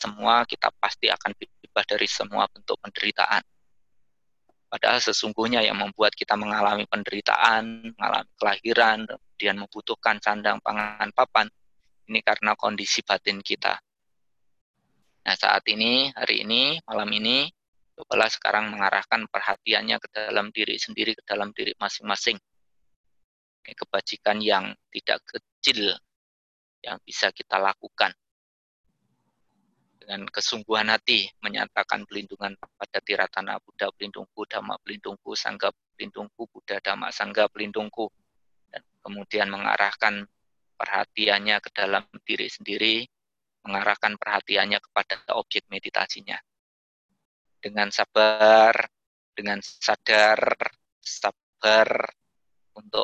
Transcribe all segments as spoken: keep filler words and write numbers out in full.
semua, kita pasti akan bebas dari semua bentuk penderitaan. Padahal sesungguhnya yang membuat kita mengalami penderitaan, mengalami kelahiran, kemudian membutuhkan sandang, pangan, papan, ini karena kondisi batin kita. Nah, saat ini, hari ini, malam ini, cobalah sekarang mengarahkan perhatiannya ke dalam diri sendiri, ke dalam diri masing-masing. Kebajikan yang tidak kecil yang bisa kita lakukan. Dengan kesungguhan hati menyatakan pelindungan pada Tiratana Buddha pelindungku, Dhamma pelindungku, Sangha pelindungku, Buddha Dhamma Sangha pelindungku, dan kemudian mengarahkan perhatiannya ke dalam diri sendiri, mengarahkan perhatiannya kepada objek meditasinya. Dengan sabar, dengan sadar, sabar untuk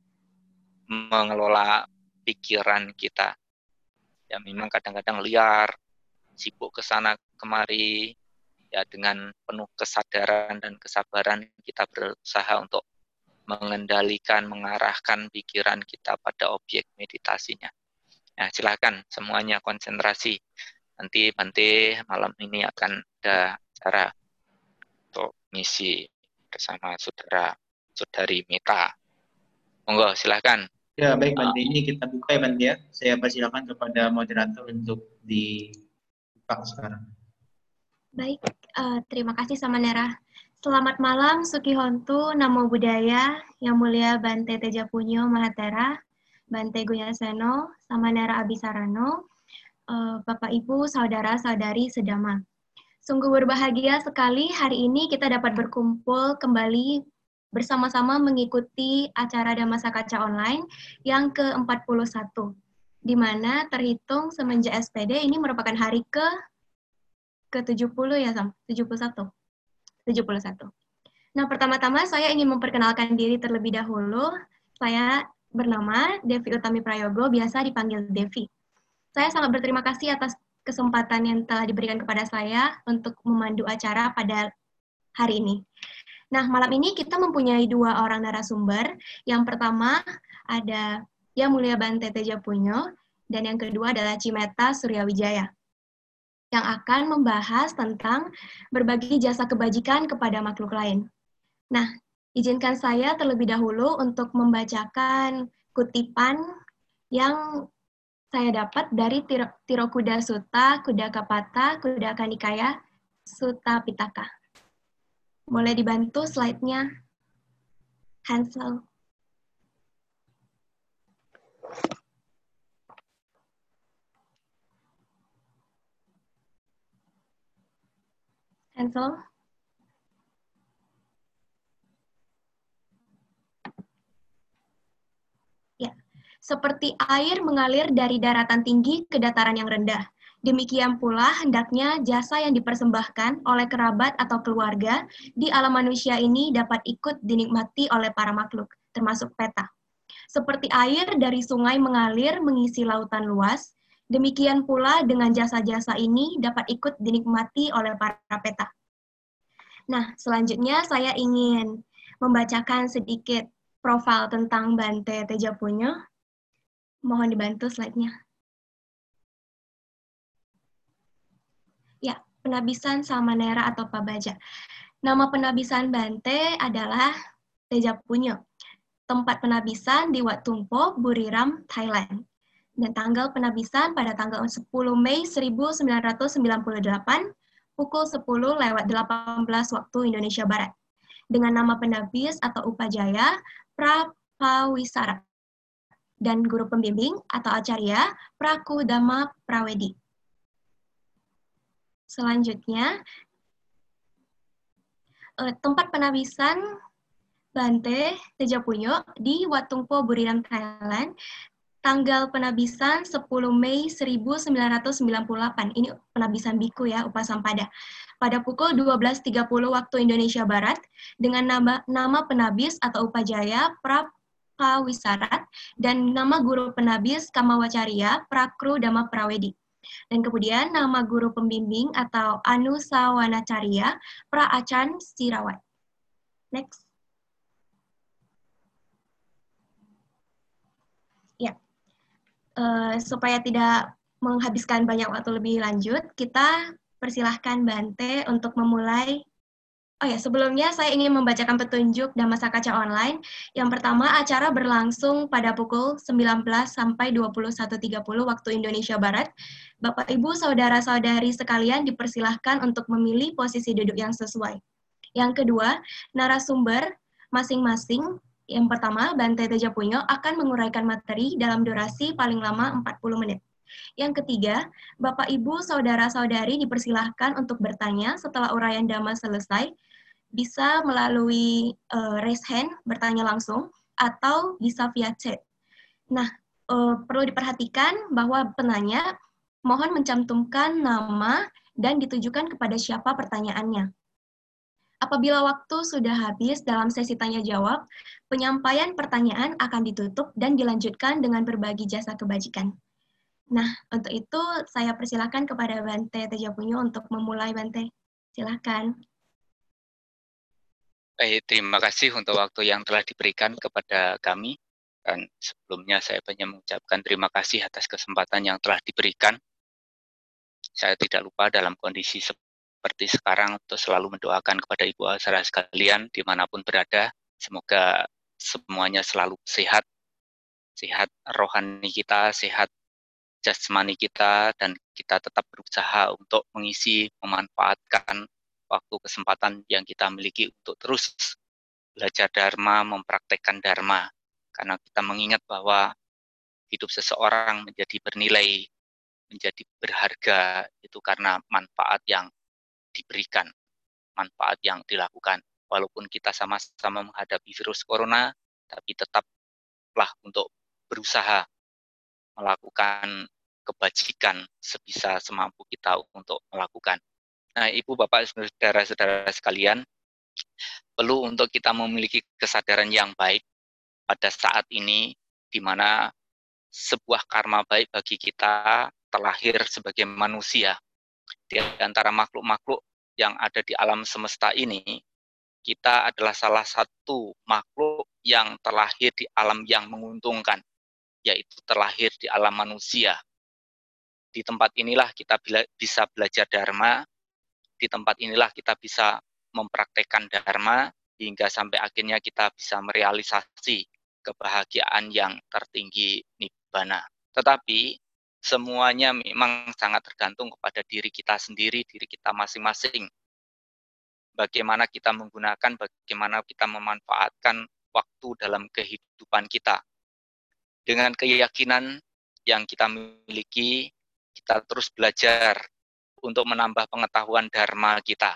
mengelola pikiran kita. Ya memang kadang-kadang liar, sibuk ke sana kemari, ya dengan penuh kesadaran dan kesabaran kita berusaha untuk mengendalikan, mengarahkan pikiran kita pada objek meditasinya. Nah, silakan semuanya konsentrasi. Nanti Bante malam ini akan ada cara untuk misi bersama saudara saudari Mita. Monggo, silakan. Ya, baik Bante. Ini kita buka ya Bante ya. Saya persilakan kepada moderator untuk dibuka sekarang. Baik, uh, terima kasih Samanera. Selamat malam Sukihontu, Namo Buddhaya, Yang Mulia Bante Tejapunyo Mahatera, Bante Gunyaseno, Samanera Abisarano, uh, Bapak Ibu, Saudara-saudari Sedama. Sungguh berbahagia sekali hari ini kita dapat berkumpul kembali bersama-sama mengikuti acara Dhammasa Kaca Online yang ke empat puluh satu, di mana terhitung semenjak S P D ini merupakan hari ke ke tujuh puluh ya, Sam? tujuh puluh satu. tujuh puluh satu. Nah, pertama-tama saya ingin memperkenalkan diri terlebih dahulu. Saya bernama Devi Utami Prayogo, biasa dipanggil Devi. Saya sangat berterima kasih atas kesempatan yang telah diberikan kepada saya untuk memandu acara pada hari ini. Nah, malam ini kita mempunyai dua orang narasumber. Yang pertama ada Yang Mulia Bante Tejapunyo, dan yang kedua adalah Cimeta Suryawijaya, yang akan membahas tentang berbagi jasa kebajikan kepada makhluk lain. Nah, izinkan saya terlebih dahulu untuk membacakan kutipan yang saya dapat dari Tirokuda Sutta, Kudakapata, Kudaka Nikaya, Sutta Pitaka. Boleh dibantu slide-nya, Hansel. Hansel. Ya, seperti air mengalir dari daratan tinggi ke dataran yang rendah. Demikian pula hendaknya jasa yang dipersembahkan oleh kerabat atau keluarga di alam manusia ini dapat ikut dinikmati oleh para makhluk, termasuk peta. Seperti air dari sungai mengalir mengisi lautan luas, demikian pula dengan jasa-jasa ini dapat ikut dinikmati oleh para peta. Nah, selanjutnya saya ingin membacakan sedikit profil tentang Bante Tejapunyo. Mohon dibantu slide-nya. Ya, penabisan Samanera atau Pabaja. Nama penabisan Bante adalah Tejapunyo. Tempat penabisan di Wat Tumpo, Buriram, Thailand. Dan tanggal penabisan pada tanggal sepuluh Mei seribu sembilan ratus sembilan puluh delapan, pukul sepuluh lewat delapan belas waktu Indonesia Barat. Dengan nama penabis atau upajaya, Prapawisara. Dan guru pembimbing atau acarya, Prakudama Prawedi. Selanjutnya, tempat penabisan Bante Tejapunyo di Wat Tumpo, Buriram, Thailand, tanggal penabisan sepuluh Mei seribu sembilan ratus sembilan puluh delapan. Ini penabisan biku ya, Upasampada. Pada pukul dua belas tiga puluh waktu Indonesia Barat, dengan nama, nama penabis atau upajaya Prapawisarat, dan nama guru penabis Kamawacarya Prakru Dhamma Prawedi. Dan kemudian nama guru pembimbing atau Anusawanacarya Praacan Sirawat. Next. Ya, uh, supaya tidak menghabiskan banyak waktu lebih lanjut, kita persilahkan Bante untuk memulai. Oh ya, sebelumnya saya ingin membacakan petunjuk dan masa kaca online. Yang pertama, acara berlangsung pada pukul sembilan belas sampai dua puluh satu tiga puluh waktu Indonesia Barat. Bapak, Ibu, Saudara-saudari sekalian dipersilahkan untuk memilih posisi duduk yang sesuai. Yang kedua, narasumber masing-masing. Yang pertama, Bante Tejapunyo akan menguraikan materi dalam durasi paling lama empat puluh menit. Yang ketiga, Bapak, Ibu, Saudara-saudari dipersilahkan untuk bertanya setelah uraian Dhamma selesai, bisa melalui uh, raise hand, bertanya langsung, atau bisa via chat. Nah, uh, perlu diperhatikan bahwa penanya mohon mencantumkan nama dan ditujukan kepada siapa pertanyaannya. Apabila waktu sudah habis dalam sesi tanya-jawab, penyampaian pertanyaan akan ditutup dan dilanjutkan dengan berbagi jasa kebajikan. Nah, untuk itu saya persilakan kepada Bante Tejapunyo untuk memulai, Bante. Silakan. Baik, terima kasih untuk waktu yang telah diberikan kepada kami. Dan sebelumnya saya banyak mengucapkan terima kasih atas kesempatan yang telah diberikan. Saya tidak lupa dalam kondisi seperti sekarang untuk selalu mendoakan kepada Ibu saudara sekalian dimanapun berada. Semoga semuanya selalu sehat, sehat rohani kita, sehat jasmani kita, dan kita tetap berusaha untuk mengisi, memanfaatkan waktu kesempatan yang kita miliki untuk terus belajar Dharma, mempraktekkan Dharma. Karena kita mengingat bahwa hidup seseorang menjadi bernilai, menjadi berharga, itu karena manfaat yang diberikan, manfaat yang dilakukan. Walaupun kita sama-sama menghadapi virus corona, tapi tetaplah untuk berusaha melakukan kebajikan sebisa semampu kita untuk melakukan. Nah, Ibu, Bapak, saudara-saudara sekalian, perlu untuk kita memiliki kesadaran yang baik pada saat ini, di mana sebuah karma baik bagi kita terlahir sebagai manusia. Di antara makhluk-makhluk yang ada di alam semesta ini, kita adalah salah satu makhluk yang terlahir di alam yang menguntungkan, yaitu terlahir di alam manusia. Di tempat inilah kita bisa belajar Dharma, di tempat inilah kita bisa mempraktekkan Dharma, hingga sampai akhirnya kita bisa merealisasi kebahagiaan yang tertinggi Nibbana. Tetapi semuanya memang sangat tergantung kepada diri kita sendiri, diri kita masing-masing. Bagaimana kita menggunakan, bagaimana kita memanfaatkan waktu dalam kehidupan kita. Dengan keyakinan yang kita miliki, kita terus belajar untuk menambah pengetahuan Dharma kita.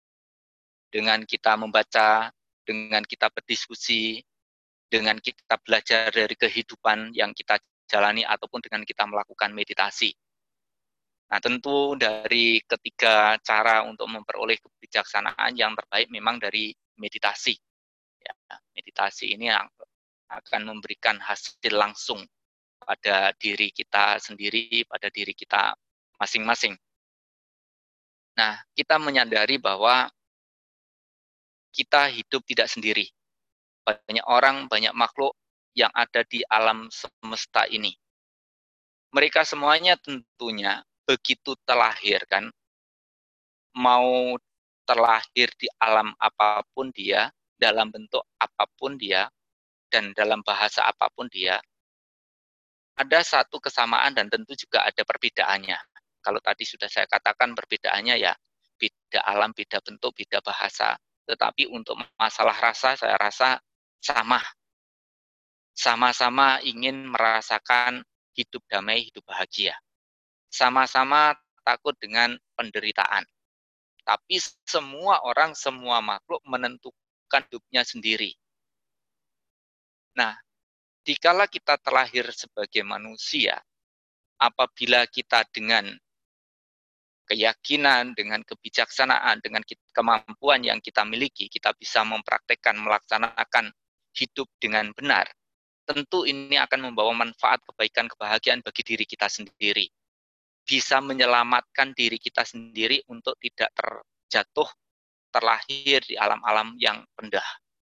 Dengan kita membaca, dengan kita berdiskusi, dengan kita belajar dari kehidupan yang kita jalani, ataupun dengan kita melakukan meditasi. Nah, tentu dari ketiga cara untuk memperoleh kebijaksanaan yang terbaik memang dari meditasi. Ya, meditasi ini akan memberikan hasil langsung pada diri kita sendiri, pada diri kita masing-masing. Nah, kita menyadari bahwa kita hidup tidak sendiri. Banyak orang, banyak makhluk yang ada di alam semesta ini. Mereka semuanya tentunya begitu terlahir, kan, mau terlahir di alam apapun dia, dalam bentuk apapun dia, dan dalam bahasa apapun dia, ada satu kesamaan dan tentu juga ada perbedaannya. Kalau tadi sudah saya katakan perbedaannya ya, beda alam, beda bentuk, beda bahasa. Tetapi untuk masalah rasa, saya rasa sama. Sama-sama ingin merasakan hidup damai, hidup bahagia. Sama-sama takut dengan penderitaan. Tapi semua orang, semua makhluk menentukan hidupnya sendiri. Nah, dikala kita terlahir sebagai manusia, apabila kita dengan keyakinan, dengan kebijaksanaan, dengan kemampuan yang kita miliki, kita bisa mempraktekkan, melaksanakan hidup dengan benar, tentu ini akan membawa manfaat, kebaikan, kebahagiaan bagi diri kita sendiri. Bisa menyelamatkan diri kita sendiri untuk tidak terjatuh, terlahir di alam-alam yang rendah.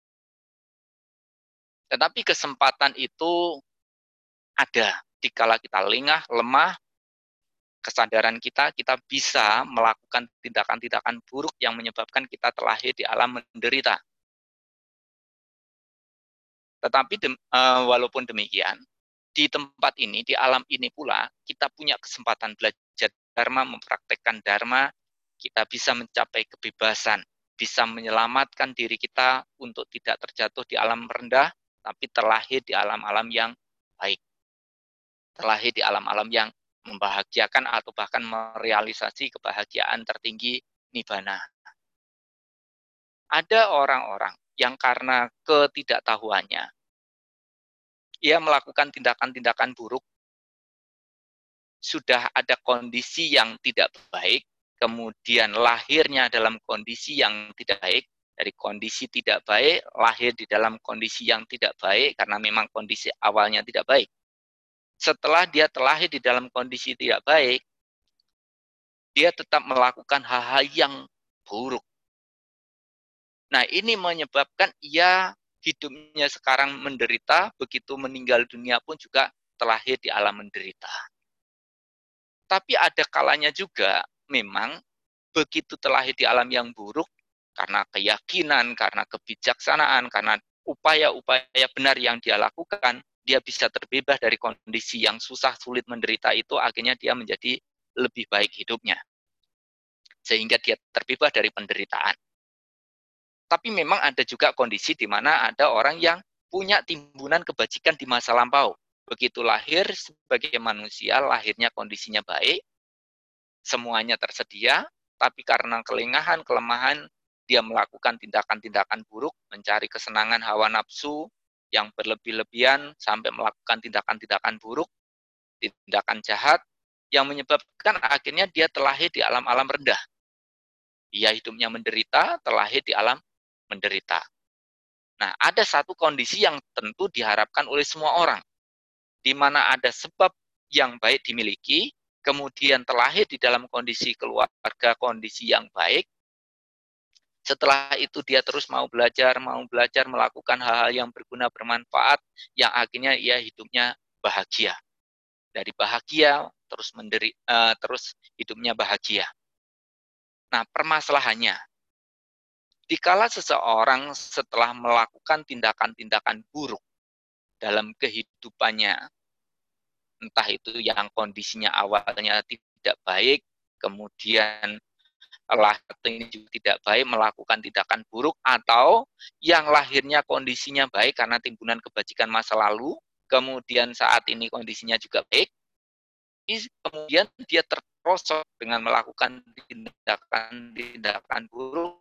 Tetapi kesempatan itu ada dikala kita lengah, lemah, kesadaran kita, kita bisa melakukan tindakan-tindakan buruk yang menyebabkan kita terlahir di alam menderita. Tetapi dem, uh, walaupun demikian, di tempat ini, di alam ini pula, kita punya kesempatan belajar dharma, mempraktekkan dharma, kita bisa mencapai kebebasan, bisa menyelamatkan diri kita untuk tidak terjatuh di alam rendah, tapi terlahir di alam-alam yang baik. Terlahir di alam-alam yang membahagiakan atau bahkan merealisasi kebahagiaan tertinggi nibbana. Ada orang-orang yang karena ketidaktahuannya, ia melakukan tindakan-tindakan buruk, sudah ada kondisi yang tidak baik, kemudian lahirnya dalam kondisi yang tidak baik, dari kondisi tidak baik, lahir di dalam kondisi yang tidak baik, karena memang kondisi awalnya tidak baik. Setelah dia terlahir di dalam kondisi tidak baik, dia tetap melakukan hal-hal yang buruk. Nah, ini menyebabkan ia hidupnya sekarang menderita, begitu meninggal dunia pun juga terlahir di alam menderita. Tapi ada kalanya juga memang begitu terlahir di alam yang buruk, karena keyakinan, karena kebijaksanaan, karena upaya-upaya benar yang dia lakukan, dia bisa terbebas dari kondisi yang susah, sulit, menderita itu, akhirnya dia menjadi lebih baik hidupnya. Sehingga dia terbebas dari penderitaan. Tapi memang ada juga kondisi di mana ada orang yang punya timbunan kebajikan di masa lampau. Begitu lahir sebagai manusia, lahirnya kondisinya baik, semuanya tersedia, tapi karena kelengahan, kelemahan, dia melakukan tindakan-tindakan buruk, mencari kesenangan hawa nafsu yang berlebih-lebihan, sampai melakukan tindakan-tindakan buruk, tindakan jahat, yang menyebabkan akhirnya dia terlahir di alam-alam rendah. Dia hidupnya menderita, terlahir di alam menderita. Nah, ada satu kondisi yang tentu diharapkan oleh semua orang, di mana ada sebab yang baik dimiliki, kemudian terlahir di dalam kondisi keluarga, kondisi yang baik. Setelah itu dia terus mau belajar, mau belajar melakukan hal-hal yang berguna, bermanfaat, yang akhirnya ia hidupnya bahagia. Dari bahagia terus menderi, uh, terus hidupnya bahagia. Nah, permasalahannya, dikala seseorang setelah melakukan tindakan-tindakan buruk dalam kehidupannya, entah itu yang kondisinya awalnya tidak baik, kemudian lahir ini juga tidak baik, melakukan tindakan buruk, atau yang lahirnya kondisinya baik karena timbunan kebajikan masa lalu, kemudian saat ini kondisinya juga baik, kemudian dia terprosok dengan melakukan tindakan-tindakan buruk,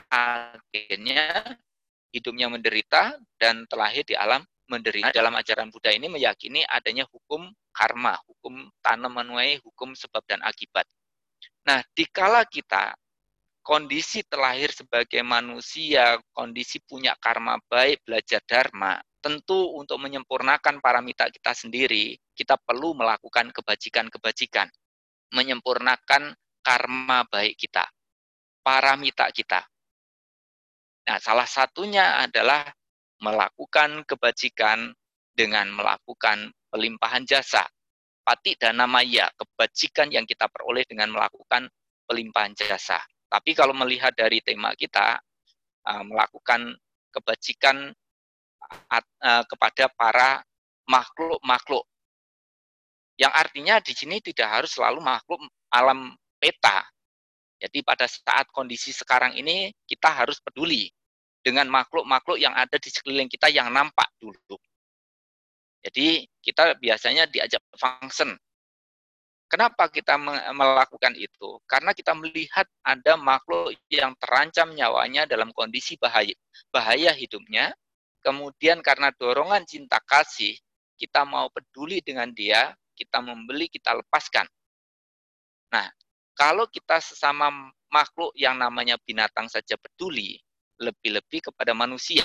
akhirnya hidupnya menderita dan terlahir di alam menderita. Dalam ajaran Buddha ini meyakini adanya hukum karma, hukum tanam menuai, hukum sebab dan akibat. Nah, dikala kita kondisi terlahir sebagai manusia, kondisi punya karma baik, belajar dharma, tentu untuk menyempurnakan paramita kita sendiri, kita perlu melakukan kebajikan-kebajikan, menyempurnakan karma baik kita, paramita kita. Nah, salah satunya adalah melakukan kebajikan dengan melakukan pelimpahan jasa. Pati dana maya, kebajikan yang kita peroleh dengan melakukan pelimpahan jasa. Tapi kalau melihat dari tema kita, uh, melakukan kebajikan uh, kepada para makhluk-makhluk. Yang artinya di sini tidak harus selalu makhluk alam peta. Jadi pada saat kondisi sekarang ini, kita harus peduli dengan makhluk-makhluk yang ada di sekeliling kita yang nampak dulu. Jadi kita biasanya diajak function. Kenapa kita melakukan itu? Karena kita melihat ada makhluk yang terancam nyawanya dalam kondisi bahaya, bahaya hidupnya. Kemudian karena dorongan cinta kasih, kita mau peduli dengan dia, kita membeli, kita lepaskan. Nah, kalau kita sesama makhluk yang namanya binatang saja peduli, lebih-lebih kepada manusia,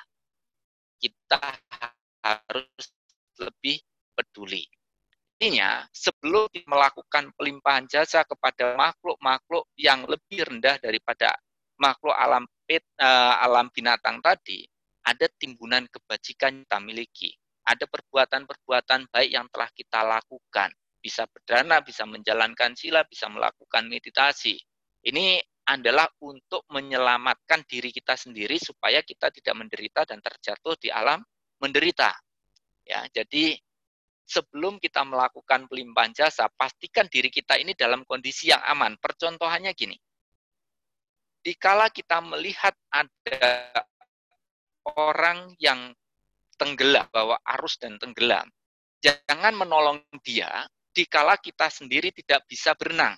kita harus lebih peduli. Artinya, sebelum melakukan pelimpahan jasa kepada makhluk-makhluk yang lebih rendah daripada makhluk alam pet, uh, alam binatang tadi, ada timbunan kebajikan yang kita miliki. Ada perbuatan-perbuatan baik yang telah kita lakukan. bisa berdana, bisa menjalankan sila, bisa melakukan meditasi. Ini adalah untuk menyelamatkan diri kita sendiri supaya kita tidak menderita dan terjatuh di alam menderita. Ya, jadi sebelum kita melakukan pelimpahan jasa, pastikan diri kita ini dalam kondisi yang aman. Percontohannya gini. Dikala kita melihat ada orang yang tenggelam, bawa arus dan tenggelam, jangan menolong dia dikala kita sendiri tidak bisa berenang.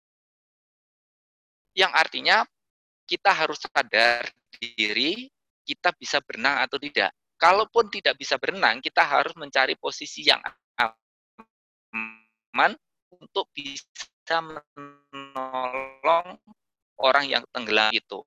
Yang artinya kita harus sadar diri kita bisa berenang atau tidak. Kalaupun tidak bisa berenang, kita harus mencari posisi yang aman untuk bisa menolong orang yang tenggelam itu.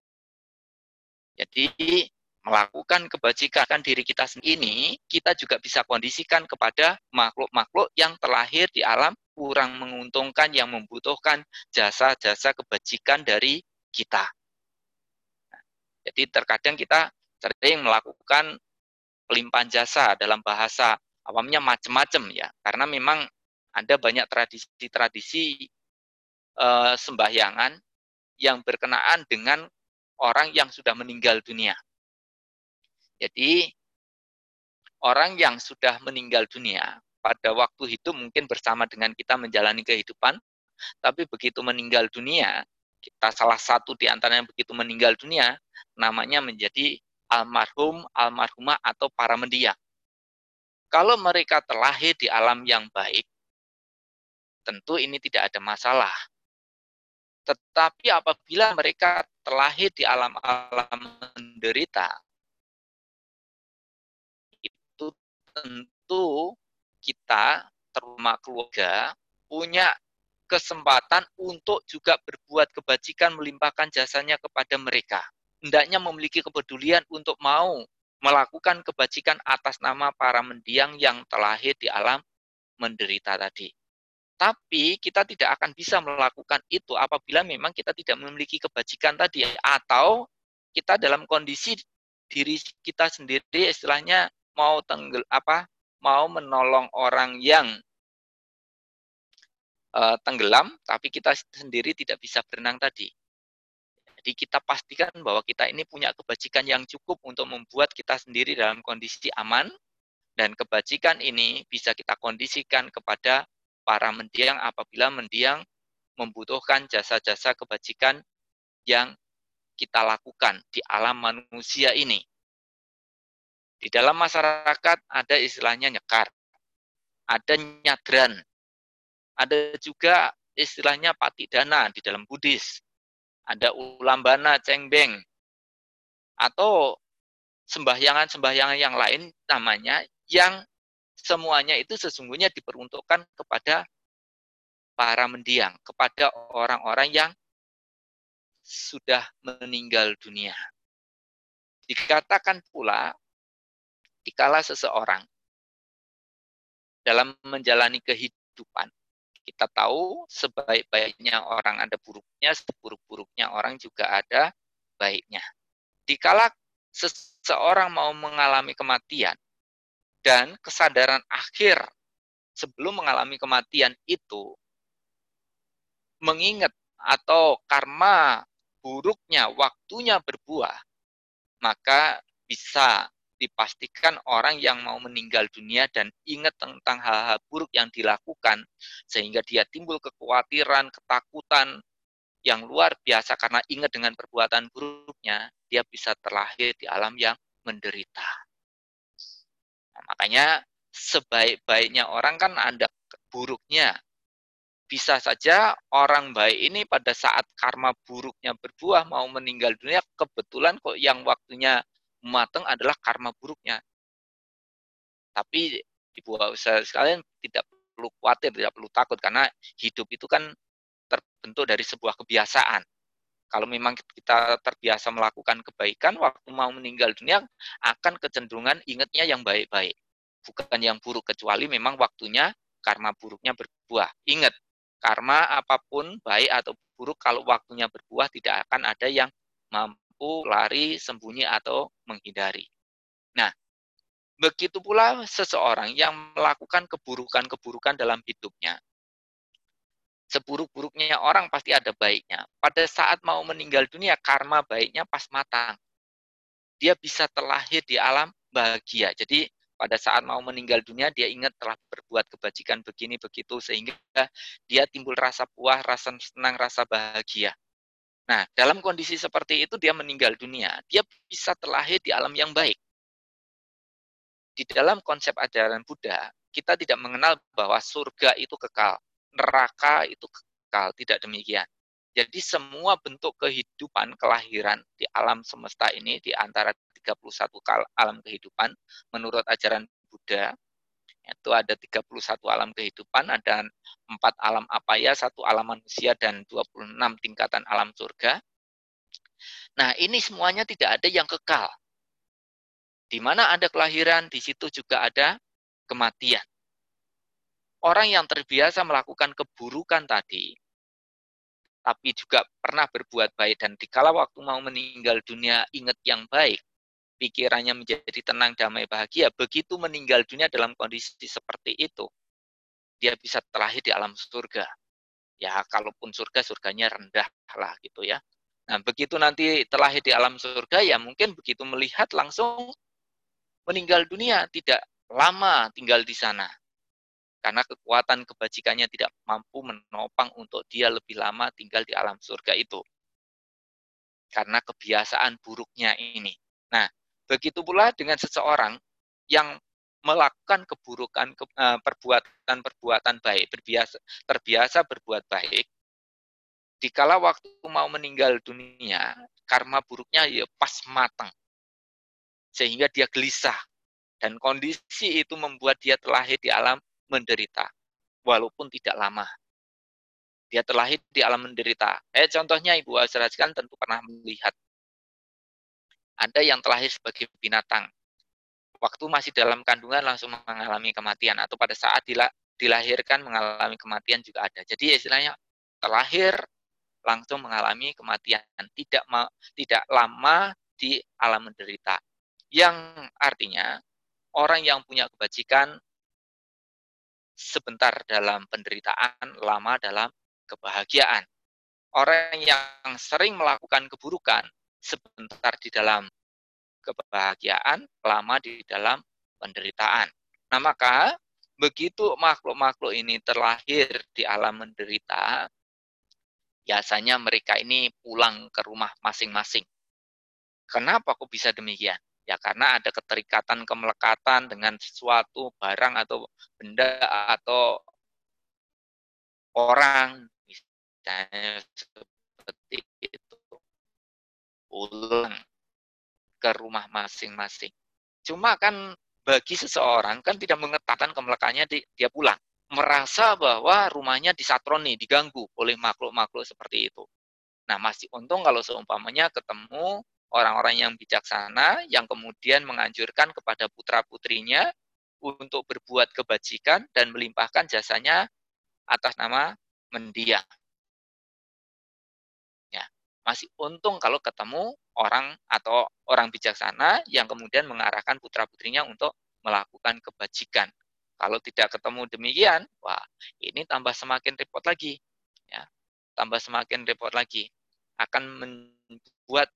Jadi melakukan kebajikan diri kita sendiri ini, kita juga bisa kondisikan kepada makhluk-makhluk yang terlahir di alam kurang menguntungkan, yang membutuhkan jasa-jasa kebajikan dari kita. Nah, jadi terkadang kita sering melakukan pelimpahan jasa dalam bahasa awamnya macam-macam ya, karena memang ada banyak tradisi-tradisi eh, sembahyangan yang berkenaan dengan orang yang sudah meninggal dunia. Jadi, orang yang sudah meninggal dunia, pada waktu hidup mungkin bersama dengan kita menjalani kehidupan, tapi begitu meninggal dunia, kita salah satu di antara yang begitu meninggal dunia, namanya menjadi almarhum, almarhumah, atau para mendiang. Kalau mereka terlahir di alam yang baik, tentu ini tidak ada masalah. Tetapi apabila mereka terlahir di alam-alam menderita, itu tentu kita, terutama keluarga, punya kesempatan untuk juga berbuat kebajikan, melimpahkan jasanya kepada mereka. Hendaknya memiliki kepedulian untuk mau melakukan kebajikan atas nama para mendiang yang terlahir di alam menderita tadi. Tapi kita tidak akan bisa melakukan itu apabila memang kita tidak memiliki kebajikan tadi, atau kita dalam kondisi diri kita sendiri istilahnya mau tenggel apa mau menolong orang yang uh, tenggelam, tapi kita sendiri tidak bisa berenang tadi. Jadi kita pastikan bahwa kita ini punya kebajikan yang cukup untuk membuat kita sendiri dalam kondisi aman, dan kebajikan ini bisa kita kondisikan kepada para mendiang apabila mendiang membutuhkan jasa-jasa kebajikan yang kita lakukan di alam manusia ini. Di dalam masyarakat ada istilahnya nyekar, ada nyadran, ada juga istilahnya patidana di dalam Buddhis, ada ulambana, cengbeng, atau sembahyangan-sembahyangan yang lain namanya, yang semuanya itu sesungguhnya diperuntukkan kepada para mendiang, kepada orang-orang yang sudah meninggal dunia. Dikatakan pula, dikala seseorang dalam menjalani kehidupan, kita tahu sebaik-baiknya orang ada buruknya, seburuk-buruknya orang juga ada baiknya. Dikala seseorang mau mengalami kematian, dan kesadaran akhir sebelum mengalami kematian itu mengingat atau karma buruknya waktunya berbuah, maka bisa dipastikan orang yang mau meninggal dunia dan ingat tentang hal-hal buruk yang dilakukan, sehingga dia timbul kekhawatiran, ketakutan yang luar biasa karena ingat dengan perbuatan buruknya, dia bisa terlahir di alam yang menderita. Nah, makanya sebaik-baiknya orang kan ada buruknya. Bisa saja orang baik ini pada saat karma buruknya berbuah mau meninggal dunia, kebetulan kok yang waktunya matang adalah karma buruknya. Tapi Ibu sekalian tidak perlu khawatir, tidak perlu takut, karena hidup itu kan terbentuk dari sebuah kebiasaan. Kalau memang kita terbiasa melakukan kebaikan, waktu mau meninggal dunia akan kecenderungan ingatnya yang baik-baik, bukan yang buruk, kecuali memang waktunya karma buruknya berbuah. Ingat, karma apapun baik atau buruk, kalau waktunya berbuah tidak akan ada yang mampu lari, sembunyi, atau menghindari. Nah, begitu pula seseorang yang melakukan keburukan-keburukan dalam hidupnya, Seburuk-buruknya orang pasti ada baiknya. Pada saat mau meninggal dunia, karma baiknya pas matang. Dia bisa terlahir di alam bahagia. Jadi pada saat mau meninggal dunia, dia ingat telah berbuat kebajikan begini begitu, sehingga dia timbul rasa puas, rasa senang, rasa bahagia. Nah, dalam kondisi seperti itu dia meninggal dunia, dia bisa terlahir di alam yang baik. Di dalam konsep ajaran Buddha, kita tidak mengenal bahwa surga itu kekal, neraka itu kekal, tidak demikian. Jadi semua bentuk kehidupan, kelahiran di alam semesta ini, di antara tiga puluh satu alam kehidupan, menurut ajaran Buddha, itu ada tiga puluh satu alam kehidupan, ada empat alam apaya, satu alam manusia, dan dua puluh enam tingkatan alam surga. Nah, ini semuanya tidak ada yang kekal. Di mana ada kelahiran, di situ juga ada kematian. Orang yang terbiasa melakukan keburukan tadi, tapi juga pernah berbuat baik, dan dikala waktu mau meninggal dunia ingat yang baik, pikirannya menjadi tenang, damai, bahagia, begitu meninggal dunia dalam kondisi seperti itu, dia bisa terlahir di alam surga. Ya, kalaupun surga, surganya rendah lah gitu ya. Nah, begitu nanti terlahir di alam surga, ya mungkin begitu melihat langsung meninggal dunia, tidak lama tinggal di sana. Karena kekuatan kebajikannya tidak mampu menopang untuk dia lebih lama tinggal di alam surga itu. Karena kebiasaan buruknya ini. Nah, begitu pula dengan seseorang yang melakukan keburukan, ke, uh, perbuatan-perbuatan baik, berbiasa, terbiasa berbuat baik, dikala waktu mau meninggal dunia, karma buruknya ya pas matang. Sehingga dia gelisah. Dan kondisi itu membuat dia terlahir di alam menderita, walaupun tidak lama. Dia terlahir di alam menderita. Eh, contohnya Ibu Azrakan tentu pernah melihat. Ada yang terlahir sebagai binatang. Waktu masih dalam kandungan langsung mengalami kematian. Atau pada saat dilahirkan mengalami kematian juga ada. Jadi istilahnya terlahir langsung mengalami kematian. Tidak, tidak lama di alam menderita. Yang artinya, orang yang punya kebajikan sebentar dalam penderitaan, lama dalam kebahagiaan. Orang yang sering melakukan keburukan sebentar di dalam kebahagiaan, lama di dalam penderitaan. Nah, maka begitu makhluk-makhluk ini terlahir di alam menderita, biasanya mereka ini pulang ke rumah masing-masing. Kenapa kok bisa demikian? Ya karena ada keterikatan, kemelekatan dengan sesuatu barang atau benda atau orang, misalnya seperti itu, pulang ke rumah masing-masing. Cuma kan bagi seseorang kan tidak mengetahui kemelekatannya dia pulang, merasa bahwa rumahnya disatroni, diganggu oleh makhluk-makhluk seperti itu. Nah, masih untung kalau seumpamanya ketemu orang-orang yang bijaksana yang kemudian menganjurkan kepada putra-putrinya untuk berbuat kebajikan dan melimpahkan jasanya atas nama mendiang. Ya, masih untung kalau ketemu orang atau orang bijaksana yang kemudian mengarahkan putra-putrinya untuk melakukan kebajikan. Kalau tidak ketemu demikian, wah, ini tambah semakin repot lagi. Ya, tambah semakin repot lagi. Akan membuat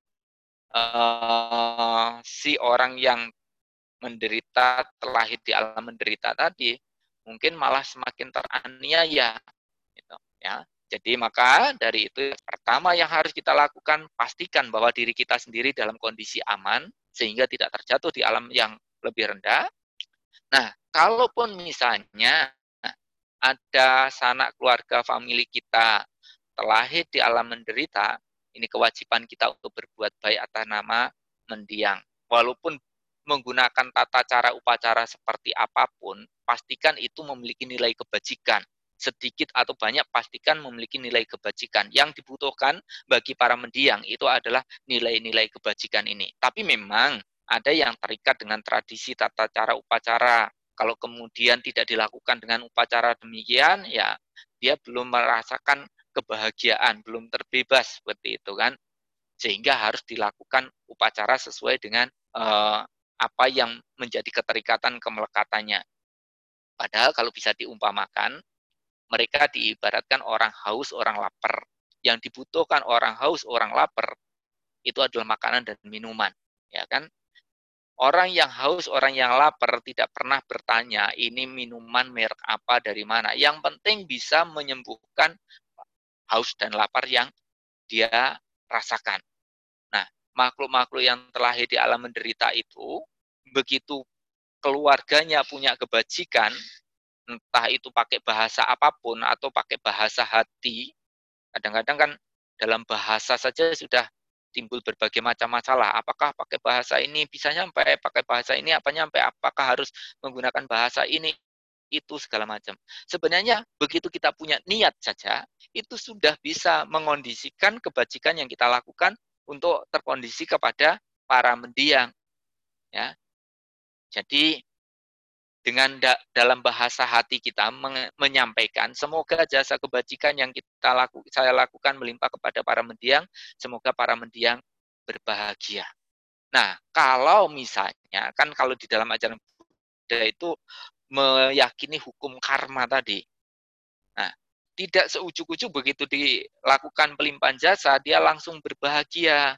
Uh, si orang yang menderita, terlahir di alam menderita tadi, mungkin malah semakin teraniaya. Gitu, ya. Jadi maka dari itu, pertama yang harus kita lakukan, pastikan bahwa diri kita sendiri dalam kondisi aman, sehingga tidak terjatuh di alam yang lebih rendah. Nah, kalaupun misalnya ada sanak keluarga, famili kita terlahir di alam menderita, ini kewajiban kita untuk berbuat baik atas nama mendiang. Walaupun menggunakan tata cara upacara seperti apapun, pastikan itu memiliki nilai kebajikan. Sedikit atau banyak pastikan memiliki nilai kebajikan. Yang dibutuhkan bagi para mendiang itu adalah nilai-nilai kebajikan ini. Tapi memang ada yang terikat dengan tradisi tata cara upacara. Kalau kemudian tidak dilakukan dengan upacara demikian, ya dia belum merasakan kebahagiaan, belum terbebas seperti itu kan. Sehingga harus dilakukan upacara sesuai dengan eh, apa yang menjadi keterikatan kemelekatannya. Padahal kalau bisa diumpamakan, mereka diibaratkan orang haus, orang lapar. Yang dibutuhkan orang haus, orang lapar itu adalah makanan dan minuman, ya kan? Orang yang haus, orang yang lapar tidak pernah bertanya ini minuman merek apa dari mana. Yang penting bisa menyembuhkan haus dan lapar yang dia rasakan. Nah, makhluk-makhluk yang terlahir di alam menderita itu, begitu keluarganya punya kebajikan, entah itu pakai bahasa apapun atau pakai bahasa hati, kadang-kadang kan dalam bahasa saja sudah timbul berbagai macam masalah. Apakah pakai bahasa ini bisa nyampe, pakai bahasa ini apa nyampe, apakah harus menggunakan bahasa ini, itu segala macam. Sebenarnya begitu kita punya niat saja, itu sudah bisa mengondisikan kebajikan yang kita lakukan untuk terkondisi kepada para mendiang. Ya. Jadi dengan da dalam bahasa hati kita menyampaikan, semoga jasa kebajikan yang kita laku saya lakukan melimpah kepada para mendiang, semoga para mendiang berbahagia. Nah, kalau misalnya, kan kalau di dalam ajaran Buddha itu meyakini hukum karma tadi. Nah, tidak seujuk-ujuk begitu dilakukan pelimpahan jasa, dia langsung berbahagia.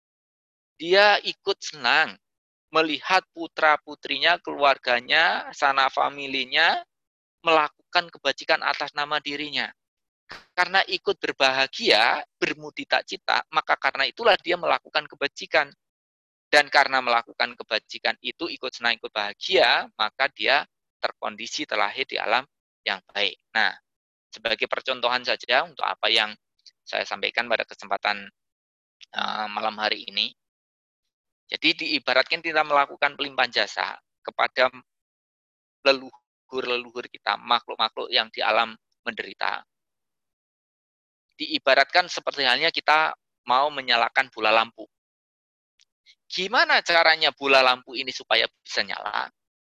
Dia ikut senang melihat putra-putrinya, keluarganya, sanak familinya melakukan kebajikan atas nama dirinya. Karena ikut berbahagia, bermudita cita, maka karena itulah dia melakukan kebajikan. Dan karena melakukan kebajikan itu ikut senang, ikut bahagia, maka dia terkondisi terlahir di alam yang baik. Nah, sebagai percontohan saja untuk apa yang saya sampaikan pada kesempatan uh, malam hari ini, jadi diibaratkan kita melakukan pelimpahan jasa kepada leluhur-leluhur kita, makhluk-makhluk yang di alam menderita. Diibaratkan seperti halnya kita mau menyalakan bola lampu. Gimana caranya bola lampu ini supaya bisa nyala?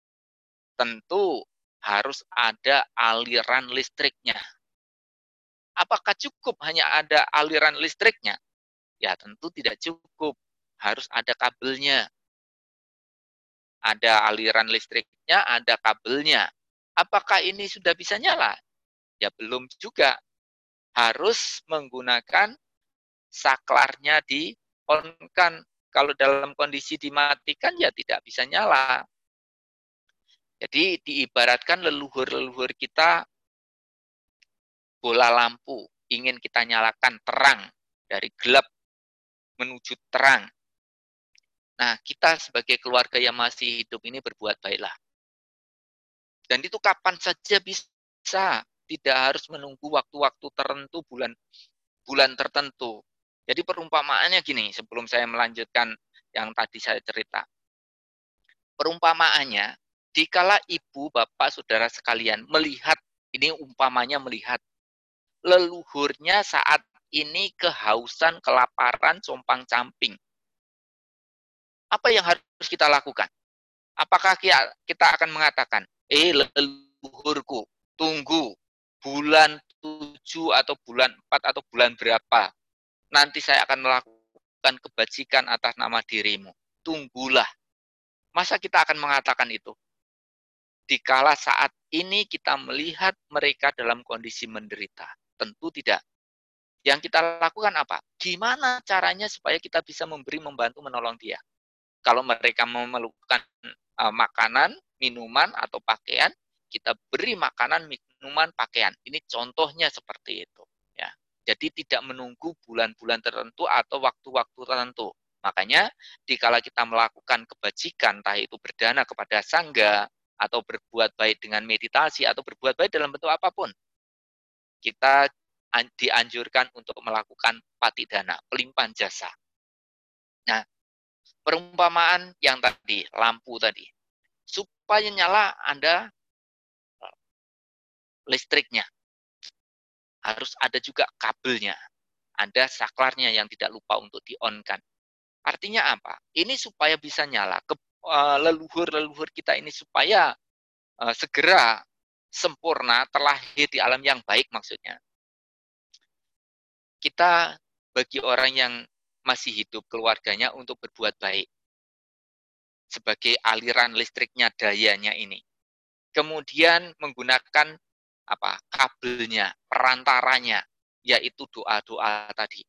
Tentu harus ada aliran listriknya. Apakah cukup hanya ada aliran listriknya? Ya tentu tidak cukup. Harus ada kabelnya. Ada aliran listriknya, ada kabelnya. Apakah ini sudah bisa nyala? Ya belum juga. Harus menggunakan saklarnya di-on-kan. Kalau dalam kondisi dimatikan ya tidak bisa nyala. Jadi diibaratkan leluhur-leluhur kita bola lampu. Ingin kita nyalakan terang dari gelap menuju terang. Nah, kita sebagai keluarga yang masih hidup ini berbuat baiklah. Dan itu kapan saja bisa. Tidak harus menunggu waktu-waktu tertentu, bulan bulan tertentu. Jadi perumpamaannya gini, sebelum saya melanjutkan yang tadi saya cerita. Perumpamaannya, dikala ibu, bapak, saudara sekalian melihat, ini umpamanya melihat, leluhurnya saat ini kehausan, kelaparan, compang-camping. Apa yang harus kita lakukan? Apakah kita akan mengatakan, eh leluhurku, tunggu bulan tujuh atau bulan empat atau bulan berapa, nanti saya akan melakukan kebajikan atas nama dirimu. Tunggulah. Masa kita akan mengatakan itu? Dikala saat ini kita melihat mereka dalam kondisi menderita. Tentu tidak. Yang kita lakukan apa? Gimana caranya supaya kita bisa memberi, membantu, menolong dia? Kalau mereka memerlukan uh, makanan, minuman, atau pakaian, kita beri makanan, minuman, pakaian. Ini contohnya seperti itu. Ya. Jadi tidak menunggu bulan-bulan tertentu atau waktu-waktu tertentu. Makanya, dikala kita melakukan kebajikan, entah itu berdana kepada sangga, atau berbuat baik dengan meditasi, atau berbuat baik dalam bentuk apapun, kita dianjurkan untuk melakukan patidana, pelimpahan jasa. Nah, perumpamaan yang tadi, lampu tadi. Supaya nyala Anda listriknya. Harus ada juga kabelnya. Ada saklarnya yang tidak lupa untuk di-on-kan. Artinya apa? Ini supaya bisa nyala. Leluhur-leluhur kita ini supaya uh, segera sempurna, terlahir di alam yang baik maksudnya. Kita bagi orang yang masih hidup keluarganya untuk berbuat baik. Sebagai aliran listriknya, dayanya ini. Kemudian menggunakan apa kabelnya, perantaranya, yaitu doa-doa tadi.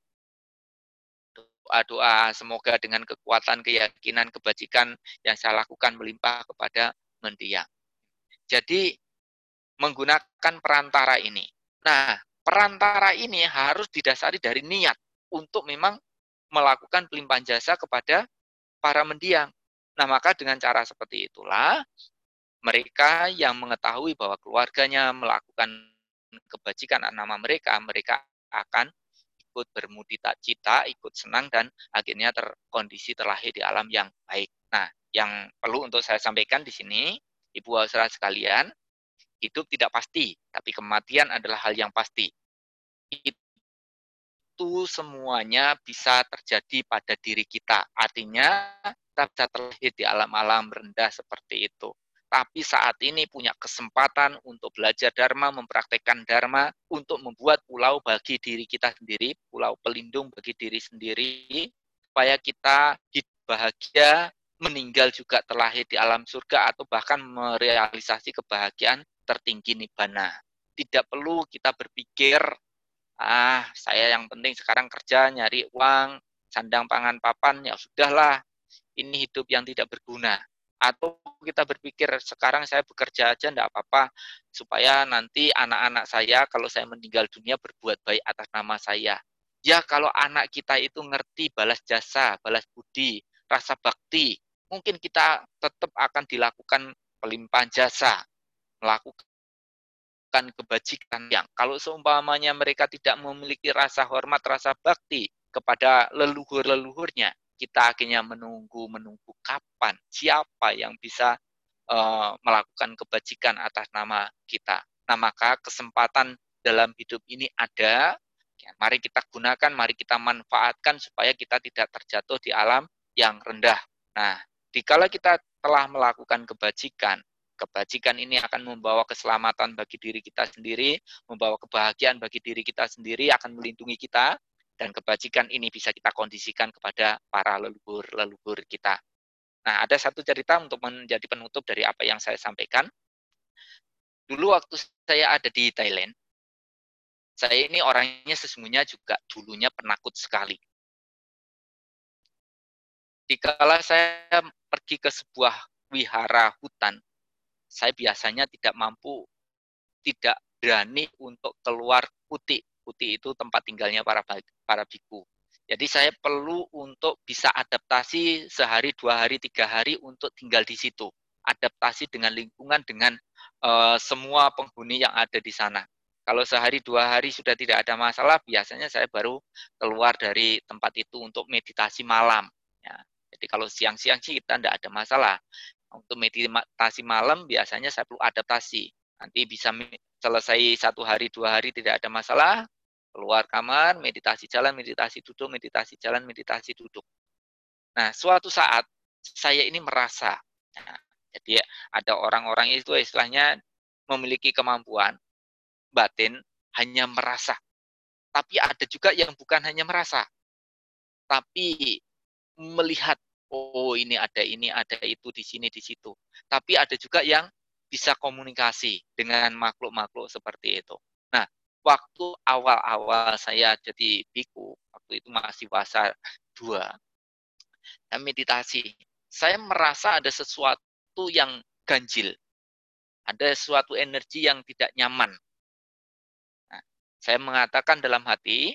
Doa-doa semoga dengan kekuatan, keyakinan, kebajikan yang saya lakukan melimpah kepada mendiang. Jadi menggunakan perantara ini. Nah, perantara ini harus didasari dari niat untuk memang melakukan pelimpahan jasa kepada para mendiang. Nah, maka dengan cara seperti itulah mereka yang mengetahui bahwa keluarganya melakukan kebajikan atas nama mereka, mereka akan ikut bermudita cita, ikut senang, dan akhirnya terkondisi terlahir di alam yang baik. Nah, yang perlu untuk saya sampaikan di sini, Ibu saudara sekalian, hidup tidak pasti, tapi kematian adalah hal yang pasti. Itu semuanya bisa terjadi pada diri kita. Artinya, kita bisa terlahir di alam-alam rendah seperti itu. Tapi saat ini punya kesempatan untuk belajar Dharma, mempraktekkan Dharma, untuk membuat pulau bagi diri kita sendiri, pulau pelindung bagi diri sendiri, supaya kita hidup bahagia, meninggal juga terlahir di alam surga, atau bahkan merealisasi kebahagiaan tertinggi nibbana. Tidak perlu kita berpikir, ah saya yang penting sekarang kerja, nyari uang, sandang pangan papan, ya sudahlah, ini hidup yang tidak berguna. Atau kita berpikir sekarang saya bekerja aja enggak apa-apa supaya nanti anak-anak saya kalau saya meninggal dunia berbuat baik atas nama saya. Ya kalau anak kita itu ngerti balas jasa, balas budi, rasa bakti, mungkin kita tetap akan dilakukan pelimpahan jasa, melakukan kebajikan yang kalau seumpamanya mereka tidak memiliki rasa hormat, rasa bakti kepada leluhur-leluhurnya, kita akhirnya menunggu-menunggu kapan, siapa yang bisa uh, melakukan kebajikan atas nama kita. Nah, maka kesempatan dalam hidup ini ada, ya, mari kita gunakan, mari kita manfaatkan supaya kita tidak terjatuh di alam yang rendah. Nah, dikala kita telah melakukan kebajikan, kebajikan ini akan membawa keselamatan bagi diri kita sendiri, membawa kebahagiaan bagi diri kita sendiri, akan melindungi kita, dan kebajikan ini bisa kita kondisikan kepada para leluhur-leluhur kita. Nah, ada satu cerita untuk menjadi penutup dari apa yang saya sampaikan. Dulu waktu saya ada di Thailand, saya ini orangnya sesungguhnya juga dulunya penakut sekali. Dikala saya pergi ke sebuah wihara hutan, saya biasanya tidak mampu, tidak berani untuk keluar kuti. Kuti itu tempat tinggalnya para para biku. Jadi saya perlu untuk bisa adaptasi sehari, dua hari, tiga hari untuk tinggal di situ. Adaptasi dengan lingkungan, dengan uh, semua penghuni yang ada di sana. Kalau sehari, dua hari sudah tidak ada masalah, biasanya saya baru keluar dari tempat itu untuk meditasi malam. Ya. Jadi kalau siang-siang sih kita tidak ada masalah. Untuk meditasi malam biasanya saya perlu adaptasi. Nanti bisa selesai satu hari, dua hari tidak ada masalah, keluar kamar, meditasi jalan, meditasi duduk, meditasi jalan, meditasi duduk. Nah, suatu saat saya ini merasa, nah, jadi ada orang-orang itu istilahnya memiliki kemampuan batin hanya merasa. Tapi ada juga yang bukan hanya merasa, tapi melihat, oh ini ada ini, ada itu, di sini, di situ. Tapi ada juga yang bisa komunikasi dengan makhluk-makhluk seperti itu. Nah, waktu awal-awal saya jadi biku, waktu itu masih puasa dua, dan meditasi, saya merasa ada sesuatu yang ganjil, ada suatu energi yang tidak nyaman. Nah, saya mengatakan dalam hati,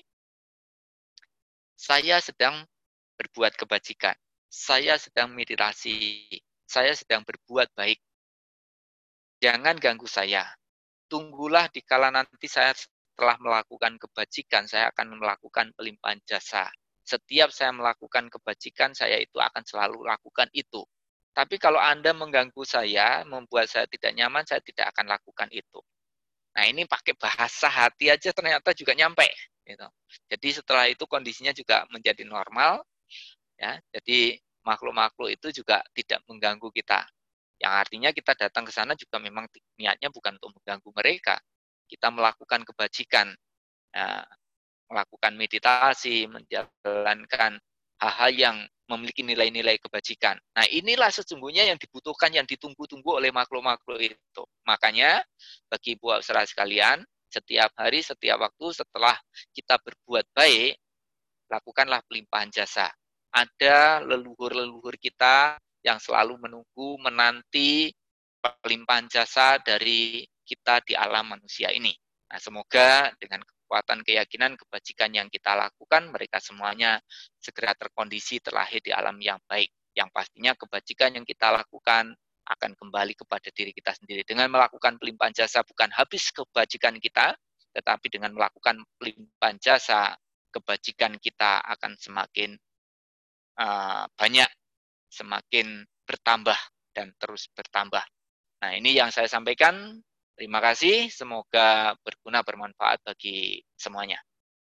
saya sedang berbuat kebajikan, saya sedang meditasi, saya sedang berbuat baik. Jangan ganggu saya. Tunggulah dikala nanti saya telah melakukan kebajikan, saya akan melakukan pelimpahan jasa. Setiap saya melakukan kebajikan, saya itu akan selalu lakukan itu. Tapi kalau Anda mengganggu saya, membuat saya tidak nyaman, saya tidak akan lakukan itu. Nah, ini pakai bahasa hati aja ternyata juga nyampe. Gitu. Jadi setelah itu kondisinya juga menjadi normal. Ya, jadi makhluk-makhluk itu juga tidak mengganggu kita. Yang artinya kita datang ke sana juga memang niatnya bukan untuk mengganggu mereka. Kita melakukan kebajikan, ya, melakukan meditasi, menjalankan hal-hal yang memiliki nilai-nilai kebajikan. Nah, inilah sesungguhnya yang dibutuhkan, yang ditunggu-tunggu oleh makhluk-makhluk itu. Makanya, bagi Ibu saudara sekalian, setiap hari, setiap waktu setelah kita berbuat baik, lakukanlah pelimpahan jasa. Ada leluhur-leluhur kita yang selalu menunggu, menanti pelimpahan jasa dari kita di alam manusia ini. Nah, semoga dengan kekuatan keyakinan, kebajikan yang kita lakukan, mereka semuanya segera terkondisi terlahir di alam yang baik. Yang pastinya kebajikan yang kita lakukan akan kembali kepada diri kita sendiri. Dengan melakukan pelimpahan jasa, bukan habis kebajikan kita, tetapi dengan melakukan pelimpahan jasa, kebajikan kita akan semakin uh, banyak, semakin bertambah, dan terus bertambah. Nah, ini yang saya sampaikan. Terima kasih, semoga berguna, bermanfaat bagi semuanya.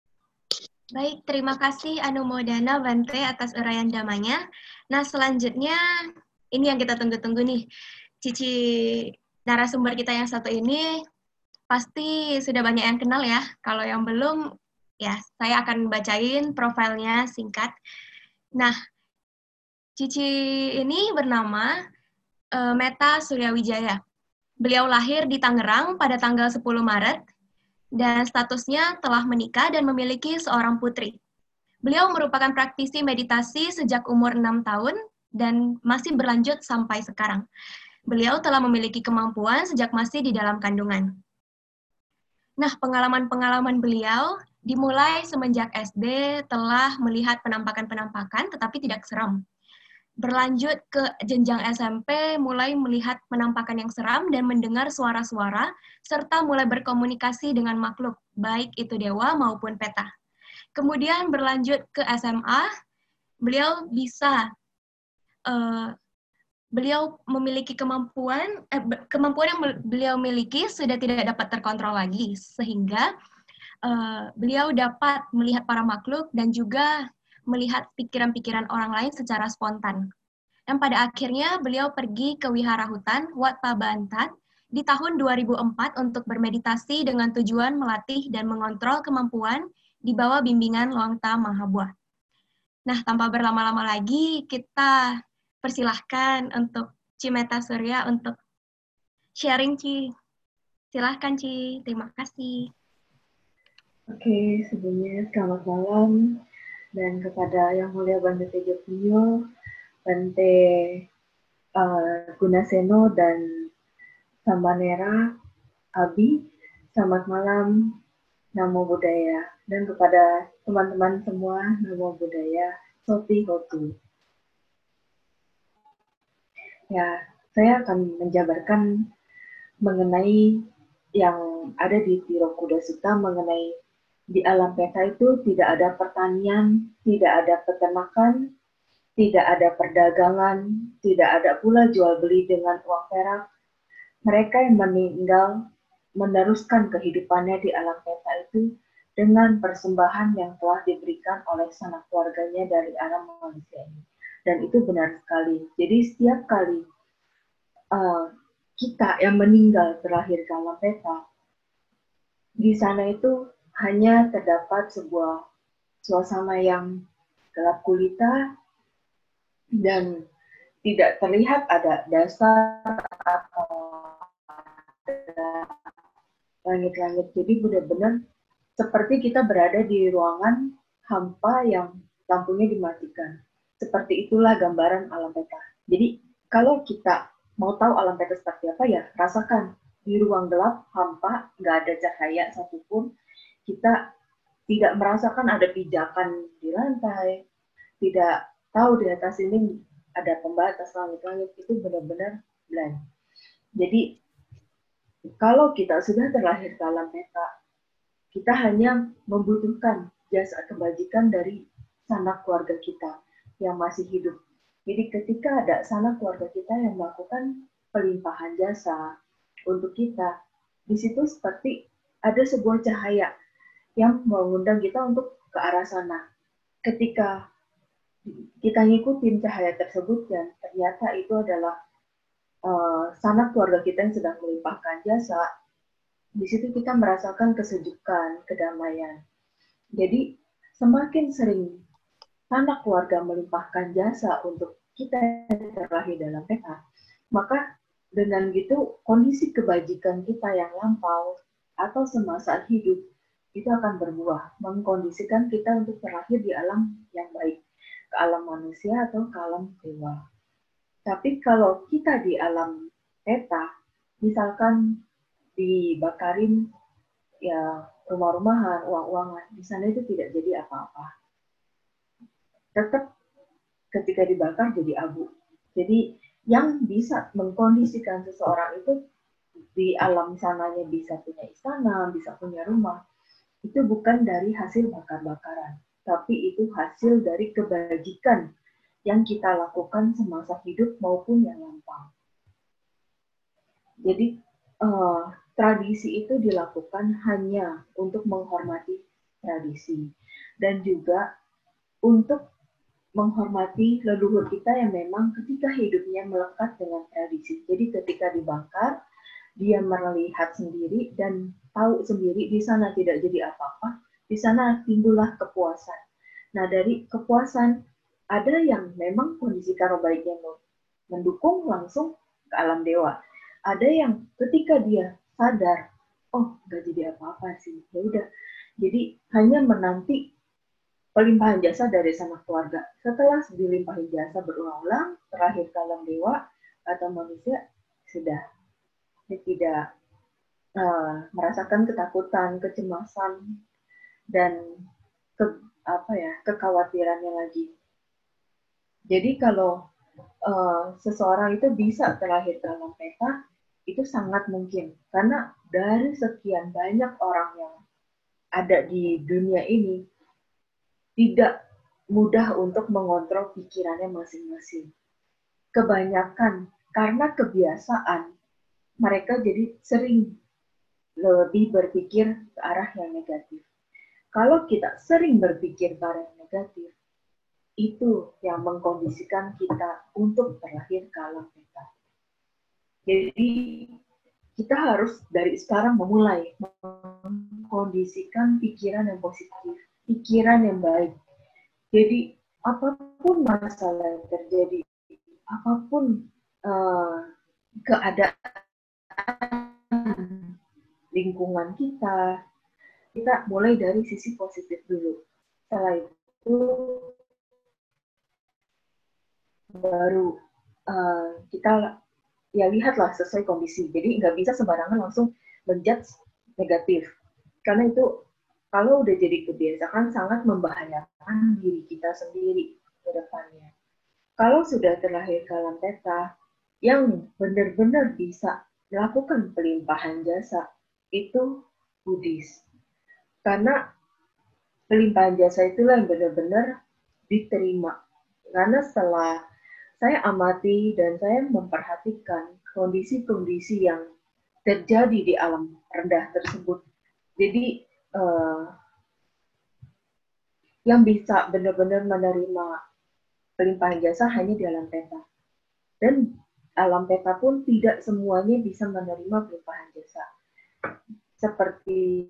Baik, terima kasih Anumodana Bante atas uraian damanya. Nah, selanjutnya ini yang kita tunggu-tunggu nih. Cici narasumber kita yang satu ini pasti sudah banyak yang kenal ya. Kalau yang belum, ya saya akan bacain profilnya singkat. Nah, Cici ini bernama uh, Meta Suryawijaya. Beliau lahir di Tangerang pada tanggal sepuluh Maret, dan statusnya telah menikah dan memiliki seorang putri. Beliau merupakan praktisi meditasi sejak umur enam tahun dan masih berlanjut sampai sekarang. Beliau telah memiliki kemampuan sejak masih di dalam kandungan. Nah, pengalaman-pengalaman beliau dimulai semenjak S D telah melihat penampakan-penampakan tetapi tidak seram. Berlanjut ke jenjang S M P, mulai melihat penampakan yang seram dan mendengar suara-suara, serta mulai berkomunikasi dengan makhluk, baik itu dewa maupun peta. Kemudian berlanjut ke S M A, beliau bisa, uh, beliau memiliki kemampuan, eh, kemampuan yang beliau miliki sudah tidak dapat terkontrol lagi, sehingga uh, beliau dapat melihat para makhluk dan juga melihat pikiran-pikiran orang lain secara spontan. Dan pada akhirnya beliau pergi ke wihara hutan Wat Pabantan di tahun dua ribu empat untuk bermeditasi dengan tujuan melatih dan mengontrol kemampuan di bawah bimbingan Luangta Mahabuah. Nah, tanpa berlama-lama lagi, kita persilahkan untuk Ci Meta Surya untuk sharing, Ci. Silahkan, Ci. Terima kasih. Oke, sebelumnya selamat malam. Dan kepada Yang Mulia Bante Teja Punyo, Bante uh, Gunaseno, dan Samanera Abi, selamat malam, Namo Buddhaya. Dan kepada teman-teman semua, Namo Buddhaya, Soti Hotu. Ya, saya akan menjabarkan mengenai yang ada di Tirokuda Sutta mengenai di alam peta itu tidak ada pertanian, tidak ada peternakan, tidak ada perdagangan, tidak ada pula jual beli dengan uang perak. Mereka yang meninggal meneruskan kehidupannya di alam peta itu dengan persembahan yang telah diberikan oleh sanak keluarganya dari alam manusia ini. Dan itu benar sekali. Jadi setiap kali uh, kita yang meninggal terlahir ke alam peta, di sana itu hanya terdapat sebuah suasana yang gelap gulita dan tidak terlihat ada dasar atau langit-langit. Jadi benar-benar seperti kita berada di ruangan hampa yang lampunya dimatikan. Seperti itulah gambaran alam peta. Jadi kalau kita mau tahu alam peta seperti apa, ya rasakan di ruang gelap, hampa, nggak ada cahaya satupun. Kita tidak merasakan ada pijakan di lantai, tidak tahu di atas ini ada pembatas langit-langit, itu benar-benar blank. Jadi kalau kita sudah terlahir ke alam peta, kita hanya membutuhkan jasa kebajikan dari sanak keluarga kita yang masih hidup. Jadi ketika ada sanak keluarga kita yang melakukan pelimpahan jasa untuk kita, di situ seperti ada sebuah cahaya yang mengundang kita untuk ke arah sana. Ketika kita ngikutin cahaya tersebut, dan ternyata itu adalah uh, sanak keluarga kita yang sedang melimpahkan jasa, di situ kita merasakan kesejukan, kedamaian. Jadi semakin sering sanak keluarga melimpahkan jasa untuk kita terlahir dalam peta, maka dengan gitu kondisi kebajikan kita yang lampau atau semasa hidup itu akan berbuah, mengkondisikan kita untuk terlahir di alam yang baik, ke alam manusia atau ke alam dewa. Tapi kalau kita di alam peta, misalkan dibakarin ya rumah-rumahan, uang-uangan, di sana itu tidak jadi apa-apa. Tetap ketika dibakar jadi abu. Jadi yang bisa mengkondisikan seseorang itu di alam sananya bisa punya istana, bisa punya rumah, itu bukan dari hasil bakar-bakaran, tapi itu hasil dari kebajikan yang kita lakukan semasa hidup maupun yang lampau. Jadi uh, tradisi itu dilakukan hanya untuk menghormati tradisi dan juga untuk menghormati leluhur kita yang memang ketika hidupnya melekat dengan tradisi. Jadi ketika dibakar, dia melihat sendiri dan tahu sendiri di sana tidak jadi apa-apa, di sana timbullah kepuasan. Nah dari kepuasan, ada yang memang kondisi karo baiknya mendukung langsung ke alam dewa. Ada yang ketika dia sadar, oh nggak jadi apa-apa sih, ya udah. Jadi hanya menanti pelimpahan jasa dari sanak keluarga. Setelah dilimpahin jasa berulang-ulang, terakhir ke alam dewa atau manusia, sudah. Dia tidak uh, merasakan ketakutan, kecemasan, dan ke, apa ya, kekhawatirannya lagi. Jadi kalau uh, seseorang itu bisa terlahir ke alam peta, itu sangat mungkin. Karena dari sekian banyak orang yang ada di dunia ini, tidak mudah untuk mengontrol pikirannya masing-masing. Kebanyakan karena kebiasaan, mereka jadi sering lebih berpikir ke arah yang negatif. Kalau kita sering berpikir ke arah yang negatif, itu yang mengkondisikan kita untuk terlahir ke alam peta. Jadi kita harus dari sekarang memulai mengkondisikan pikiran yang positif, pikiran yang baik. Jadi apapun masalah yang terjadi, apapun uh, keadaan lingkungan kita, kita mulai dari sisi positif dulu. Setelah itu baru uh, kita ya lihatlah sesuai kondisi. Jadi nggak bisa sembarangan langsung menjudge negatif. Karena itu kalau udah jadi kebiasaan sangat membahayakan diri kita sendiri ke depannya. Kalau sudah terlahir ke alam peta, yang benar-benar bisa melakukan pelimpahan jasa, itu Buddhis. Karena pelimpahan jasa itulah yang benar-benar diterima. Karena setelah saya amati dan saya memperhatikan kondisi-kondisi yang terjadi di alam rendah tersebut, jadi Uh, yang bisa benar-benar menerima pelimpahan jasa hanya di alam peta. Dan alam peta pun tidak semuanya bisa menerima pelimpahan jasa. Seperti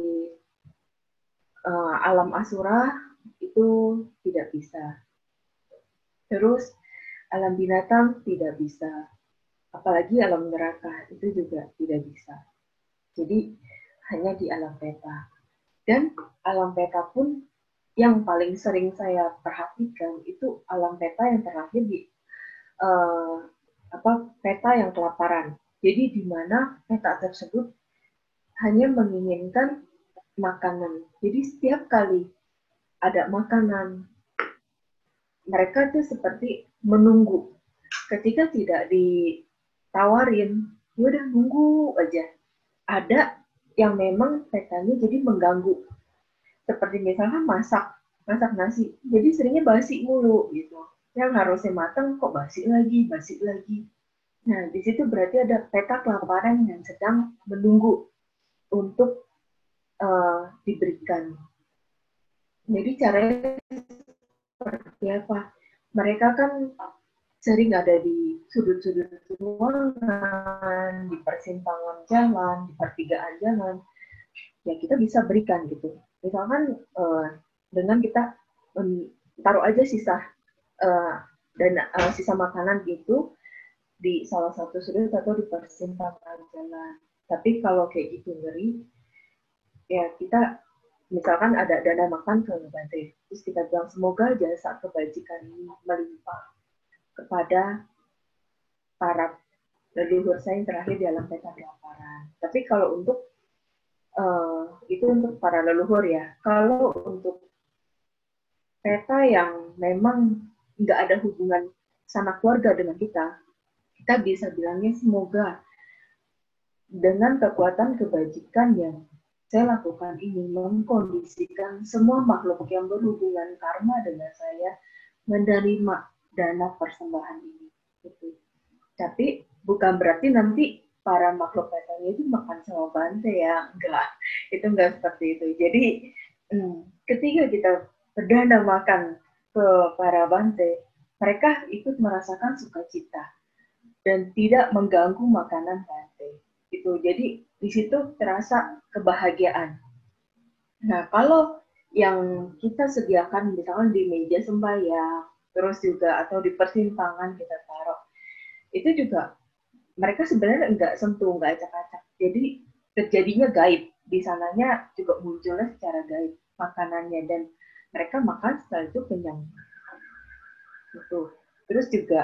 uh, alam asura itu tidak bisa. Terus alam binatang tidak bisa. Apalagi alam neraka itu juga tidak bisa. Jadi hanya di alam peta. Dan alam peta pun yang paling sering saya perhatikan itu alam peta yang terlahir di uh, apa peta yang kelaparan. Jadi di mana peta tersebut hanya menginginkan makanan. Jadi setiap kali ada makanan, mereka tuh seperti menunggu. Ketika tidak ditawarin, ya udah nunggu aja. Ada yang memang petanya jadi mengganggu. Seperti misalnya masak, masak nasi, jadi seringnya basi mulu gitu. Yang harusnya matang kok basi lagi, basi lagi. Nah, di situ berarti ada peta kelaparan yang sedang menunggu untuk uh, diberikan. Jadi caranya seperti apa? Mereka kan sering ada di sudut-sudut ruangan, di persimpangan jalan, di pertigaan jalan, ya kita bisa berikan gitu. Misalkan uh, dengan kita taruh aja sisa uh, dana uh, sisa makanan gitu di salah satu sudut atau di persimpangan jalan. Tapi kalau kayak gitu ngeri, ya kita misalkan ada dana makan ke Bante, terus kita bilang semoga jasa kebajikan ini melimpah kepada para leluhur saya yang terakhir di alam peta kelaparan. Tapi kalau untuk uh, itu untuk para leluhur ya. Kalau untuk peta yang memang nggak ada hubungan sama keluarga dengan kita, kita bisa bilangnya semoga dengan kekuatan kebajikan yang saya lakukan ini mengkondisikan semua makhluk yang berhubungan karma dengan saya menerima dana persembahan ini. Gitu. Tapi bukan berarti nanti para makhluk petanya itu makan sama Bante ya, enggak. Itu enggak seperti itu. Jadi hmm, ketika kita berdana makan ke para Bante, mereka ikut merasakan sukacita dan tidak mengganggu makanan Bante. Itu jadi di situ terasa kebahagiaan. Nah, kalau yang kita sediakan misalkan di meja sembahyang, terus juga atau di persimpangan kita taruh, itu juga mereka sebenarnya enggak sentuh, enggak acak-acak. Jadi terjadinya gaib. Di sananya juga munculnya secara gaib makanannya dan mereka makan setelah itu kenyang. Gitu. Terus juga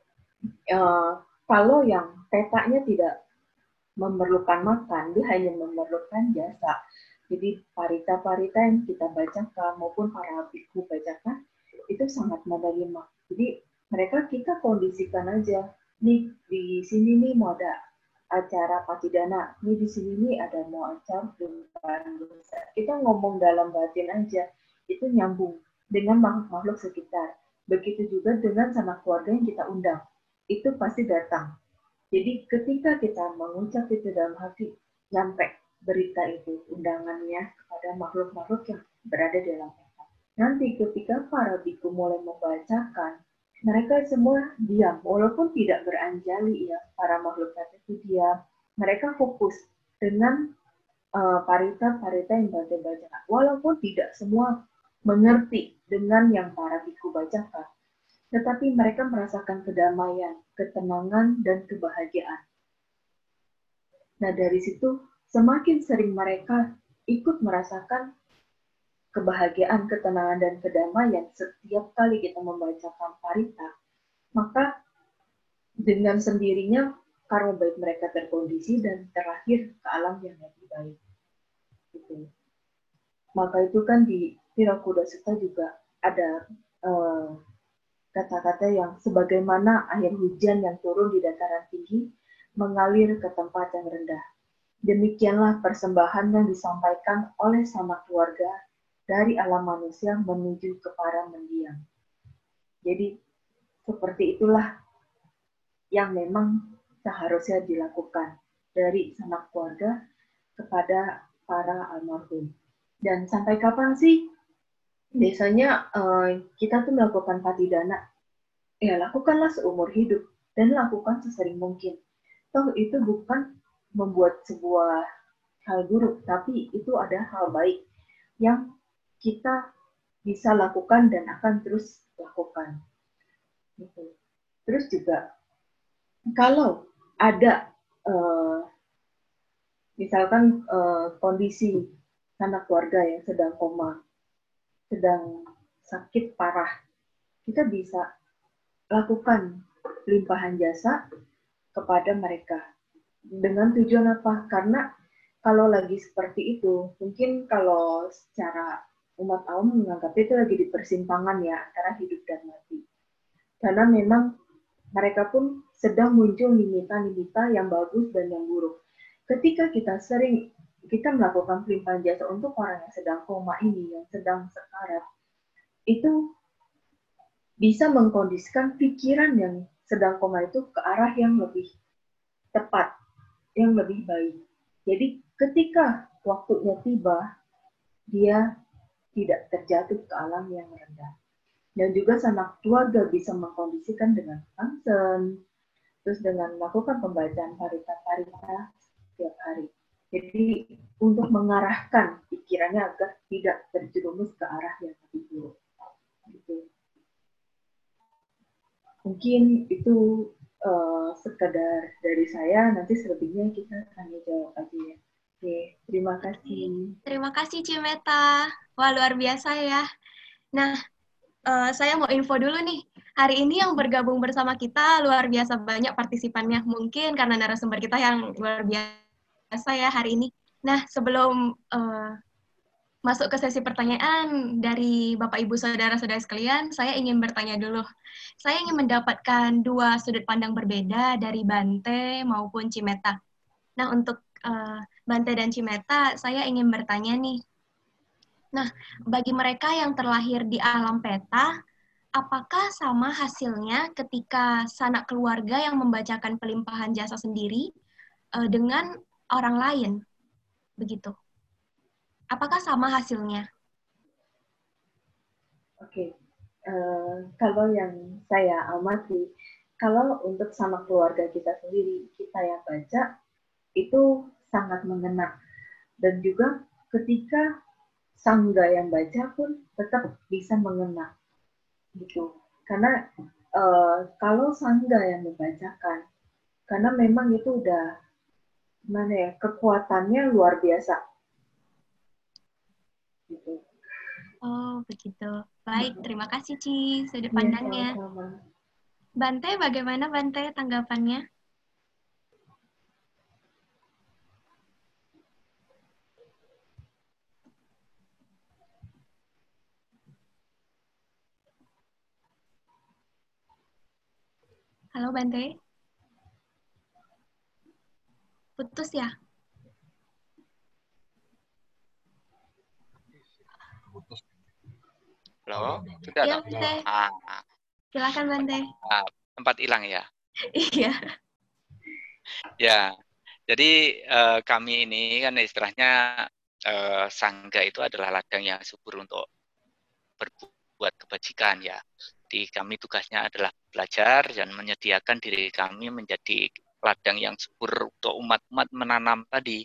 uh, kalau yang petanya tidak memerlukan makan, dia hanya memerlukan jasa. Jadi parita-parita yang kita bacakan maupun para biku bacakan itu sangat menerima. Jadi mereka kita kondisikan aja. Nih di sini nih mau ada acara patidana, nih di sini nih ada mau acara perubahan dosa. Kita ngomong dalam batin aja, itu nyambung dengan makhluk-makhluk sekitar. Begitu juga dengan sanak keluarga yang kita undang, itu pasti datang. Jadi ketika kita mengucap itu dalam hati, nyampe berita itu, undangannya kepada makhluk-makhluk yang berada di dalam peta. Nanti ketika para biku mulai membacakan, mereka semua diam, walaupun tidak beranjali ya, para makhluk peta itu diam. Mereka fokus dengan uh, parita-parita yang Bante bacakan, walaupun tidak semua mengerti dengan yang para biku bacakan. Tetapi mereka merasakan kedamaian, ketenangan, dan kebahagiaan. Nah, dari situ semakin sering mereka ikut merasakan kebahagiaan, ketenangan, dan kedamaian setiap kali kita membacakan parita, maka dengan sendirinya karma baik mereka terkondisi dan terakhir ke alam yang lebih baik. Gitu. Maka itu kan di Tirakuda Sutta juga ada uh, kata-kata yang sebagaimana air hujan yang turun di dataran tinggi mengalir ke tempat yang rendah. Demikianlah persembahan yang disampaikan oleh sama keluarga dari alam manusia menuju ke para mendiang. Jadi seperti itulah yang memang seharusnya dilakukan dari sanak keluarga kepada para almarhum. Dan sampai kapan sih biasanya uh, kita tuh melakukan patidana? Ya, lakukanlah seumur hidup dan lakukan sesering mungkin. Toh itu bukan membuat sebuah hal buruk, tapi itu ada hal baik yang kita bisa lakukan dan akan terus lakukan. Gitu. Terus juga kalau ada uh, misalkan uh, kondisi anak keluarga yang sedang koma, sedang sakit parah, kita bisa lakukan limpahan jasa kepada mereka. Dengan tujuan apa? Karena kalau lagi seperti itu, mungkin kalau secara umat awam menganggap itu lagi di persimpangan ya, antara hidup dan mati. Karena memang mereka pun sedang muncul limita-limita yang bagus dan yang buruk. Ketika kita sering, kita melakukan limpahan jasa untuk orang yang sedang koma ini, yang sedang sekarat, itu bisa mengkondisikan pikiran yang sedang koma itu ke arah yang lebih tepat, yang lebih baik. Jadi ketika waktunya tiba, dia tidak terjatuh ke alam yang rendah. Dan juga sanak keluarga bisa mengkondisikan dengan angsen, terus dengan melakukan pembacaan parita-parita setiap hari. Jadi untuk mengarahkan pikirannya agar tidak terjerumus ke arah yang lebih buruk. Gitu. Mungkin itu uh, sekedar dari saya, nanti selebihnya kita tanya jawab aja ya. Oke, terima kasih. Terima kasih Cimeta. Wah, luar biasa ya. Nah, uh, saya mau info dulu nih. Hari ini yang bergabung bersama kita luar biasa banyak partisipannya. Mungkin karena narasumber kita yang luar biasa ya hari ini. Nah, sebelum uh, masuk ke sesi pertanyaan dari Bapak Ibu Saudara-saudara sekalian, saya ingin bertanya dulu. Saya ingin mendapatkan dua sudut pandang berbeda dari Bante maupun Cimeta. Nah, untuk uh, Bante dan Cimeta, saya ingin bertanya nih. Nah, bagi mereka yang terlahir di alam peta, apakah sama hasilnya ketika sanak keluarga yang membacakan pelimpahan jasa sendiri uh, dengan orang lain? Begitu. Apakah sama hasilnya? Oke, uh, kalau yang saya amati, kalau untuk sama keluarga kita sendiri, kita yang baca, itu sangat mengena. Dan juga ketika sangga yang baca pun tetap bisa mengena. Gitu. Karena uh, kalau sangga yang membacakan, karena memang itu udah, gimana ya, kekuatannya luar biasa. Gitu. Oh, begitu. Baik, terima kasih Ci sudut pandangnya. Ya, sama-sama. Bante, bagaimana Bante tanggapannya? Halo Bante? Putus ya? Putus. Halo, sudah Iya, tak? Bante. Ah, Silakan Bante. ah, tempat hilang ya. Iya. Ya, jadi eh, kami ini kan istilahnya eh, sangga itu adalah ladang yang subur untuk berbuat kebajikan ya. Jadi kami tugasnya adalah belajar dan menyediakan diri kami menjadi ladang yang subur untuk umat-umat menanam tadi.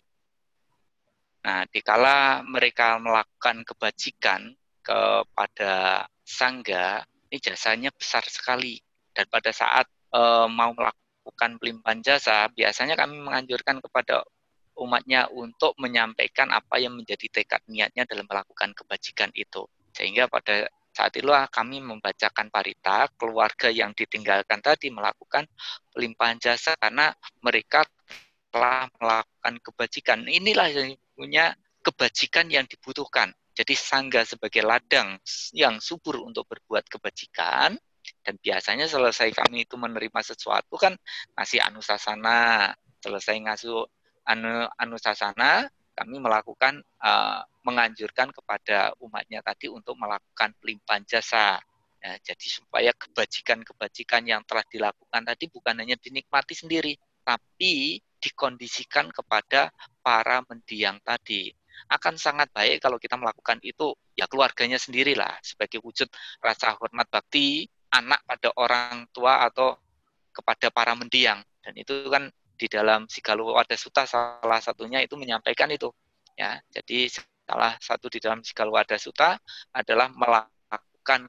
Nah, dikala mereka melakukan kebajikan kepada sangga, ini jasanya besar sekali. Dan pada saat e, mau melakukan pelimpahan jasa, biasanya kami menganjurkan kepada umatnya untuk menyampaikan apa yang menjadi tekad niatnya dalam melakukan kebajikan itu. Sehingga pada saat itulah kami membacakan parita, keluarga yang ditinggalkan tadi melakukan pelimpahan jasa karena mereka telah melakukan kebajikan. Inilah yang punya kebajikan yang dibutuhkan. Jadi sangga sebagai ladang yang subur untuk berbuat kebajikan, dan biasanya selesai kami itu menerima sesuatu kan ngasih anusasana, selesai ngasuh anu, anusasana, kami melakukan uh, menganjurkan kepada umatnya tadi untuk melakukan pelimpahan jasa. Ya, jadi supaya kebajikan-kebajikan yang telah dilakukan tadi bukan hanya dinikmati sendiri, tapi dikondisikan kepada para mendiang tadi. Akan sangat baik kalau kita melakukan itu ya keluarganya sendirilah sebagai wujud rasa hormat bakti anak pada orang tua atau kepada para mendiang. Dan itu kan di dalam Sigaluwada Sutta salah satunya itu menyampaikan itu. Ya, jadi salah satu di dalam Sigaluwada Sutta adalah melakukan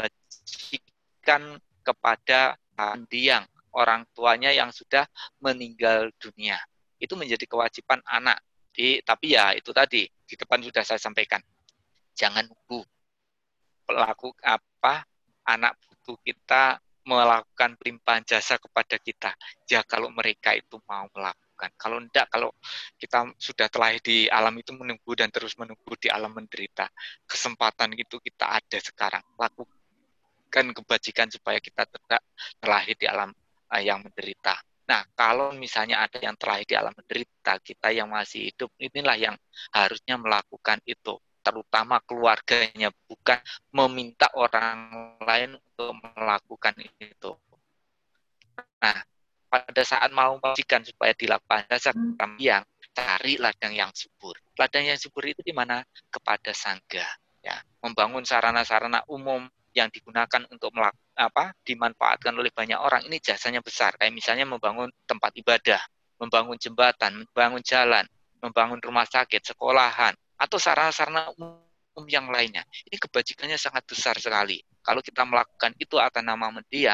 kebajikan kepada mendiang orang tuanya yang sudah meninggal dunia. Itu menjadi kewajiban anak. Di, tapi ya itu tadi di depan sudah saya sampaikan. Jangan nunggu pelaku apa anak putu kita melakukan pelimpahan jasa kepada kita. Ya kalau mereka itu mau melakukan. Kalau tidak, kalau kita sudah terlahir di alam itu menunggu dan terus menunggu di alam menderita. Kesempatan itu kita ada sekarang. Lakukan kebajikan supaya kita tidak terlahir di alam yang menderita. Nah, kalau misalnya ada yang terlahir di alam menderita, kita yang masih hidup, inilah yang harusnya melakukan itu. Terutama keluarganya, bukan meminta orang lain untuk melakukan itu. Nah, pada saat mau membajikan supaya dilakukan jasa yang cari ladang yang subur. Ladang yang subur itu di mana? Kepada sangga. Ya, membangun sarana-sarana umum yang digunakan untuk melakukan apa dimanfaatkan oleh banyak orang, ini jasanya besar. Kayak misalnya membangun tempat ibadah, membangun jembatan, membangun jalan, membangun rumah sakit, sekolahan, atau sarana-sarana umum yang lainnya. Ini kebajikannya sangat besar sekali. Kalau kita melakukan itu atas nama mendiang,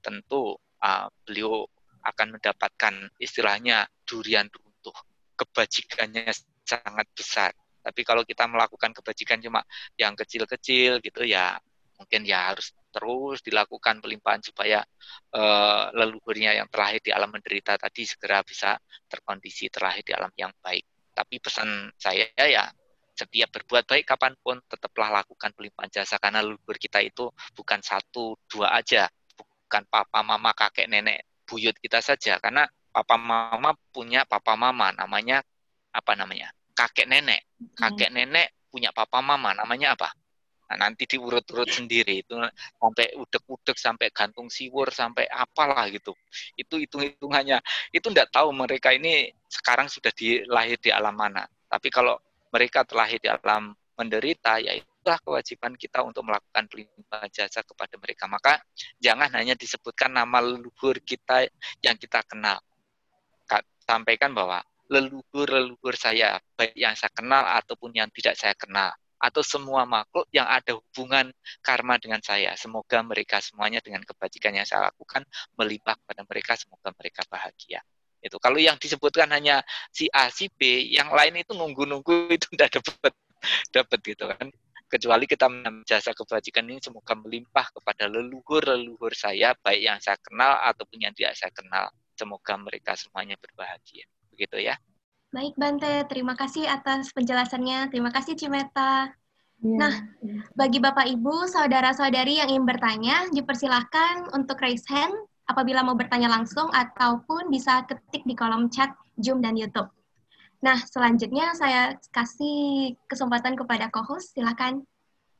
tentu uh, beliau akan mendapatkan istilahnya durian runtuh. Kebajikannya sangat besar. Tapi kalau kita melakukan kebajikan cuma yang kecil-kecil gitu ya, mungkin ya harus terus dilakukan pelimpahan supaya uh, leluhurnya yang terlahir di alam menderita tadi segera bisa terkondisi terlahir di alam yang baik. Tapi pesan saya ya, setiap berbuat baik kapanpun tetaplah lakukan pelimpahan jasa, karena leluhur kita itu bukan satu dua aja, bukan papa mama kakek nenek buyut kita saja, karena papa mama punya papa mama namanya apa namanya kakek nenek, kakek nenek punya papa mama namanya apa? Nah, nanti diurut-urut sendiri itu sampai udek-udek, sampai gantung siwur, sampai apalah gitu. Itu hitung-hitungannya. Itu enggak tahu mereka ini sekarang sudah dilahir di alam mana. Tapi kalau mereka terlahir di alam menderita, ya itulah kewajiban kita untuk melakukan pelimpahan jasa kepada mereka. Maka jangan hanya disebutkan nama leluhur kita yang kita kenal. Sampaikan bahwa leluhur-leluhur saya, baik yang saya kenal ataupun yang tidak saya kenal, atau semua makhluk yang ada hubungan karma dengan saya. Semoga mereka semuanya dengan kebajikan yang saya lakukan melimpah kepada mereka, semoga mereka bahagia. Itu kalau yang disebutkan hanya si A, si B, yang lain itu nunggu-nunggu itu tidak dapat dapat gitu kan. Kecuali kita menjasa kebajikan ini semoga melimpah kepada leluhur-leluhur saya, baik yang saya kenal ataupun yang tidak saya kenal. Semoga mereka semuanya berbahagia. Begitu ya. Baik, Bante. Terima kasih atas penjelasannya. Terima kasih, Cimeta. Ya. Nah, bagi Bapak, Ibu, saudara-saudari yang ingin bertanya, dipersilahkan untuk raise hand apabila mau bertanya langsung ataupun bisa ketik di kolom chat Zoom dan YouTube. Nah, selanjutnya saya kasih kesempatan kepada co-host. Silakan.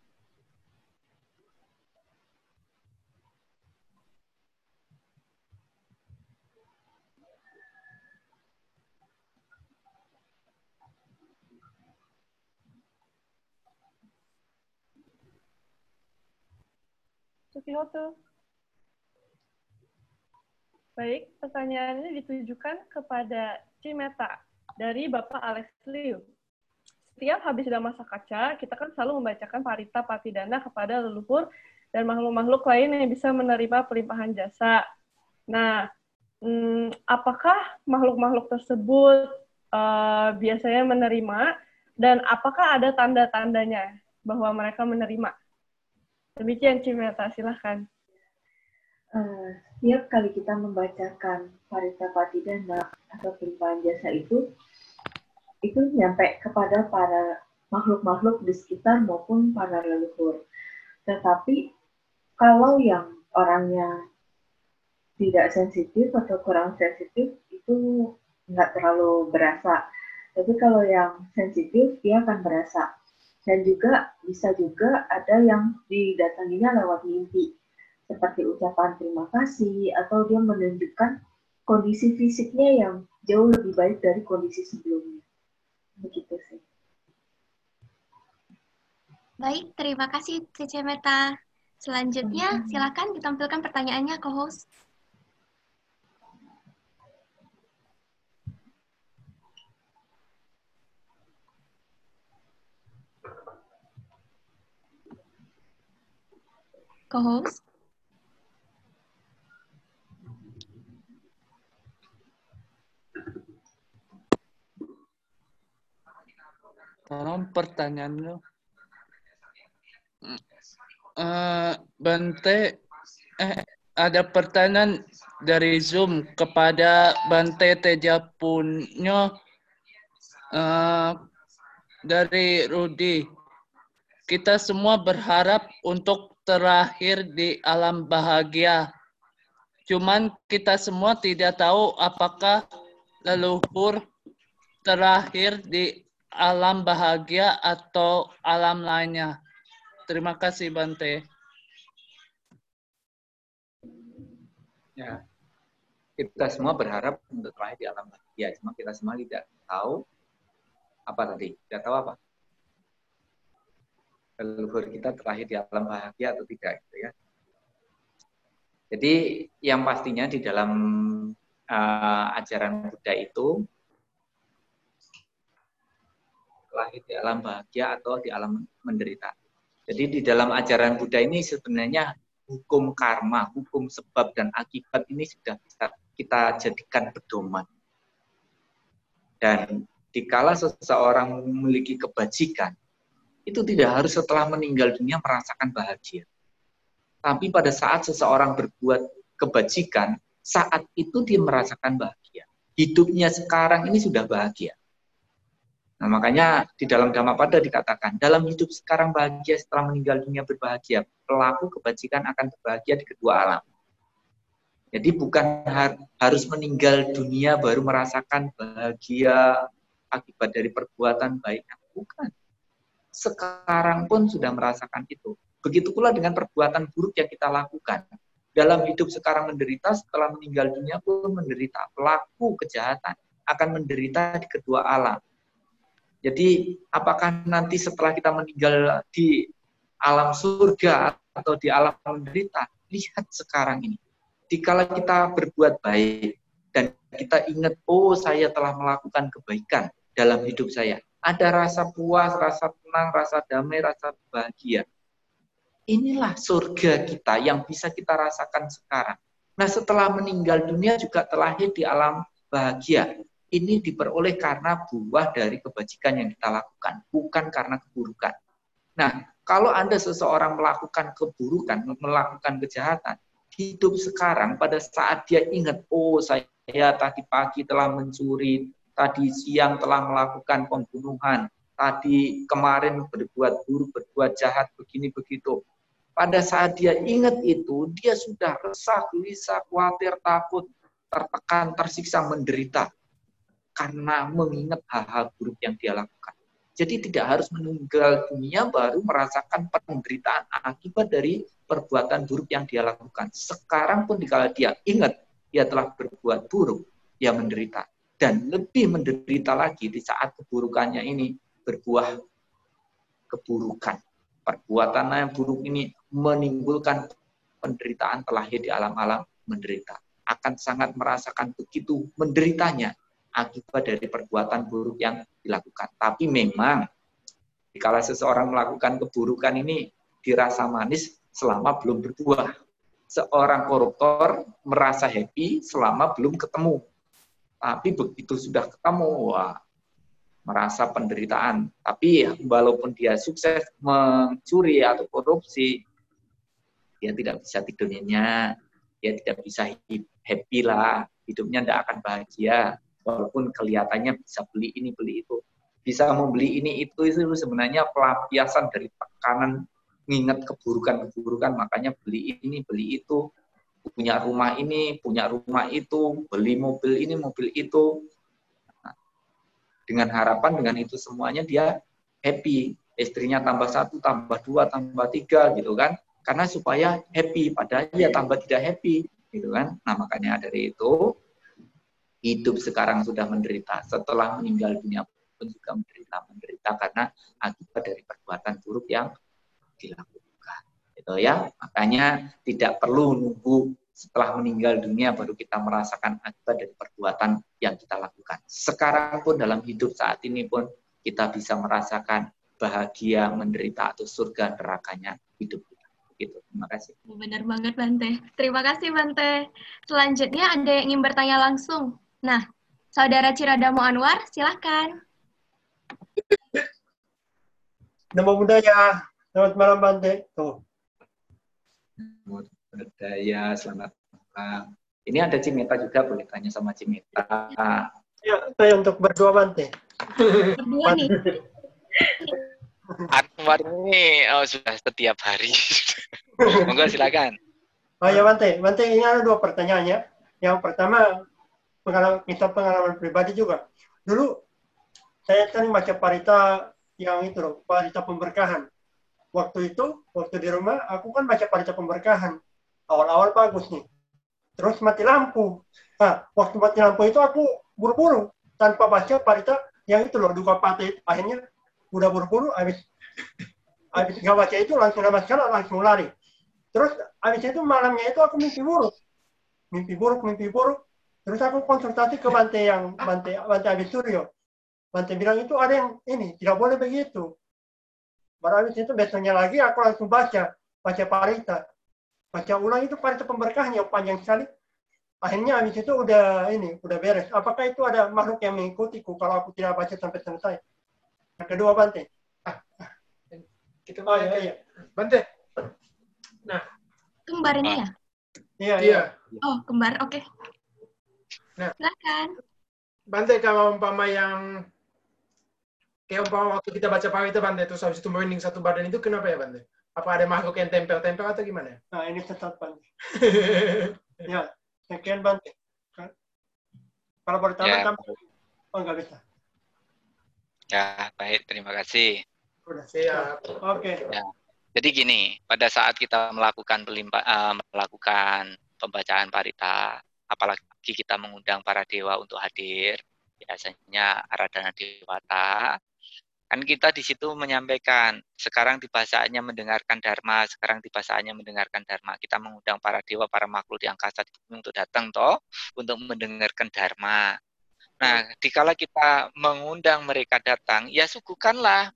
Sukihontu. Baik, pertanyaannya ditujukan kepada Cimeta dari Bapak Alex Liu. Setiap habis dalam masa kaca, kita kan selalu membacakan parita patidana kepada leluhur dan makhluk-makhluk lain yang bisa menerima pelimpahan jasa. Nah, hmm, apakah makhluk-makhluk tersebut uh, biasanya menerima dan apakah ada tanda-tandanya bahwa mereka menerima? Demikian Cimeta, silahkan. Uh, setiap kali kita membacakan parita patidana atau pelimpahan jasa itu, itu nyampe kepada para makhluk-makhluk di sekitar maupun para leluhur. Tetapi kalau yang orangnya tidak sensitif atau kurang sensitif, itu nggak terlalu berasa. Tapi kalau yang sensitif, dia akan berasa. Dan juga bisa juga ada yang didatanginya lewat mimpi, seperti ucapan terima kasih, atau dia menunjukkan kondisi fisiknya yang jauh lebih baik dari kondisi sebelumnya. Begitu sih. Baik, terima kasih Cici Meta. Selanjutnya, silakan ditampilkan pertanyaannya, co-host. Co-host. Tolong pertanyaannya. Uh, Bante, eh, ada pertanyaan dari Zoom kepada Bante Tejapunyo uh, dari Rudi. Kita semua berharap untuk terlahir di alam bahagia. Cuman kita semua tidak tahu apakah leluhur terlahir di alam bahagia atau alam lainnya. Terima kasih, Bante. Ya, kita semua berharap untuk terlahir di alam bahagia. Cuma kita semua tidak tahu apa tadi. Tidak tahu apa. Leluhur kita terlahir di alam bahagia atau tidak, gitu ya. Jadi yang pastinya di dalam uh, ajaran Buddha itu terlahir di alam bahagia atau di alam menderita. Jadi di dalam ajaran Buddha ini sebenarnya hukum karma, hukum sebab dan akibat ini sudah bisa kita jadikan pedoman. Dan dikala seseorang memiliki kebajikan, itu tidak harus setelah meninggal dunia merasakan bahagia. Tapi pada saat seseorang berbuat kebajikan, saat itu dia merasakan bahagia. Hidupnya sekarang ini sudah bahagia. Nah, makanya di dalam Dhammapada dikatakan, dalam hidup sekarang bahagia, setelah meninggal dunia berbahagia. Pelaku kebajikan akan berbahagia di kedua alam. Jadi bukan har harus meninggal dunia baru merasakan bahagia akibat dari perbuatan baiknya. Bukan. Sekarang pun sudah merasakan itu. Begitu pula dengan perbuatan buruk yang kita lakukan. Dalam hidup sekarang menderita, setelah meninggal dunia pun menderita. Pelaku kejahatan akan menderita di kedua alam. Jadi apakah nanti setelah kita meninggal di alam surga atau di alam menderita? Lihat sekarang ini. Dikala kita berbuat baik dan kita ingat, oh saya telah melakukan kebaikan dalam hidup saya. Ada rasa puas, rasa tenang, rasa damai, rasa bahagia. Inilah surga kita yang bisa kita rasakan sekarang. Nah, setelah meninggal dunia juga terlahir di alam bahagia. Ini diperoleh karena buah dari kebajikan yang kita lakukan, bukan karena keburukan. Nah, kalau Anda seseorang melakukan keburukan, melakukan kejahatan, hidup sekarang pada saat dia ingat, oh saya tadi pagi telah mencuri, tadi siang telah melakukan pembunuhan, tadi kemarin berbuat buruk, berbuat jahat, begini begitu. Pada saat dia ingat itu, dia sudah resah, gelisah, khawatir, takut, tertekan, tersiksa, menderita. Karena mengingat hal-hal buruk yang dia lakukan. Jadi tidak harus meninggal dunia baru merasakan penderitaan akibat dari perbuatan buruk yang dia lakukan. Sekarang pun dikala dia ingat, dia telah berbuat buruk, dia menderita. Dan lebih menderita lagi di saat keburukannya ini berbuah keburukan. Perbuatan yang buruk ini menimbulkan penderitaan terlahir di alam-alam menderita. Akan sangat merasakan begitu menderitanya akibat dari perbuatan buruk yang dilakukan. Tapi memang, jika seseorang melakukan keburukan ini dirasa manis selama belum berbuah. Seorang koruptor merasa happy selama belum ketemu. Tapi begitu sudah ketemu, wah, merasa penderitaan. Tapi walaupun dia sukses mencuri atau korupsi, dia tidak bisa tidur nyenyak, dia tidak bisa happy lah, hidupnya tidak akan bahagia. Walaupun kelihatannya bisa beli ini, beli itu. Bisa membeli ini, itu, itu sebenarnya pelampiasan dari tekanan mengingat keburukan-keburukan, makanya beli ini, beli itu, punya rumah ini, punya rumah itu, beli mobil ini, mobil itu. Nah, dengan harapan, dengan itu semuanya dia happy. Istrinya tambah satu, tambah dua, tambah tiga, gitu kan. Karena supaya happy, padahal dia tambah tidak happy, gitu kan. Nah, makanya dari itu, hidup sekarang sudah menderita, setelah meninggal dunia pun juga menderita, menderita karena akibat dari perbuatan buruk yang dilakukan. Itu ya, makanya tidak perlu nunggu setelah meninggal dunia baru kita merasakan akibat dari perbuatan yang kita lakukan. Sekarang pun dalam hidup saat ini pun kita bisa merasakan bahagia, menderita atau surga nerakanya hidup kita. Gitu. Terima kasih. Benar banget Bante. Terima kasih Bante. Selanjutnya ada yang ingin bertanya langsung. Nah, Saudara Ciradamo Anwar, silahkan. Namo Buddhaya. Selamat malam, Bante. Tuh. Namo Buddhaya, selamat malam. Ini ada Cimeta juga, boleh tanya sama Cimeta. Ya, saya untuk berdua, Bante. Berdua nih. Anwar ini oh, sudah setiap hari. Monggo silakan. Oh ya, Bante. Bante, ini ada dua pertanyaannya. Yang pertama, pengalaman kita pengalaman pribadi juga. Dulu saya kan baca parita yang itu loh, parita pemberkahan. Waktu itu, waktu di rumah, aku kan baca parita pemberkahan. Awal-awal bagus nih. Terus mati lampu. Nah, waktu mati lampu itu aku buru-buru tanpa baca parita yang itu loh, duka pati. Akhirnya udah buru-buru, habis habis nggak baca itu langsung namaskar, langsung lari. Terus habis itu malamnya itu aku mimpi buruk, mimpi buruk, mimpi buruk. Terus aku konsultasi ke Bante yang Bante Bante Abi Suryo. Bante bilang itu ada yang ini tidak boleh begitu. Baru habis itu besoknya lagi aku langsung baca baca parita. baca ulang itu parita pemberkahnya panjang sekali. Akhirnya habis itu udah ini, udah beres. Apakah itu ada makhluk yang mengikutiku kalau aku tidak baca sampai selesai? Yang kedua, Bante. Ah, ah. Kita Oh iya, iya. Bante. Nah. Kembar ini ya? Iya, iya. iya. Oh, kembar, oke. Okay. Nah. Silakan. Bante, kalau umpama yang kayak umpama waktu kita baca parita Bante, terus habis itu merinding satu badan itu kenapa ya Bante? Apa ada makhluk yang tempel-tempel atau gimana? Nah, ini tetap Bante. Ya. Sekian Bante. Kalau pertama Ya. kamu, oh nggak bisa. Ya, baik. Terima kasih. Udah siap. Oke. Ya. Jadi gini, pada saat kita melakukan pelimpa, uh, melakukan pembacaan parita, apalagi kita mengundang para dewa untuk hadir, biasanya Aradhana Dewata, kan kita di situ menyampaikan, sekarang tiba saatnya mendengarkan Dharma, sekarang tiba saatnya mendengarkan Dharma. Kita mengundang para dewa, para makhluk di angkasa di bumi untuk datang toh, untuk mendengarkan Dharma. Nah, dikala kita mengundang mereka datang, ya suguhkanlah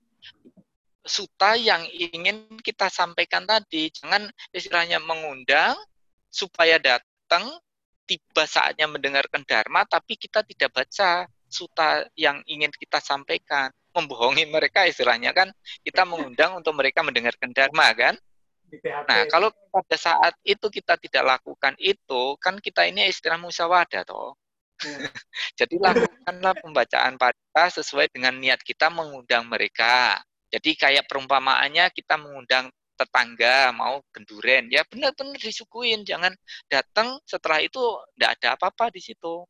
sutta yang ingin kita sampaikan tadi. Jangan istilahnya mengundang supaya datang, tiba saatnya mendengarkan Dharma, tapi kita tidak baca sutta yang ingin kita sampaikan. Membohongi mereka istilahnya kan, kita mengundang untuk mereka mendengarkan Dharma kan. Nah, kalau pada saat itu kita tidak lakukan itu, kan kita ini istilah musyawadah toh. Hmm. Jadi lakukanlah pembacaan parita sesuai dengan niat kita mengundang mereka. Jadi kayak perumpamaannya kita mengundang tetangga mau genduren, ya benar-benar disuguhin, jangan datang setelah itu tidak ada apa-apa di situ.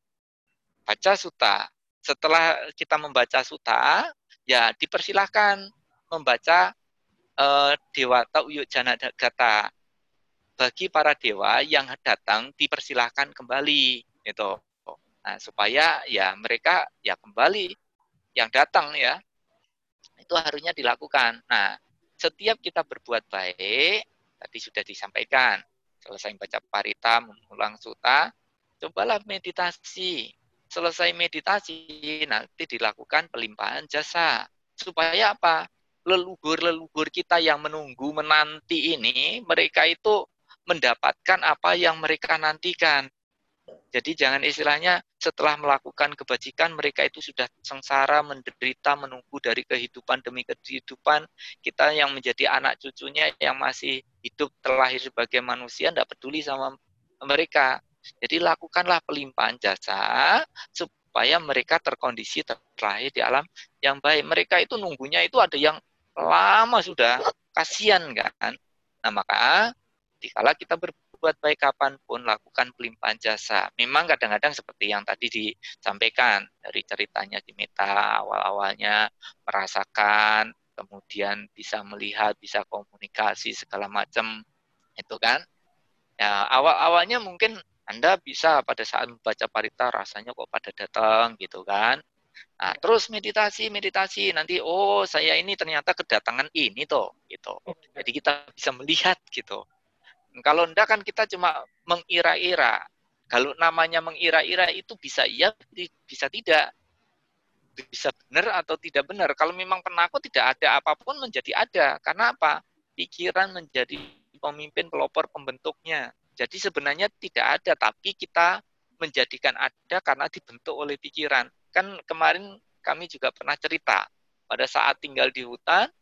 Baca sutta. Setelah kita membaca sutta, ya dipersilahkan membaca uh, Dewata Uyuk Janagata. Bagi para dewa yang datang dipersilahkan kembali itu. Nah, supaya ya mereka ya kembali yang datang ya. Itu harusnya dilakukan. Nah, setiap kita berbuat baik, tadi sudah disampaikan, selesai baca parita, mengulang sutta, cobalah meditasi. Selesai meditasi, nanti dilakukan pelimpahan jasa. Supaya apa? Leluhur-leluhur kita yang menunggu, menanti ini, mereka itu mendapatkan apa yang mereka nantikan. Jadi jangan istilahnya setelah melakukan kebajikan, mereka itu sudah sengsara, menderita, menunggu dari kehidupan demi kehidupan. Kita yang menjadi anak cucunya yang masih hidup, terlahir sebagai manusia, tidak peduli sama mereka. Jadi lakukanlah pelimpahan jasa supaya mereka terkondisi terlahir di alam yang baik. Mereka itu nunggunya itu ada yang lama sudah, kasihan kan. Nah maka dikala kita berbuat baik kapanpun lakukan pelimpahan jasa. Memang kadang-kadang seperti yang tadi disampaikan dari ceritanya di Meta, awal-awalnya merasakan, kemudian bisa melihat, bisa komunikasi segala macam itu kan. Ya awal-awalnya mungkin Anda bisa pada saat membaca parita rasanya kok pada datang gitu kan. Nah, terus meditasi, meditasi nanti oh saya ini ternyata kedatangan ini toh gitu. Jadi kita bisa melihat gitu. Kalau enggak kan kita cuma mengira-ira. Kalau namanya mengira-ira itu bisa iya, bisa tidak. Bisa benar atau tidak benar. Kalau memang penakut tidak ada apapun menjadi ada. Karena apa? Pikiran menjadi pemimpin, pelopor, pembentuknya. Jadi sebenarnya tidak ada, tapi kita menjadikan ada karena dibentuk oleh pikiran. Kan kemarin kami juga pernah cerita, pada saat tinggal di hutan,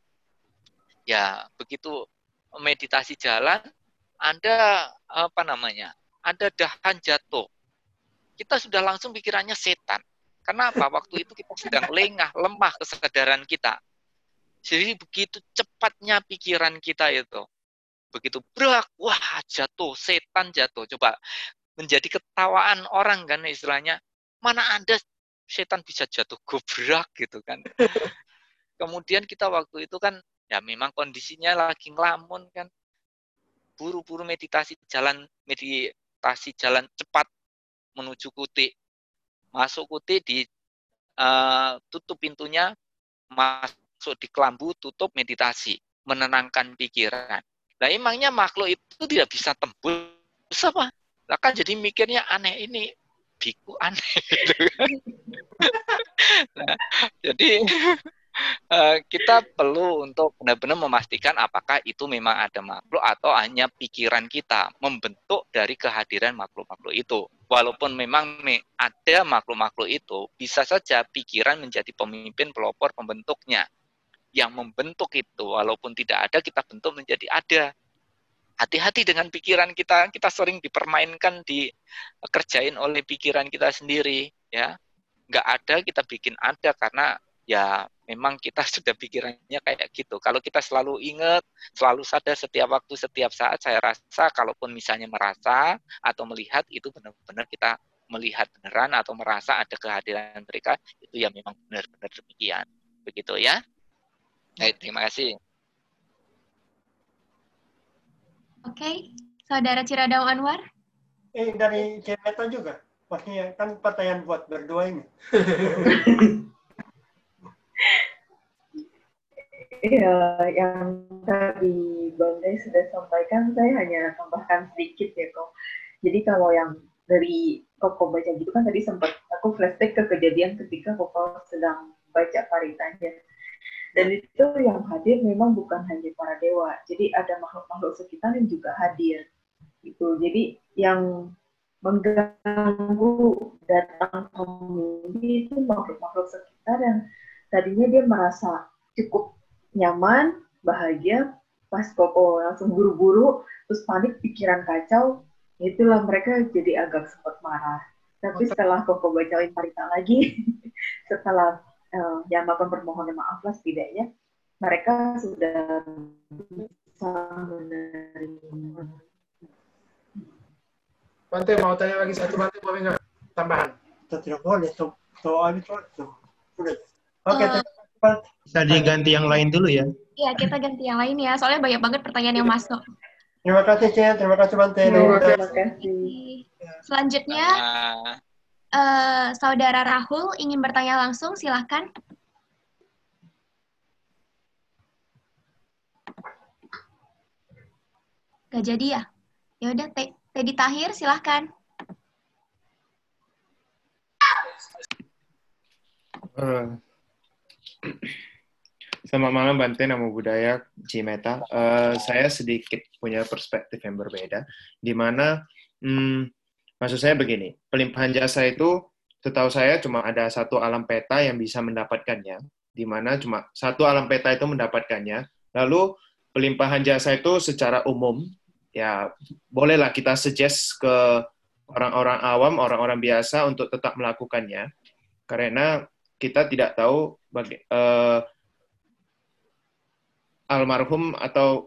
ya begitu meditasi jalan, ada apa namanya, ada dahan jatuh. Kita sudah langsung pikirannya setan. Kenapa? Waktu itu kita sedang lengah, lemah kesadaran kita. Jadi begitu cepatnya pikiran kita itu. Begitu berak, wah jatuh, setan jatuh. Coba menjadi ketawaan orang kan istilahnya. Mana ada setan bisa jatuh gobrak gitu kan. Kemudian kita waktu itu kan, ya memang kondisinya lagi ngelamun kan. Buru-buru meditasi jalan, meditasi jalan cepat menuju kuti. Masuk kuti, di uh, tutup pintunya, masuk di kelambu, tutup meditasi. Menenangkan pikiran. Nah, emangnya makhluk itu tidak bisa tembus apa? Nah, kan jadi mikirnya aneh ini, biku aneh. Gitu kan? Nah, jadi uh, kita perlu untuk benar-benar memastikan apakah itu memang ada makhluk atau hanya pikiran kita membentuk dari kehadiran makhluk-makhluk itu. Walaupun memang ada makhluk-makhluk itu, bisa saja pikiran menjadi pemimpin, pelopor, pembentuknya. Yang membentuk itu, walaupun tidak ada, kita bentuk menjadi ada. Hati-hati dengan pikiran kita, kita sering dipermainkan, dikerjain oleh pikiran kita sendiri. Ya, nggak ada, kita bikin ada, karena ya memang kita sudah pikirannya kayak gitu. Kalau kita selalu ingat, selalu sadar setiap waktu, setiap saat, saya rasa kalaupun misalnya merasa atau melihat, itu benar-benar kita melihat beneran atau merasa ada kehadiran mereka, itu ya memang benar-benar demikian. Begitu ya. Baik, terima kasih. Oke, okay. Saudara Ciradau Anwar. Eh, dari Cemeta juga. Maksudnya kan pertanyaan buat berdua ini. Iya, yang tadi Bang Day sudah sampaikan, saya hanya tambahkan sedikit ya kok. Jadi kalau yang dari Koko baca gitu kan tadi sempat aku flashback ke kejadian ketika Koko sedang baca paritanya. Dan itu yang hadir memang bukan hanya para dewa, jadi ada makhluk-makhluk sekitar yang juga hadir. Gitu. Jadi yang mengganggu datang ke mimpi itu makhluk-makhluk sekitar yang tadinya dia merasa cukup nyaman, bahagia, pas Koko langsung buru-buru, terus panik, pikiran kacau, itulah mereka jadi agak sempat marah. Tapi setelah Koko bacain parita lagi, setelah Uh, yang melakukan permohonan maaf lah setidaknya mereka sudah bisa menerima. Bante mau tanya lagi satu, Bante mau nggak tambahan? Tidak boleh, so, soal itu sudah. Oke, uh, bisa diganti yang lain dulu ya? Iya, kita ganti yang lain ya, soalnya banyak banget pertanyaan yang masuk. Terima kasih, Cia. Terima kasih, Bante. Terima kasih. Selanjutnya, Uh, Saudara Rahul ingin bertanya langsung, silahkan. Gak jadi ya? Ya udah, Teddy Tahir, silahkan. Uh, selamat malam Bante, Namo Buddhaya, Cimeta. Uh, saya sedikit punya perspektif yang berbeda, di mana hmm, maksud saya begini, pelimpahan jasa itu, setahu saya cuma ada satu alam peta yang bisa mendapatkannya, di mana cuma satu alam peta itu mendapatkannya. Lalu pelimpahan jasa itu secara umum, ya bolehlah kita suggest ke orang-orang awam, orang-orang biasa untuk tetap melakukannya, karena kita tidak tahu bagi, uh, almarhum atau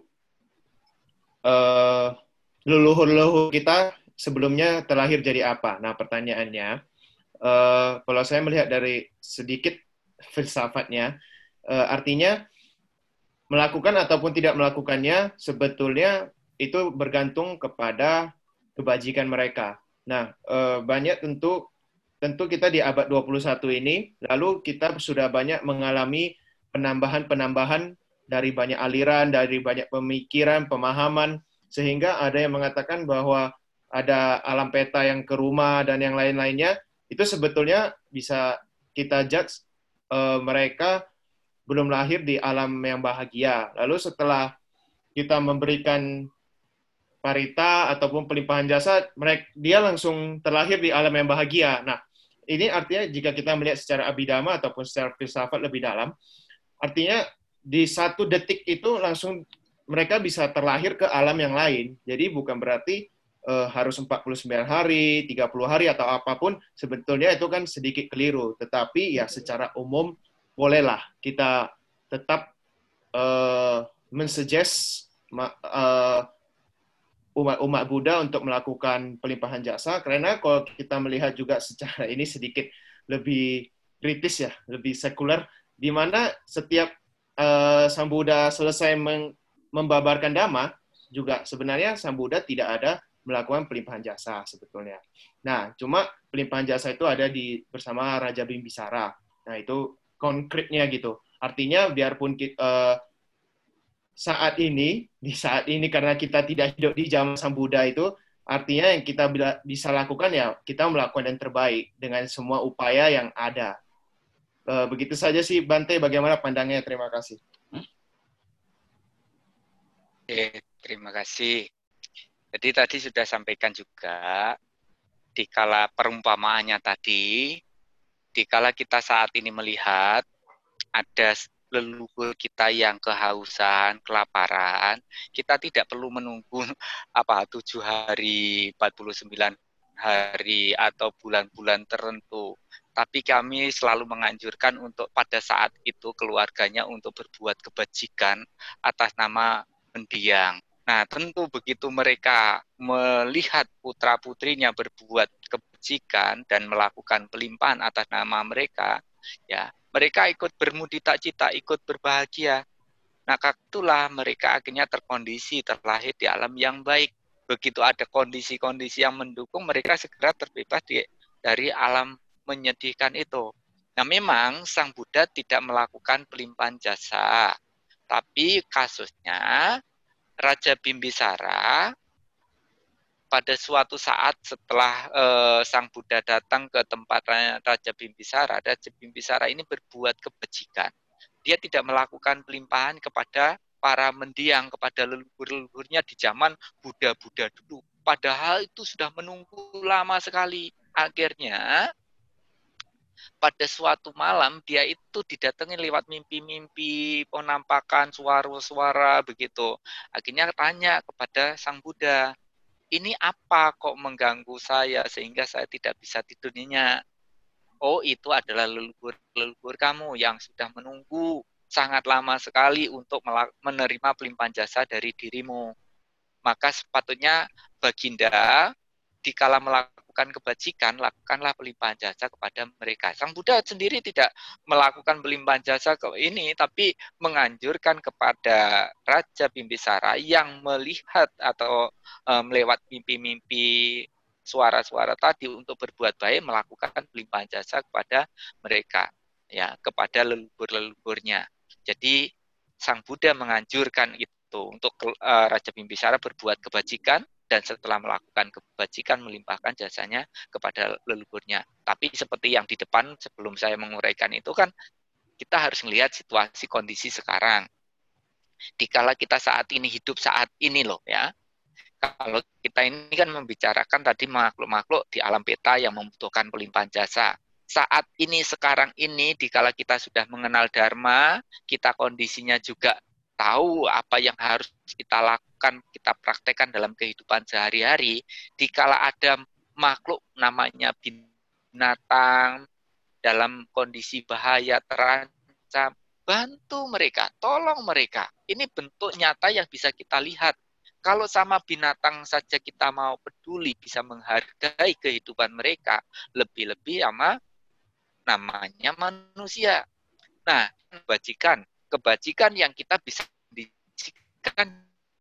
uh, leluhur-leluhur kita sebelumnya terlahir jadi apa? Nah, pertanyaannya, uh, kalau saya melihat dari sedikit filsafatnya, uh, artinya melakukan ataupun tidak melakukannya sebetulnya itu bergantung kepada kebajikan mereka. Nah, uh, banyak tentu tentu kita di abad dua puluh satu ini, lalu kita sudah banyak mengalami penambahan-penambahan dari banyak aliran, dari banyak pemikiran, pemahaman, sehingga ada yang mengatakan bahwa ada alam peta yang ke rumah dan yang lain-lainnya, itu sebetulnya bisa kita judge uh, mereka belum lahir di alam yang bahagia. Lalu setelah kita memberikan parita ataupun pelimpahan jasa, mereka, dia langsung terlahir di alam yang bahagia. Nah, ini artinya jika kita melihat secara abhidhamma ataupun secara filsafat lebih dalam, artinya di satu detik itu langsung mereka bisa terlahir ke alam yang lain. Jadi bukan berarti Uh, harus empat puluh sembilan hari, tiga puluh hari, atau apapun, sebetulnya itu kan sedikit keliru. Tetapi ya secara umum, bolehlah kita tetap uh, mensuggest uh, umat-umat Buddha untuk melakukan pelimpahan jasa, karena kalau kita melihat juga secara ini sedikit lebih kritis ya, lebih sekuler, di mana setiap uh, Sang Buddha selesai membabarkan Dhamma, juga sebenarnya Sang Buddha tidak ada melakukan pelimpahan jasa sebetulnya. Nah, cuma pelimpahan jasa itu ada di bersama Raja Bimbisara. Nah, itu konkretnya gitu. Artinya biarpun kita, uh, saat ini, di saat ini karena kita tidak hidup di zaman Sang Buddha itu, artinya yang kita bisa lakukan ya kita melakukan yang terbaik dengan semua upaya yang ada. Uh, begitu saja sih, Bante, bagaimana pandangnya? Terima kasih. Oke, terima kasih. Jadi tadi sudah sampaikan juga, dikala perumpamaannya tadi, dikala kita saat ini melihat ada leluhur kita yang kehausan, kelaparan, kita tidak perlu menunggu apa tujuh hari, empat puluh sembilan hari atau bulan-bulan tertentu. Tapi kami selalu menganjurkan untuk pada saat itu keluarganya untuk berbuat kebajikan atas nama mendiang. Nah, tentu begitu mereka melihat putra-putrinya berbuat kebajikan dan melakukan pelimpahan atas nama mereka, ya, mereka ikut bermudita cita, ikut berbahagia. Nah, itulah mereka akhirnya terkondisi, terlahir di alam yang baik. Begitu ada kondisi-kondisi yang mendukung, mereka segera terbebas di, dari alam menyedihkan itu. Nah, memang Sang Buddha tidak melakukan pelimpahan jasa, tapi kasusnya Raja Bimbisara pada suatu saat setelah uh, Sang Buddha datang ke tempat Raja Bimbisara, Raja Bimbisara ini berbuat kebajikan. Dia tidak melakukan pelimpahan kepada para mendiang, kepada leluhur-leluhurnya di zaman Buddha-Buddha dulu. Padahal itu sudah menunggu lama sekali. Akhirnya pada suatu malam dia itu didatangi lewat mimpi-mimpi, penampakan suara-suara begitu. Akhirnya tanya kepada Sang Buddha, ini apa kok mengganggu saya sehingga saya tidak bisa tidur nyenyak? Oh, itu adalah leluhur-leluhur kamu yang sudah menunggu sangat lama sekali untuk menerima pelimpahan jasa dari dirimu. Maka sepatutnya Baginda, dikala melakukan kebajikan, lakukanlah pelimpahan jasa kepada mereka. Sang Buddha sendiri tidak melakukan pelimpahan jasa ke ini, tapi menganjurkan kepada Raja Bimbisara yang melihat atau um, lewat mimpi-mimpi suara-suara tadi untuk berbuat baik, melakukan pelimpahan jasa kepada mereka, ya, kepada leluhur-leluhurnya. Jadi Sang Buddha menganjurkan itu untuk uh, Raja Bimbisara berbuat kebajikan dan setelah melakukan kebajikan melimpahkan jasanya kepada leluhurnya. Tapi seperti yang di depan sebelum saya menguraikan itu kan kita harus melihat situasi kondisi sekarang. Dikala kita saat ini hidup saat ini loh ya. Kalau kita ini kan membicarakan tadi makhluk-makhluk di alam peta yang membutuhkan pelimpahan jasa. Saat ini, sekarang ini, dikala kita sudah mengenal Dharma, kita kondisinya juga tahu apa yang harus kita lakukan, kita praktekkan dalam kehidupan sehari-hari. Dikala ada makhluk namanya binatang dalam kondisi bahaya terancam, bantu mereka, tolong mereka. Ini bentuk nyata yang bisa kita lihat. Kalau sama binatang saja kita mau peduli, bisa menghargai kehidupan mereka, lebih-lebih sama namanya manusia. Nah, kebajikan, kebajikan yang kita bisa disikan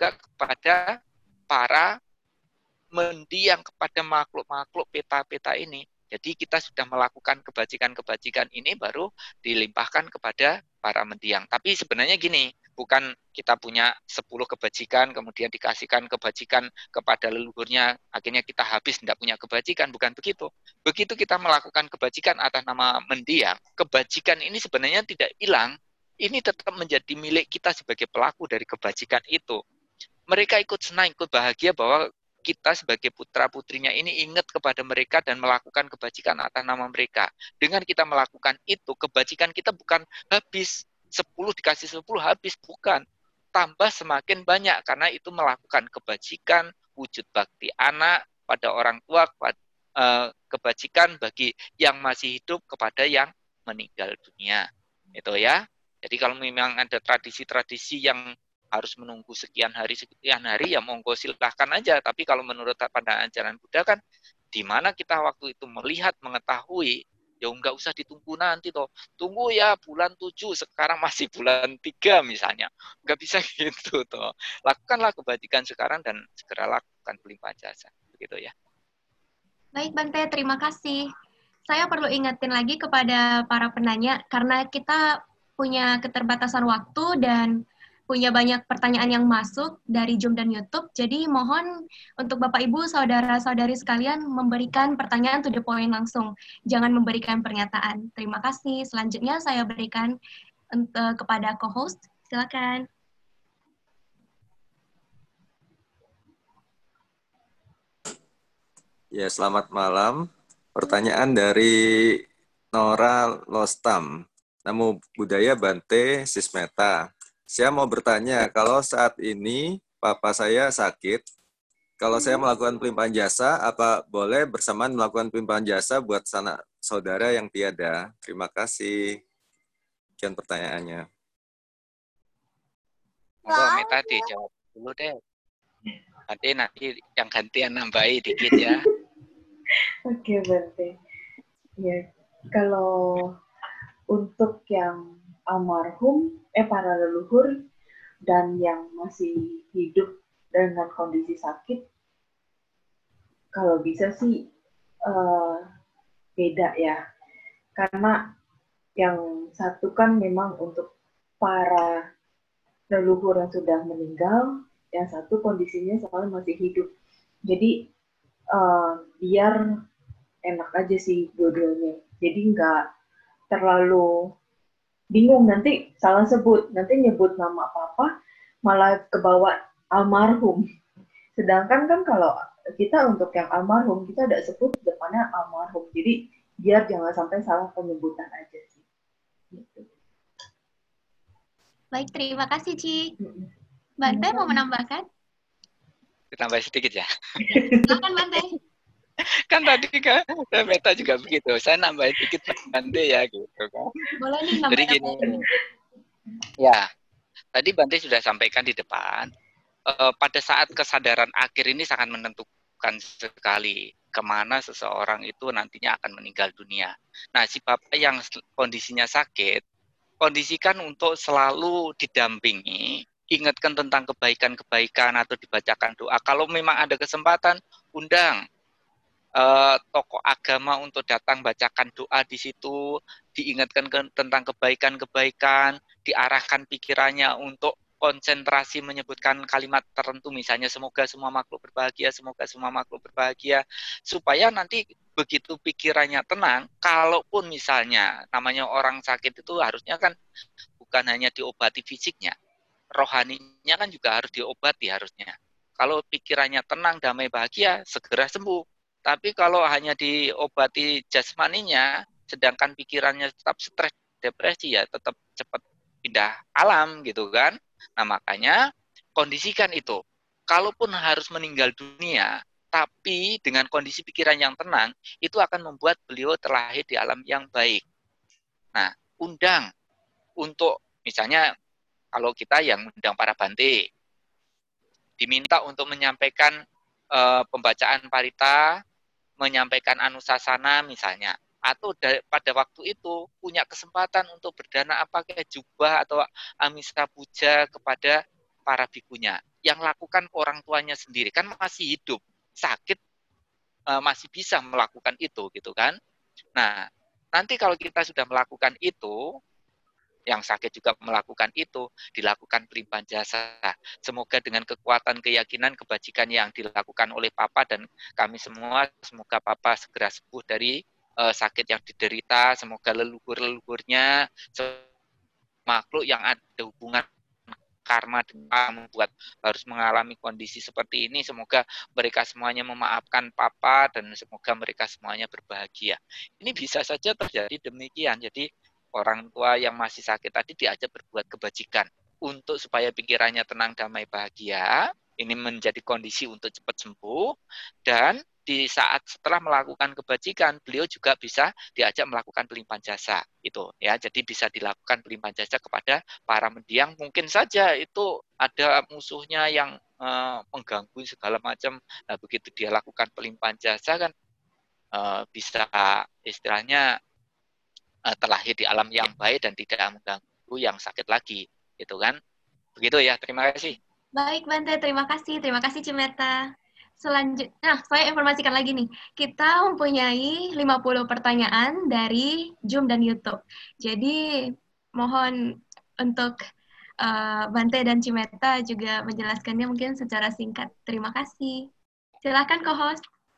kepada para mendiang, kepada makhluk-makhluk peta-peta ini. Jadi kita sudah melakukan kebajikan-kebajikan ini baru dilimpahkan kepada para mendiang. Tapi sebenarnya gini, bukan kita punya sepuluh kebajikan, kemudian dikasihkan kebajikan kepada leluhurnya, akhirnya kita habis tidak punya kebajikan, bukan begitu. Begitu kita melakukan kebajikan atas nama mendiang, kebajikan ini sebenarnya tidak hilang, ini tetap menjadi milik kita sebagai pelaku dari kebajikan itu. Mereka ikut senang, ikut bahagia bahwa kita sebagai putra-putrinya ini ingat kepada mereka dan melakukan kebajikan atas nama mereka. Dengan kita melakukan itu, kebajikan kita bukan habis, sepuluh dikasih sepuluh habis, bukan. Tambah semakin banyak, karena itu melakukan kebajikan, wujud bakti anak pada orang tua, kebajikan bagi yang masih hidup kepada yang meninggal dunia. Itu ya. Jadi kalau memang ada tradisi-tradisi yang harus menunggu sekian hari, sekian hari, ya monggo silahkan aja. Tapi kalau menurut pandangan ajaran Buddha kan, di mana kita waktu itu melihat, mengetahui, ya nggak usah ditunggu nanti toh. Tunggu ya bulan tujuh, sekarang masih bulan tiga misalnya. Nggak bisa gitu toh. Lakukanlah kebajikan sekarang dan segera lakukan pelimpahan jasa. Begitu ya. Baik Bante, terima kasih. Saya perlu ingetin lagi kepada para penanya, karena kita punya keterbatasan waktu dan punya banyak pertanyaan yang masuk dari Zoom dan YouTube. Jadi mohon untuk Bapak Ibu, saudara-saudari sekalian memberikan pertanyaan to the point langsung. Jangan memberikan pernyataan. Terima kasih. Selanjutnya saya berikan uh, kepada co-host. Silakan. Ya, selamat malam. Pertanyaan dari Nora Lostam. Namo Buddhaya Bante Sismeta. Saya mau bertanya, kalau saat ini papa saya sakit, kalau saya melakukan pelimpahan jasa, apa boleh bersamaan melakukan pelimpahan jasa buat sanak saudara yang tiada? Terima kasih. Sekian pertanyaannya. Monggo Meta dijawab dulu deh. Nanti nanti yang gantian nambahi dikit ya. Oke, Bante. Ya, kalau untuk yang almarhum, eh para leluhur dan yang masih hidup dengan kondisi sakit, kalau bisa sih uh, beda ya. Karena yang satu kan memang untuk para leluhur yang sudah meninggal, yang satu kondisinya soalnya masih hidup. Jadi uh, biar enak aja sih dua-duanya. Jadi nggak terlalu bingung nanti salah sebut, nanti nyebut nama papa malah kebawa almarhum. Sedangkan kan kalau kita untuk yang almarhum kita ada sebut depannya almarhum. Jadi biar jangan sampai salah penyebutan aja sih. Gitu. Baik, terima kasih Ci. Bante mau menambahkan? Ditambah sedikit ya. Silakan Bante. Kan tadi kan Meta juga begitu. Saya nambahin dikit Bante ya gitu kan. Boleh nih nambah. Jadi gini. Ya. Tadi Bante sudah sampaikan di depan, eh, pada saat kesadaran akhir ini sangat menentukan sekali kemana seseorang itu nantinya akan meninggal dunia. Nah, si bapak yang kondisinya sakit, kondisikan untuk selalu didampingi, ingatkan tentang kebaikan-kebaikan atau dibacakan doa. Kalau memang ada kesempatan, undang Uh, tokoh agama untuk datang bacakan doa di situ, diingatkan ke, tentang kebaikan-kebaikan, diarahkan pikirannya untuk konsentrasi menyebutkan kalimat tertentu, misalnya semoga semua makhluk berbahagia, semoga semua makhluk berbahagia, supaya nanti begitu pikirannya tenang, kalaupun misalnya namanya orang sakit itu harusnya kan bukan hanya diobati fisiknya, rohaninya kan juga harus diobati harusnya. Kalau pikirannya tenang, damai, bahagia, segera sembuh. Tapi kalau hanya diobati jasmaninya, sedangkan pikirannya tetap stres, depresi, ya tetap cepat pindah alam gitu kan. Nah makanya kondisikan itu. Kalaupun harus meninggal dunia, tapi dengan kondisi pikiran yang tenang, itu akan membuat beliau terlahir di alam yang baik. Nah, undang untuk misalnya kalau kita yang undang para Bante, diminta untuk menyampaikan uh, pembacaan parita, menyampaikan anusasana misalnya, atau dari, pada waktu itu punya kesempatan untuk berdana pakai jubah atau amisa puja kepada para bikunya, yang lakukan orang tuanya sendiri, kan masih hidup, sakit, uh, masih bisa melakukan itu gitu kan. Nah, nanti kalau kita sudah melakukan itu, yang sakit juga melakukan itu, dilakukan pelimpahan jasa. Semoga dengan kekuatan keyakinan kebajikan yang dilakukan oleh Papa dan kami semua, semoga Papa segera sembuh dari uh, sakit yang diderita, semoga leluhur-leluhurnya, makhluk yang ada hubungan karma dengan membuat harus mengalami kondisi seperti ini, semoga mereka semuanya memaafkan Papa dan semoga mereka semuanya berbahagia. Ini bisa saja terjadi demikian. Jadi orang tua yang masih sakit tadi diajak berbuat kebajikan untuk supaya pikirannya tenang, damai, bahagia. Ini menjadi kondisi untuk cepat sembuh, dan di saat setelah melakukan kebajikan, beliau juga bisa diajak melakukan pelimpahan jasa itu ya. Jadi bisa dilakukan pelimpahan jasa kepada para mendiang. Mungkin saja itu ada musuhnya yang uh, mengganggu segala macam. Nah, begitu dia lakukan pelimpahan jasa kan uh, bisa istilahnya uh, terlahir di alam yang baik dan tidak mengganggu yang sakit lagi, gitu kan? Begitu ya. Terima kasih. Baik, Bante, terima kasih. Terima kasih, Cimeta. Selanjutnya, nah, saya informasikan lagi nih, kita mempunyai lima puluh pertanyaan dari Zoom dan YouTube. Jadi, mohon untuk uh, Bante dan Cimeta juga menjelaskannya mungkin secara singkat. Terima kasih. Silakan co-host.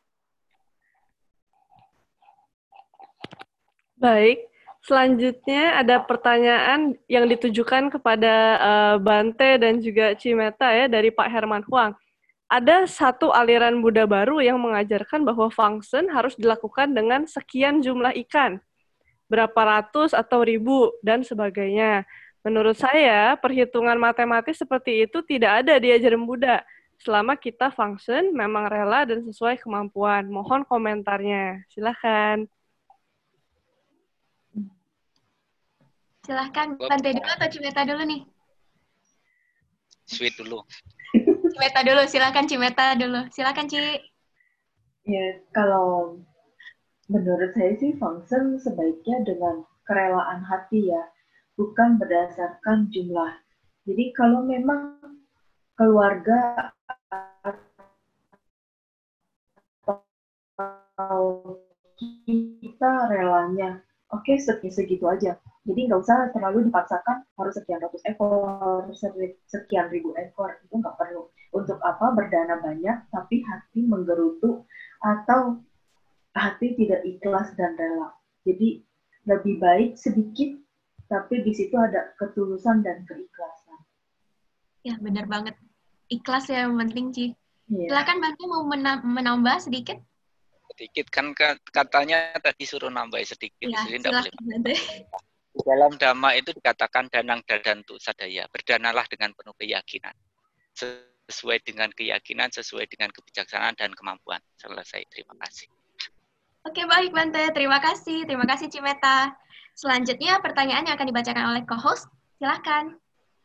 Baik, selanjutnya ada pertanyaan yang ditujukan kepada uh, Bante dan juga Cimeta ya dari Pak Herman Huang. Ada satu aliran Buddha baru yang mengajarkan bahwa function harus dilakukan dengan sekian jumlah ikan, berapa ratus atau ribu, dan sebagainya. Menurut saya, perhitungan matematis seperti itu tidak ada di ajaran Buddha. Selama kita function memang rela dan sesuai kemampuan. Mohon komentarnya. Silakan. Silahkan, Bante dulu atau Cimeta dulu nih? Sweet dulu. Cimeta dulu, silakan Cimeta dulu. Silakan, Ci. Ya, kalau menurut saya sih function sebaiknya dengan kerelaan hati ya, bukan berdasarkan jumlah. Jadi kalau memang keluarga atau kita relanya, oke okay, segitu aja. Jadi nggak usah terlalu dipaksakan harus sekian ratus ekor, sekian ribu ekor, itu nggak perlu. Untuk apa berdana banyak tapi hati menggerutu atau hati tidak ikhlas dan rela. Jadi lebih baik sedikit tapi di situ ada ketulusan dan keikhlasan. Ya benar banget. Ikhlas ya yang penting, Ci. Ya. Silakan Bante mau menambah sedikit. Sedikit kan katanya tadi suruh nambah sedikit. Ya, Jadi silakan Bante. Di dalam Dhamma itu dikatakan danang dadantu sadaya. Berdanalah dengan penuh keyakinan. Sesuai dengan keyakinan, sesuai dengan kebijaksanaan dan kemampuan. Selesai. Terima kasih. Oke, baik Bante. Terima kasih. Terima kasih Cimeta. Selanjutnya pertanyaan yang akan dibacakan oleh co-host. Silakan.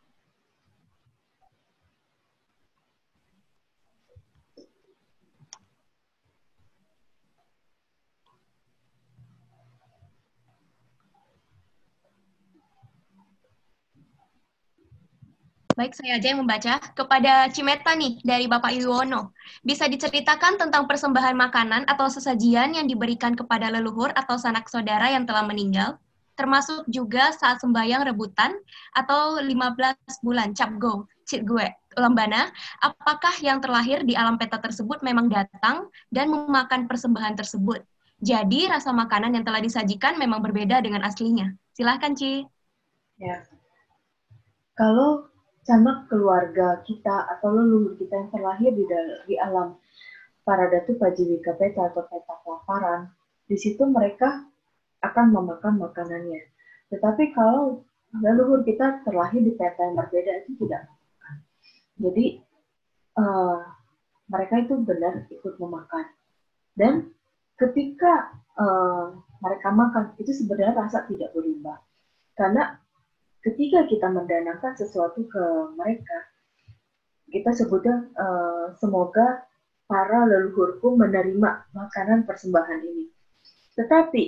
Baik, saya aja yang membaca. Kepada Cimeta nih, dari Bapak Yuwono. Bisa diceritakan tentang persembahan makanan atau sesajian yang diberikan kepada leluhur atau sanak saudara yang telah meninggal, termasuk juga saat sembahyang rebutan atau lima belas bulan, cap go, cit gue, lembana, apakah yang terlahir di alam peta tersebut memang datang dan memakan persembahan tersebut? Jadi, rasa makanan yang telah disajikan memang berbeda dengan aslinya. Silahkan, Ci. Ya. Kalau sama keluarga kita atau leluhur kita yang terlahir di, di alam Paradatu Pajivika Peta atau peta kelaparan, di situ mereka akan memakan makanannya. Tetapi kalau leluhur kita terlahir di peta yang berbeda, itu tidak memakan. Jadi uh, mereka itu benar ikut memakan. Dan ketika uh, mereka makan, itu sebenarnya rasa tidak berubah. Karena ketika kita mendanakan sesuatu ke mereka, kita sebutnya uh, semoga para leluhurku menerima makanan persembahan ini. Tetapi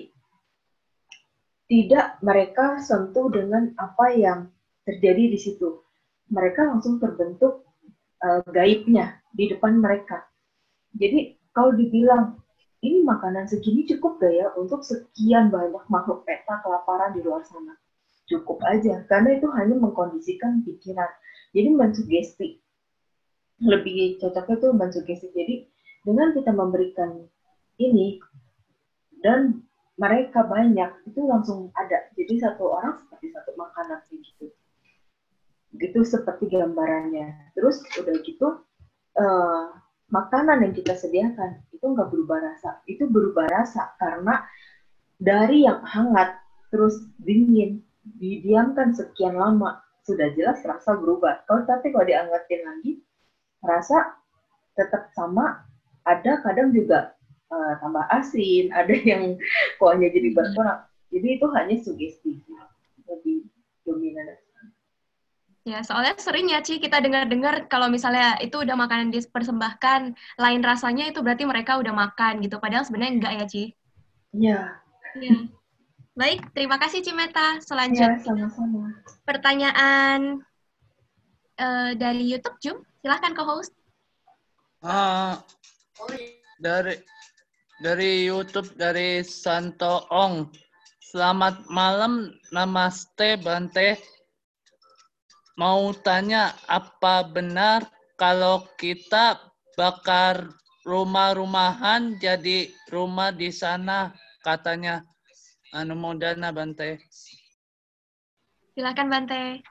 tidak mereka sentuh dengan apa yang terjadi di situ. Mereka langsung terbentuk uh, gaibnya di depan mereka. Jadi kalau dibilang ini makanan segini cukup gak ya untuk sekian banyak makhluk peta kelaparan di luar sana? Cukup aja, karena itu hanya mengkondisikan pikiran. Jadi mensugesti. Lebih cocoknya itu mensugesti. Jadi dengan kita memberikan ini, dan mereka banyak, itu langsung ada. Jadi satu orang seperti satu makanan gitu. Gitu seperti gambarannya. Terus udah gitu, uh, makanan yang kita sediakan, itu nggak berubah rasa. Itu berubah rasa karena dari yang hangat, terus dingin, didiamkan sekian lama, sudah jelas rasa berubah. Kalau tapi kalau diangetin lagi, rasa tetap sama, ada kadang juga uh, tambah asin, ada yang kuahnya jadi berkurang. Jadi itu hanya sugesti, lebih dominan. Ya, soalnya sering ya, Ci, kita dengar-dengar kalau misalnya itu udah makanan dipersembahkan, lain rasanya itu berarti mereka udah makan gitu. Padahal sebenarnya enggak ya, Ci? Iya. Iya. Baik, terima kasih Cimeta. Selanjutnya, ya, sama-sama. Pertanyaan uh, dari YouTube, Jum. Silahkan co-host. Uh, dari dari YouTube dari Santo Ong. Selamat malam, namaste Bante. mau tanya, apa benar kalau kita bakar rumah-rumahan jadi rumah di sana, katanya anu modana Bante? Silakan Bante.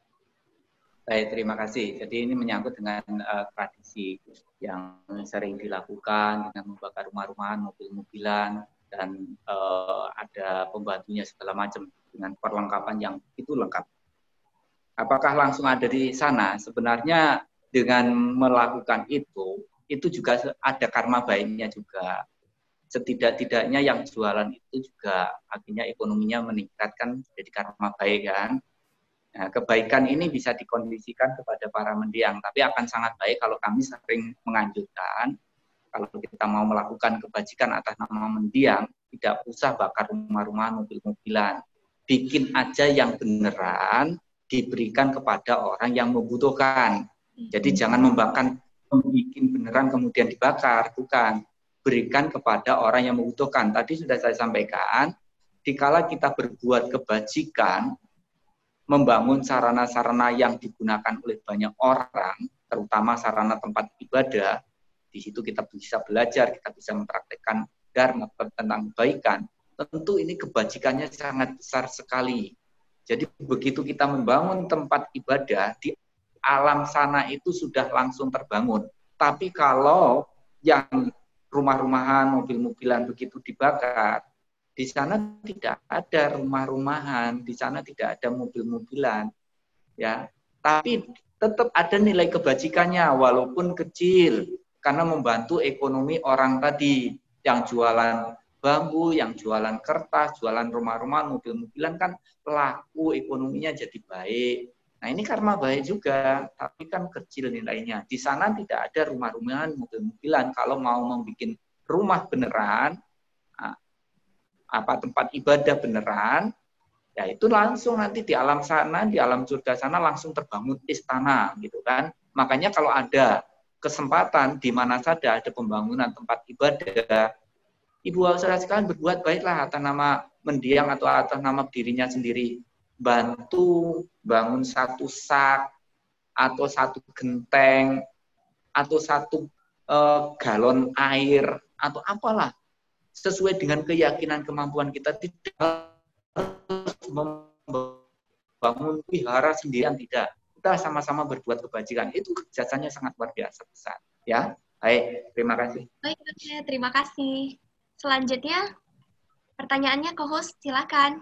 Baik, terima kasih. Jadi ini menyangkut dengan uh, tradisi yang sering dilakukan dengan membakar rumah-rumahan, mobil-mobilan, dan uh, ada pembantunya segala macam dengan perlengkapan yang itu lengkap. Apakah langsung ada di sana? Sebenarnya dengan melakukan itu, itu juga ada karma baiknya juga. Setidak-tidaknya yang jualan itu juga akhirnya ekonominya meningkatkan, jadi karma baik kan. Nah, kebaikan ini bisa dikondisikan kepada para mendiang, tapi akan sangat baik kalau kami sering menganjurkan, kalau kita mau melakukan kebajikan atas nama mendiang, tidak usah bakar rumah-rumahan, mobil-mobilan. Bikin aja yang beneran, diberikan kepada orang yang membutuhkan. Jadi jangan membakar, membuat beneran kemudian dibakar, bukan. Berikan kepada orang yang membutuhkan. Tadi sudah saya sampaikan, dikala kita berbuat kebajikan, membangun sarana-sarana yang digunakan oleh banyak orang, terutama sarana tempat ibadah, di situ kita bisa belajar, kita bisa mempraktekkan dharma tentang kebaikan, tentu ini kebajikannya sangat besar sekali. Jadi begitu kita membangun tempat ibadah, di alam sana itu sudah langsung terbangun. Tapi kalau yang rumah-rumahan, mobil-mobilan begitu dibakar, di sana tidak ada rumah-rumahan, di sana tidak ada mobil-mobilan, ya. Tapi tetap ada nilai kebajikannya, walaupun kecil, karena membantu ekonomi orang tadi yang jualan bambu, yang jualan kertas, jualan rumah-rumahan, mobil-mobilan kan laku, ekonominya jadi baik. Nah ini karma baik juga, tapi kan kecil nilainya. Di sana tidak ada rumah-rumahan, mobil-mobilan. Kalau mau membuat rumah beneran, apa tempat ibadah beneran, ya itu langsung nanti di alam sana, di alam surga sana langsung terbangun istana gitu kan. Makanya kalau ada kesempatan di mana saja ada pembangunan tempat ibadah, ibu saudara sekalian berbuat baiklah atas nama mendiang atau atas nama dirinya sendiri, bantu bangun satu sak atau satu genteng atau satu uh, galon air atau apalah, sesuai dengan keyakinan kemampuan kita, tidak harus membangun wihara sendirian, tidak. Kita sama-sama berbuat kebajikan. Itu jasanya sangat luar biasa besar. Ya, baik. Terima kasih. Baik, terima kasih. Selanjutnya, pertanyaannya ke host, silakan.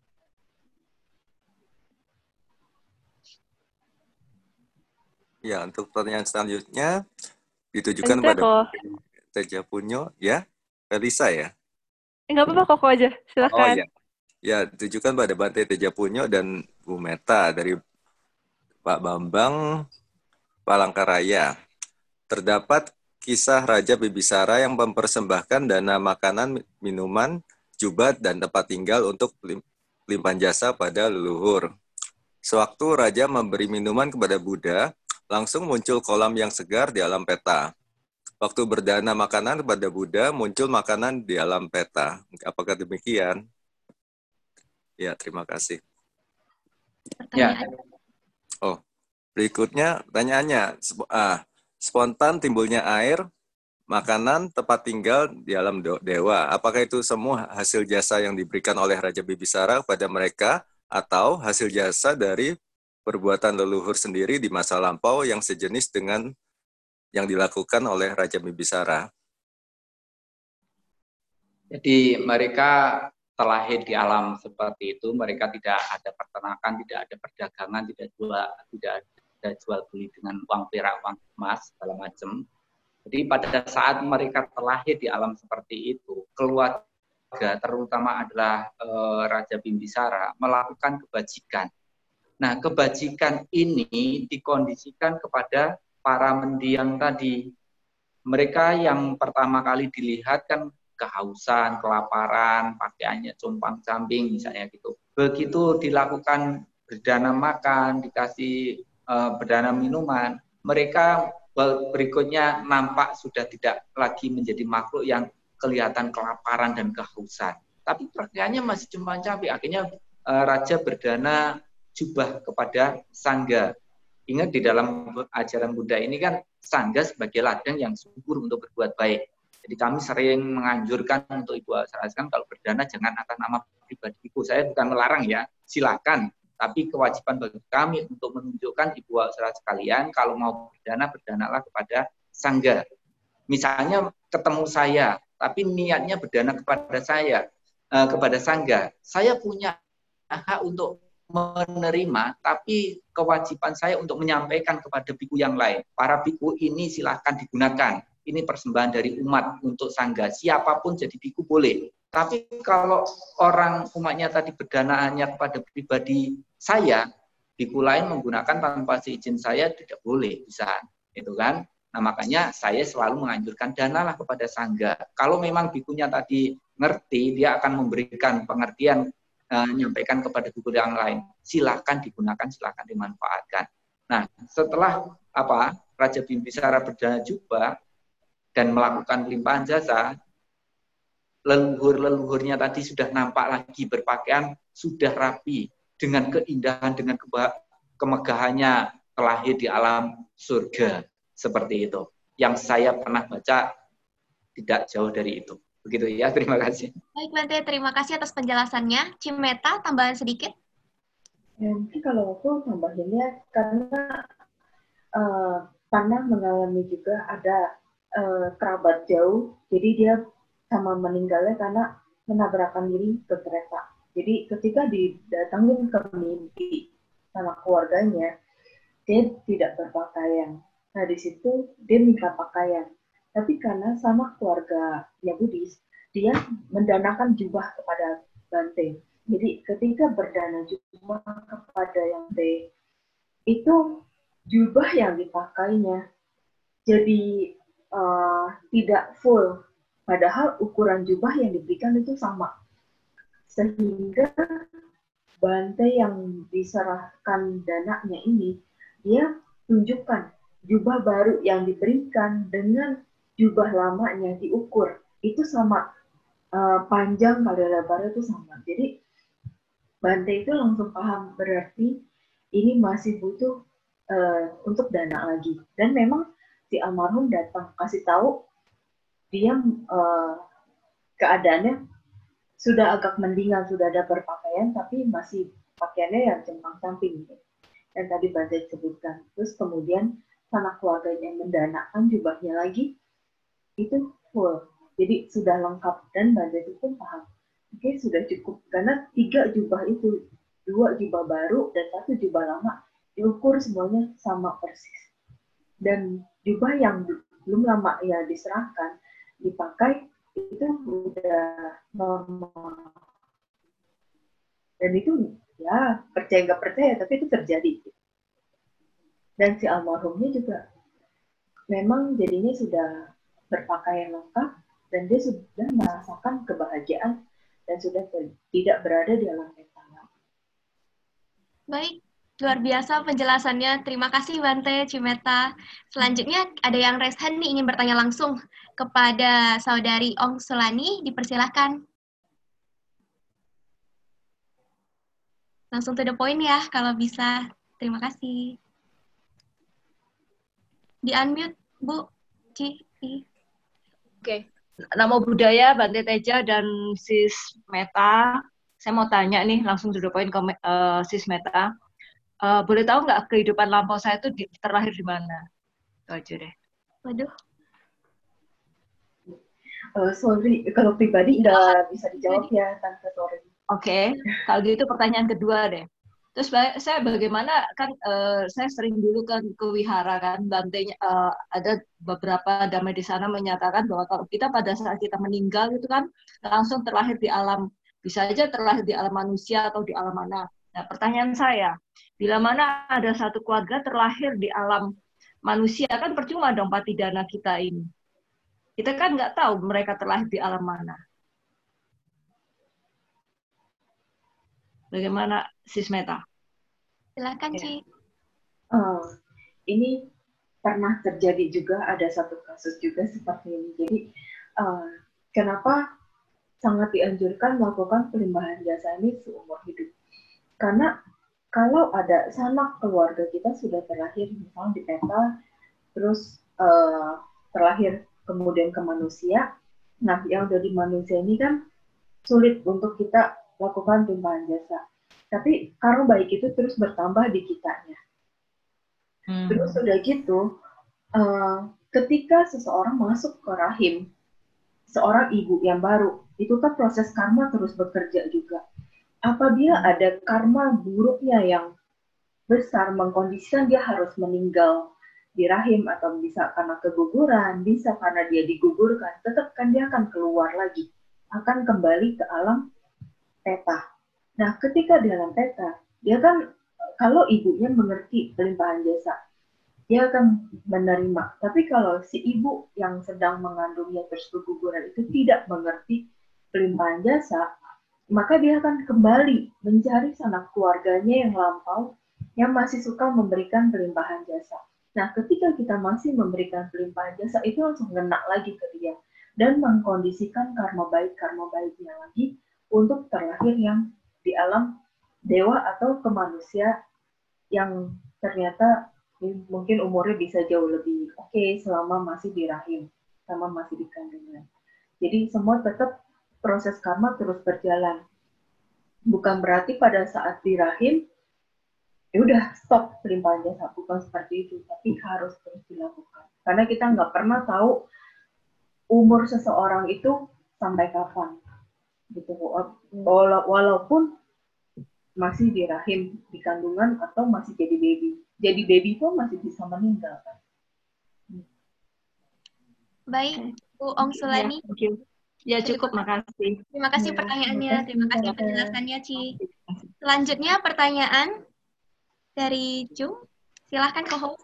Ya, untuk pertanyaan selanjutnya ditujukan pada Teja Punyo, ya. Elisa ya? Enggak apa-apa, Koko aja. Silakan. Oh, ya. Ya, ditujukan pada Bante Teja Punyo dan Bu Meta dari Pak Bambang Palangkaraya. Terdapat kisah Raja Bibisara yang mempersembahkan dana makanan, minuman, jubat, dan tempat tinggal untuk limpahan jasa pada leluhur. Sewaktu Raja memberi minuman kepada Buddha, langsung muncul kolam yang segar di alam peta. Waktu berdana makanan kepada Buddha, muncul makanan di alam peta. Apakah demikian? Ya, terima kasih. Ya. Oh, berikutnya pertanyaannya. Ah, spontan timbulnya air, makanan, tempat tinggal di alam dewa. Apakah itu semua hasil jasa yang diberikan oleh Raja Bibisara kepada mereka, atau hasil jasa dari perbuatan leluhur sendiri di masa lampau yang sejenis dengan yang dilakukan oleh Raja Bibisara? Jadi mereka terlahir di alam seperti itu, mereka tidak ada peternakan, tidak ada perdagangan, tidak jual, tidak ada jual beli dengan uang perak, uang emas, segala macam. Jadi pada saat mereka terlahir di alam seperti itu, keluarga terutama adalah e, Raja Bibisara melakukan kebajikan. Nah, kebajikan ini dikondisikan kepada para mendiang tadi. Mereka yang pertama kali dilihat kan kehausan, kelaparan, pakaiannya compang-camping misalnya gitu. Begitu dilakukan berdana makan, dikasih uh, berdana minuman, mereka berikutnya nampak sudah tidak lagi menjadi makhluk yang kelihatan kelaparan dan kehausan. Tapi pakaiannya masih compang-camping. Akhirnya uh, Raja berdana jubah kepada sangga. Ingat di dalam ajaran Buddha ini kan sangga sebagai ladang yang subur untuk berbuat baik. Jadi kami sering menganjurkan untuk Ibu Salaskan kalau berdana jangan atas nama pribadi Ibu. Saya bukan melarang ya, silakan. Tapi kewajiban bagi kami untuk menunjukkan Ibu Saudara sekalian kalau mau berdana, berdanalah kepada sangga. Misalnya ketemu saya, tapi niatnya berdana kepada saya, eh, kepada sangga. Saya punya hak untuk menerima, tapi kewajiban saya untuk menyampaikan kepada biku yang lain. Para biku ini silahkan digunakan. Ini persembahan dari umat untuk sangga. Siapapun jadi biku boleh. Tapi kalau orang umatnya tadi berdanaannya kepada pribadi saya, biku lain menggunakan tanpa seizin saya tidak boleh, bisa. Itu kan? Nah, makanya saya selalu menganjurkan danalah kepada sangga. Kalau memang bikunya tadi ngerti, dia akan memberikan pengertian, menyampaikan kepada biku yang lain, silahkan digunakan, silahkan dimanfaatkan. Nah, setelah apa Raja Bimbisara berdana jubah dan melakukan limpahan jasa, leluhur-leluhurnya tadi sudah nampak lagi berpakaian, sudah rapi, dengan keindahan, dengan kemegahannya terlahir di alam surga. Seperti itu. Yang saya pernah baca tidak jauh dari itu. Begitu ya, terima kasih. Baik, Bante, terima kasih atas penjelasannya. Cimeta, tambahan sedikit? Ya, mungkin kalau aku tambahinnya, karena uh, pernah mengalami juga ada uh, kerabat jauh, jadi dia sama meninggalnya karena menabrakkan diri ke kereta. Jadi ketika didatangin ke mimpi sama keluarganya, dia tidak berpakaian. Nah, di situ dia minta pakaian. Tapi karena sama keluarganya Buddhis, dia mendanakan jubah kepada Bante. Jadi ketika berdana jubah kepada yang Bante, itu jubah yang dipakainya jadi uh, tidak full. Padahal ukuran jubah yang diberikan itu sama. Sehingga Bante yang diserahkan dananya ini, dia tunjukkan jubah baru yang diberikan dengan jubah lamanya diukur itu sama, uh, panjang kali lebar itu sama. Jadi Bante itu langsung paham berarti ini masih butuh uh, untuk dana lagi. Dan memang si almarhum datang kasih tahu dia uh, keadaannya sudah agak mendingan, sudah ada berpakaian tapi masih pakaiannya yang cempang-camping gitu. Dan tadi Bante sebutkan. Terus kemudian sanak keluarganya yang mendanakan jubahnya lagi itu full, jadi sudah lengkap. Dan Bante itu pun paham, oke okay, sudah cukup karena tiga jubah itu, dua jubah baru dan satu jubah lama diukur semuanya sama persis. Dan jubah yang belum lama ya diserahkan dipakai itu udah normal. Dan itu ya percaya nggak percaya tapi itu terjadi. Dan si almarhumnya juga memang jadinya sudah berpakaian lengkap dan dia sudah merasakan kebahagiaan dan sudah tidak berada di alam metana. Baik, luar biasa penjelasannya. Terima kasih Bante, Cimeta. Selanjutnya ada yang raise hand nih ingin bertanya langsung kepada Saudari Ong Sulani, dipersilahkan. Langsung to the point ya kalau bisa. Terima kasih. Di-unmute, Bu. Ci. Oke. Okay. Namo Buddhaya, Bante Teja, dan Sis Meta. Saya mau tanya nih, langsung to the point ke uh, Sis Meta. Uh, boleh tahu nggak kehidupan lampau saya itu di, terlahir di mana? Itu aja deh. Waduh. Uh, sorry, kalau pribadi nggak bisa dijawab ya, Tante, sorry. Oke, okay. Kalau gitu pertanyaan kedua deh. Terus saya bagaimana, kan uh, saya sering dulu kan ke wihara kan, Bante uh, ada beberapa damai di sana menyatakan bahwa kalau kita pada saat kita meninggal itu kan langsung terlahir di alam, bisa aja terlahir di alam manusia atau di alam mana. Nah pertanyaan saya, bila mana ada satu keluarga terlahir di alam manusia, kan percuma dong patidana kita ini. Kita kan nggak tahu mereka terlahir di alam mana. Bagaimana Sis Meta? Silakan, Ci. Uh, ini pernah terjadi juga, ada satu kasus juga seperti ini. Jadi uh, kenapa sangat dianjurkan melakukan pelimbahan jasa ini seumur hidup? Karena kalau ada sanak keluarga kita sudah terlahir misalnya di peta, terus uh, terlahir kemudian ke manusia, nah yang udah di manusia ini kan sulit untuk kita lakukan limpahan jasa. Tapi karma baik itu terus bertambah di kitanya. Hmm. Terus udah gitu, uh, ketika seseorang masuk ke rahim, seorang ibu yang baru, itu kan proses karma terus bekerja juga. Apabila ada karma buruknya yang besar mengkondisikan dia harus meninggal di rahim, atau bisa karena keguguran, bisa karena dia digugurkan, tetap kan dia akan keluar lagi, akan kembali ke alam peta. Nah, ketika di alam peta, dia kan kalau ibunya mengerti pelimpahan jasa, dia akan menerima. Tapi kalau si ibu yang sedang mengandungnya terus keguguran itu tidak mengerti pelimpahan jasa, maka dia akan kembali mencari sanak keluarganya yang lampau yang masih suka memberikan pelimpahan jasa. Nah, ketika kita masih memberikan pelimpahan jasa, itu langsung ngena lagi ke dia dan mengkondisikan karma baik karma baiknya lagi untuk terlahir yang di alam dewa atau ke manusia yang ternyata mungkin umurnya bisa jauh lebih oke okay, selama masih di rahim, selama masih di kandungan. Jadi semua tetap proses karma terus berjalan. Bukan berarti pada saat di rahim, ya udah stop pelimpahan jasa, bukan seperti itu, tapi harus terus dilakukan. Karena kita nggak pernah tahu umur seseorang itu sampai kapan, gitu. Walaupun masih di rahim, di kandungan, atau masih jadi baby. Jadi baby pun masih bisa meninggal, kan? Baik, Bu Ong Sulani. Ya, ya cukup, makasih. Terima kasih ya, pertanyaannya, terima kasih penjelasannya, Ci. Selanjutnya pertanyaan dari Jung. Silahkan co-host.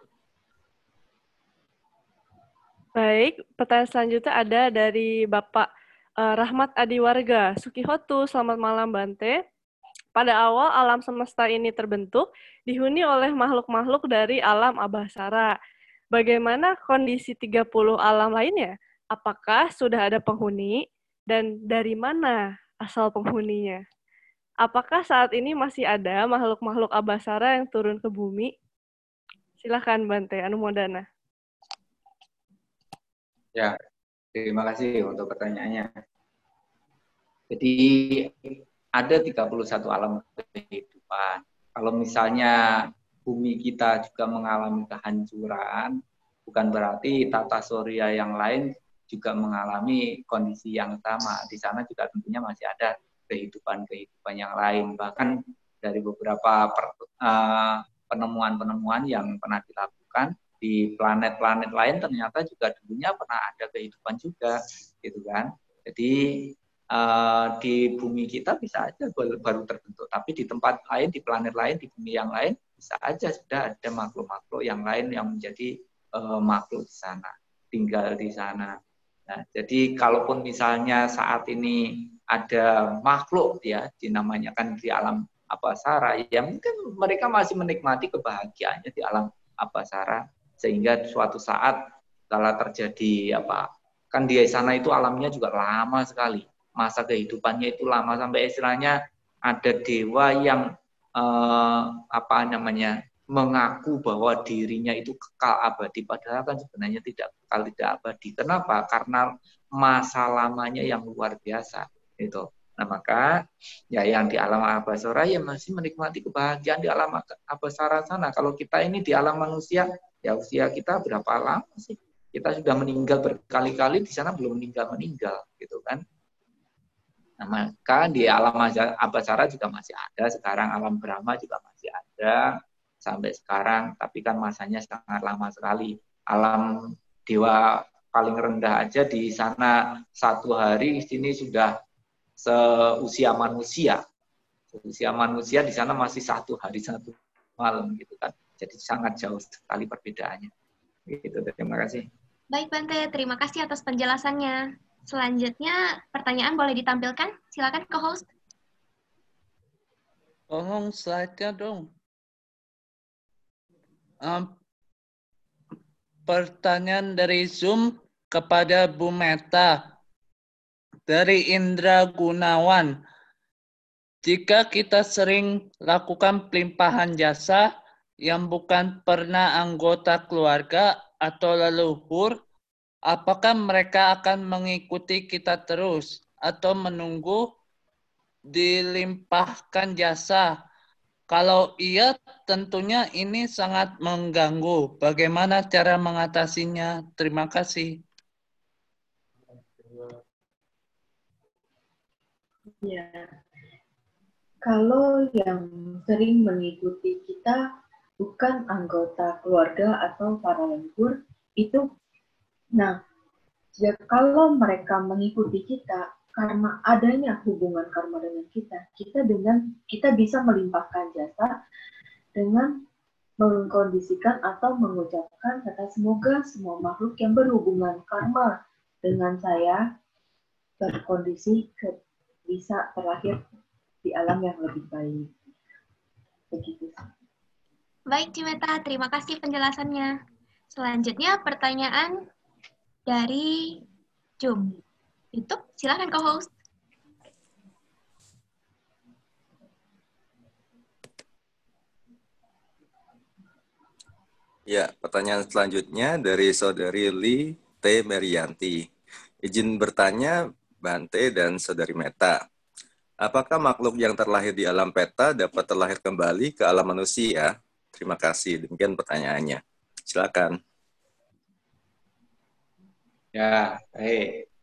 Baik, pertanyaan selanjutnya ada dari Bapak uh, Rahmat Adiwarga. Sukihotu, selamat malam Bante. Pada awal alam semesta ini terbentuk, dihuni oleh makhluk-makhluk dari alam Abhasara. Bagaimana kondisi tiga puluh alam lainnya? Apakah sudah ada penghuni? Dan dari mana asal penghuninya? Apakah saat ini masih ada makhluk-makhluk Abhasara yang turun ke bumi? Silakan Bante, Anumodana. Ya, terima kasih untuk pertanyaannya. Jadi ada tiga puluh satu alam kehidupan. Kalau misalnya bumi kita juga mengalami kehancuran, bukan berarti tata surya yang lain juga mengalami kondisi yang sama. Di sana juga tentunya masih ada kehidupan-kehidupan yang lain. Bahkan dari beberapa penemuan-penemuan yang pernah dilakukan di planet-planet lain ternyata juga dulunya pernah ada kehidupan juga, gitu kan. Jadi Uh, di bumi kita bisa aja baru terbentuk, tapi di tempat lain, di planet lain, di bumi yang lain bisa aja sudah ada makhluk-makhluk yang lain yang menjadi uh, makhluk di sana, tinggal di sana. Nah, jadi kalaupun misalnya saat ini ada makhluk ya, dinamanya kan di alam Abhasara, ya mungkin mereka masih menikmati kebahagiaannya di alam Abhasara, sehingga suatu saat kalau terjadi apa, kan di sana itu alamnya juga lama sekali. Masa kehidupannya itu lama sampai istilahnya ada dewa yang eh, apa namanya mengaku bahwa dirinya itu kekal abadi, padahal kan sebenarnya tidak kekal, tidak abadi. Kenapa? Karena masa lamanya yang luar biasa itu. Nah maka ya yang di alam Abhasara ya masih menikmati kebahagiaan di alam Abhasara sana. Kalau kita ini di alam manusia, ya usia kita berapa lama sih? Kita sudah meninggal berkali-kali, di sana belum meninggal-meninggal gitu kan. Nah, maka di alam Abhasara juga masih ada, sekarang alam Brahma juga masih ada sampai sekarang, tapi kan masanya sangat lama sekali. Alam dewa paling rendah aja di sana satu hari, di sini sudah seusia manusia. Seusia manusia di sana masih satu hari satu malam gitu kan. Jadi sangat jauh sekali perbedaannya. Gitu, terima kasih. Baik Bante, terima kasih atas penjelasannya. Selanjutnya, pertanyaan boleh ditampilkan? Silakan co-host. Tolong slide-nya dong. Um, pertanyaan dari Zoom kepada Bu Meta. Dari Indra Gunawan. jika kita sering lakukan pelimpahan jasa yang bukan pernah anggota keluarga atau leluhur, apakah mereka akan mengikuti kita terus atau menunggu dilimpahkan jasa? Kalau iya, tentunya ini sangat mengganggu. Bagaimana cara mengatasinya? Terima kasih. Ya, kalau yang sering mengikuti kita bukan anggota keluarga atau para leluhur, itu, nah, ya, kalau mereka mengikuti kita karena adanya hubungan karma dengan kita, kita dengan kita bisa melimpahkan jasa dengan mengkondisikan atau mengucapkan kata semoga semua makhluk yang berhubungan karma dengan saya berkondisi ke, bisa terlahir di alam yang lebih baik. Begitu. Baik, Cimeta, terima kasih penjelasannya. Selanjutnya pertanyaan dari Jum. YouTube, silakan co-host. Ya, pertanyaan selanjutnya dari Saudari Li T. Merianti. Izin bertanya, Bante dan Saudari Meta. Apakah makhluk yang terlahir di alam peta dapat terlahir kembali ke alam manusia? Terima kasih. Demikian pertanyaannya. Silakan. Ya, baik.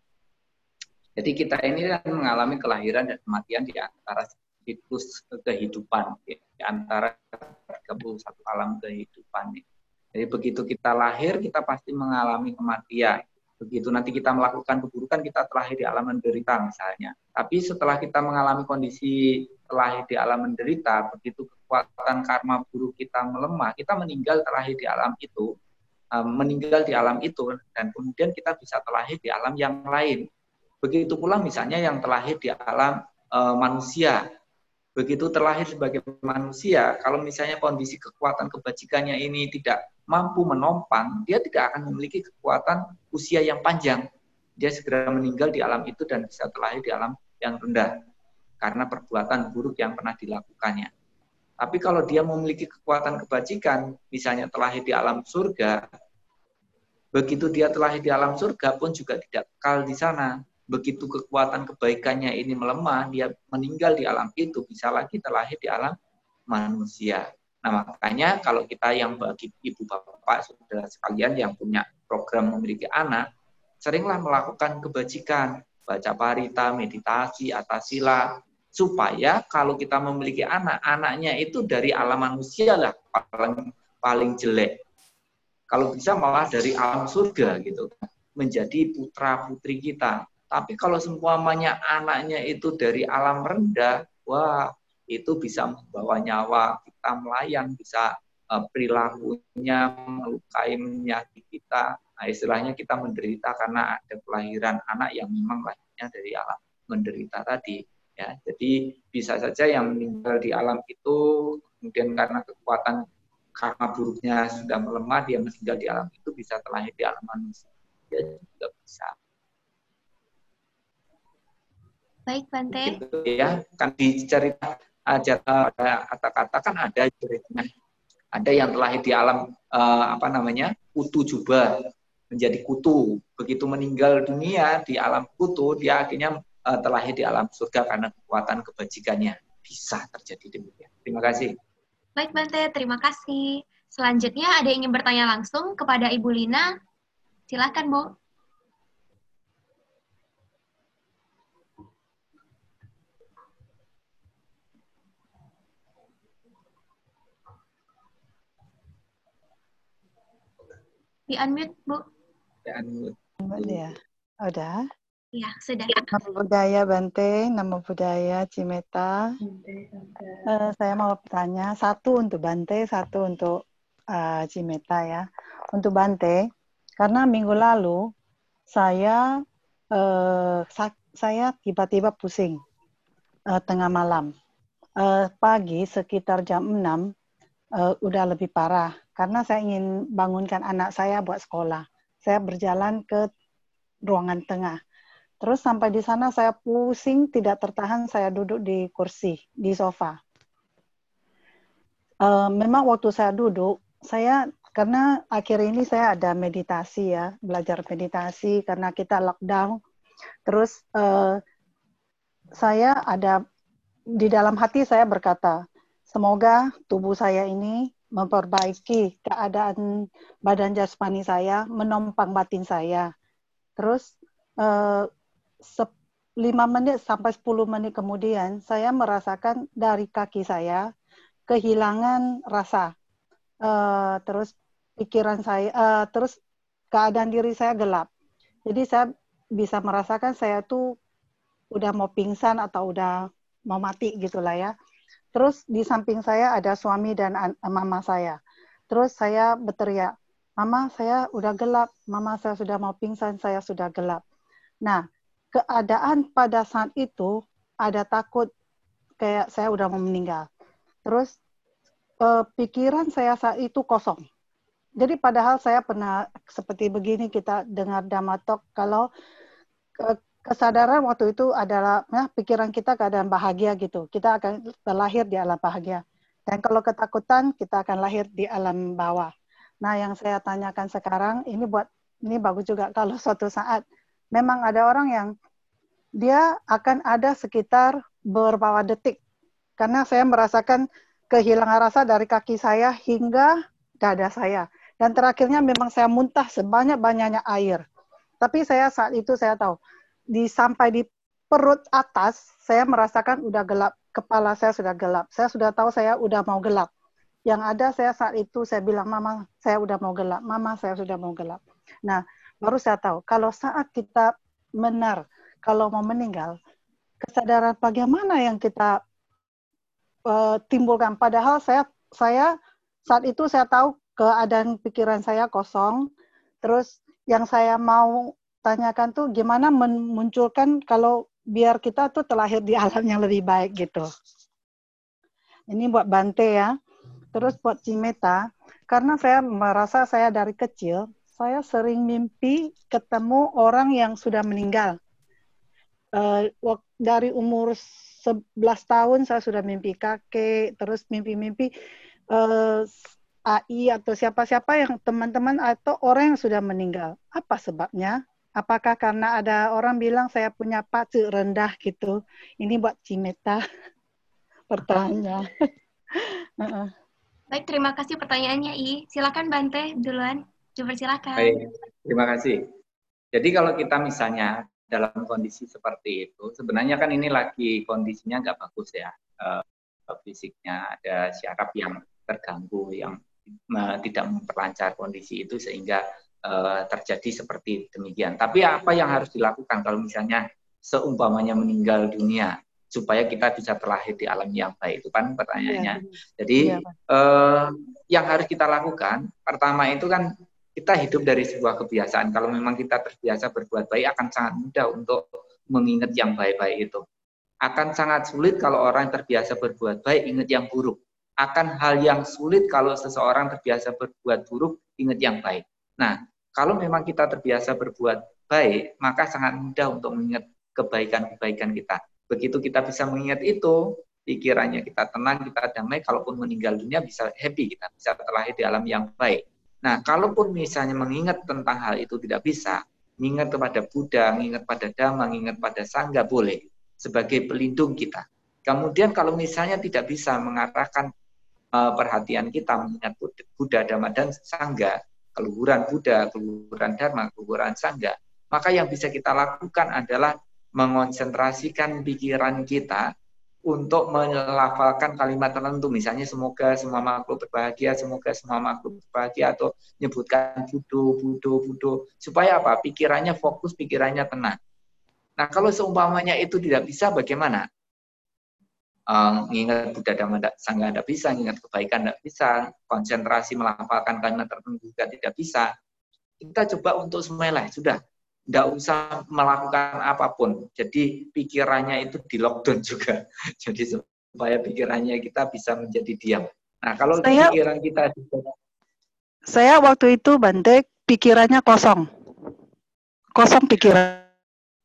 Jadi kita ini kan mengalami kelahiran dan kematian di antara siklus kehidupan, di antara tiga puluh satu alam kehidupan. Jadi begitu kita lahir, kita pasti mengalami kematian. Begitu nanti kita melakukan keburukan, kita terlahir di alam menderita misalnya. Tapi setelah kita mengalami kondisi terlahir di alam menderita, begitu kekuatan karma buruk kita melemah, kita meninggal terlahir di alam itu, meninggal di alam itu, dan kemudian kita bisa terlahir di alam yang lain. Begitu pula misalnya yang terlahir di alam e, manusia. Begitu terlahir sebagai manusia, kalau misalnya kondisi kekuatan kebajikannya ini tidak mampu menopang, dia tidak akan memiliki kekuatan usia yang panjang. Dia segera meninggal di alam itu dan bisa terlahir di alam yang rendah karena perbuatan buruk yang pernah dilakukannya. Tapi kalau dia memiliki kekuatan kebajikan, misalnya terlahir di alam surga, begitu dia terlahir di alam surga pun juga tidak kekal di sana. Begitu kekuatan kebaikannya ini melemah, dia meninggal di alam itu, bisa lagi terlahir di alam manusia. Nah, makanya kalau kita yang bagi ibu bapak, saudara sekalian yang punya program memiliki anak, seringlah melakukan kebajikan, baca parita, meditasi, atasila, supaya kalau kita memiliki anak, anaknya itu dari alam manusia lah paling paling jelek. Kalau bisa malah dari alam surga gitu, menjadi putra putri kita. Tapi kalau seumpamanya anaknya itu dari alam rendah, wah itu bisa membawa nyawa kita melayang, bisa uh, perilakunya melukai, menyakiti kita. Nah, istilahnya kita menderita karena ada kelahiran anak yang memang lahirnya dari alam menderita tadi. Ya, jadi bisa saja yang meninggal di alam itu, kemudian karena kekuatan karma buruknya sudah melemah, dia meninggal di alam itu, bisa terlahir di alam manusia. Dia juga bisa. Baik, Bante. Gitu ya, kan di cerita aja ada kata-kata kan ada ceritanya. Ada yang terlahir di alam uh, apa namanya? Kutu juga menjadi kutu. Begitu meninggal dunia di alam kutu, dia akhirnya uh, terlahir di alam surga karena kekuatan kebajikannya. Bisa terjadi demikian. Terima kasih. Baik, Bante, terima kasih. Selanjutnya ada yang ingin bertanya langsung kepada Ibu Lina. Silakan, Bu. Di-unmute, Bu. Di-unmute. Ya, udah. Ya, sudah. Nama budaya Bante, nama budaya Cimeta. Uh, saya mau bertanya, satu untuk Bante, satu untuk uh, Cimeta ya. Untuk Bante, karena minggu lalu saya uh, saya tiba-tiba pusing uh, tengah malam. Uh, pagi sekitar jam enam uh, udah lebih parah. Karena saya ingin bangunkan anak saya buat sekolah. Saya berjalan ke ruangan tengah. Terus sampai di sana saya pusing, tidak tertahan, saya duduk di kursi, di sofa. Uh, memang waktu saya duduk, saya karena akhir ini saya ada meditasi ya, belajar meditasi karena kita lockdown. Terus uh, saya ada di dalam hati saya berkata, semoga tubuh saya ini memperbaiki keadaan badan jasmani saya, menopang batin saya. Terus uh, lima menit sampai sepuluh menit kemudian, saya merasakan dari kaki saya kehilangan rasa. Uh, terus pikiran saya, uh, terus keadaan diri saya gelap. Jadi saya bisa merasakan saya tuh udah mau pingsan atau udah mau mati gitulah ya. Terus di samping saya ada suami dan mama saya. Terus saya berteriak, mama saya udah gelap, mama saya sudah mau pingsan, saya sudah gelap. Nah, keadaan pada saat itu ada takut kayak saya udah mau meninggal. Terus eh, pikiran saya saat itu kosong. Jadi padahal saya pernah seperti begini kita dengar Dhamma Talk, kalau eh, kesadaran waktu itu adalah ya, pikiran kita keadaan bahagia gitu. Kita akan terlahir di alam bahagia. Dan kalau ketakutan kita akan lahir di alam bawah. Nah, yang saya tanyakan sekarang ini buat ini bagus juga kalau suatu saat memang ada orang yang dia akan ada sekitar beberapa detik. Karena saya merasakan kehilangan rasa dari kaki saya hingga dada saya. Dan terakhirnya memang saya muntah sebanyak-banyaknya air. Tapi saya saat itu saya tahu, di sampai di perut atas, saya merasakan udah gelap. Kepala saya sudah gelap. Saya sudah tahu saya udah mau gelap. Yang ada saya saat itu saya bilang, mama saya udah mau gelap. Mama saya sudah mau gelap. Nah, baru saya tahu, kalau saat kita benar, kalau mau meninggal, kesadaran bagaimana yang kita uh, timbulkan. Padahal saya saya saat itu saya tahu keadaan pikiran saya kosong. Terus yang saya mau tanyakan tuh gimana memunculkan kalau biar kita tuh terlahir di alam yang lebih baik gitu. Ini buat Bante ya. Terus buat Cimeta, karena saya merasa saya dari kecil, saya sering mimpi ketemu orang yang sudah meninggal. Uh, dari umur sebelas tahun saya sudah mimpi kakek, terus mimpi-mimpi uh, A I atau siapa-siapa yang teman-teman atau orang yang sudah meninggal. Apa sebabnya? Apakah karena ada orang bilang saya punya pacu rendah gitu? Ini buat Cimeta pertanyaan. Baik, terima kasih pertanyaannya, I. Silakan Bante duluan. Coba silakan. Baik, terima kasih. Jadi kalau kita misalnya dalam kondisi seperti itu, sebenarnya kan ini lagi kondisinya nggak bagus ya. Uh, fisiknya ada syaraf yang terganggu, yang uh, tidak memperlancar kondisi itu sehingga uh, terjadi seperti demikian. Tapi apa yang harus dilakukan kalau misalnya seumpamanya meninggal dunia, supaya kita bisa terlahir di alam yang baik, itu kan pertanyaannya. Ya, jadi ya, uh, yang harus kita lakukan, pertama itu kan kita hidup dari sebuah kebiasaan. Kalau memang kita terbiasa berbuat baik, akan sangat mudah untuk mengingat yang baik-baik itu. Akan sangat sulit kalau orang terbiasa berbuat baik, ingat yang buruk. Akan hal yang sulit kalau seseorang terbiasa berbuat buruk, ingat yang baik. Nah, kalau memang kita terbiasa berbuat baik, maka sangat mudah untuk mengingat kebaikan-kebaikan kita. Begitu kita bisa mengingat itu, pikirannya kita tenang, kita damai, kalaupun meninggal dunia bisa happy, kita bisa terlahir di alam yang baik. Nah, kalaupun misalnya mengingat tentang hal itu tidak bisa, mengingat kepada Buddha, mengingat pada Dhamma, mengingat pada Sangha boleh, sebagai pelindung kita. Kemudian kalau misalnya tidak bisa mengarahkan uh, perhatian kita mengingat Buddha, Dhamma, dan Sangha, keluhuran Buddha, keluhuran Dhamma, keluhuran Sangha, maka yang bisa kita lakukan adalah mengonsentrasikan pikiran kita untuk melafalkan kalimat tertentu, misalnya semoga semua makhluk berbahagia, semoga semua makhluk berbahagia, atau menyebutkan Buddho, Buddho, Buddho, supaya apa? Pikirannya fokus, pikirannya tenang. Nah, kalau seumpamanya itu tidak bisa, bagaimana? Um, ingat Buddha, Dhamma, Sangha tidak bisa, ingat kebaikan tidak bisa, konsentrasi melafalkan kalimat tertentu juga tidak bisa. Kita coba untuk semeleh, sudah. Tidak usah melakukan apapun. Jadi pikirannya itu di lockdown juga. Jadi supaya pikirannya kita bisa menjadi diam. Nah, kalau saya, pikiran kita... Saya waktu itu, Bante, pikirannya kosong. Kosong pikiran.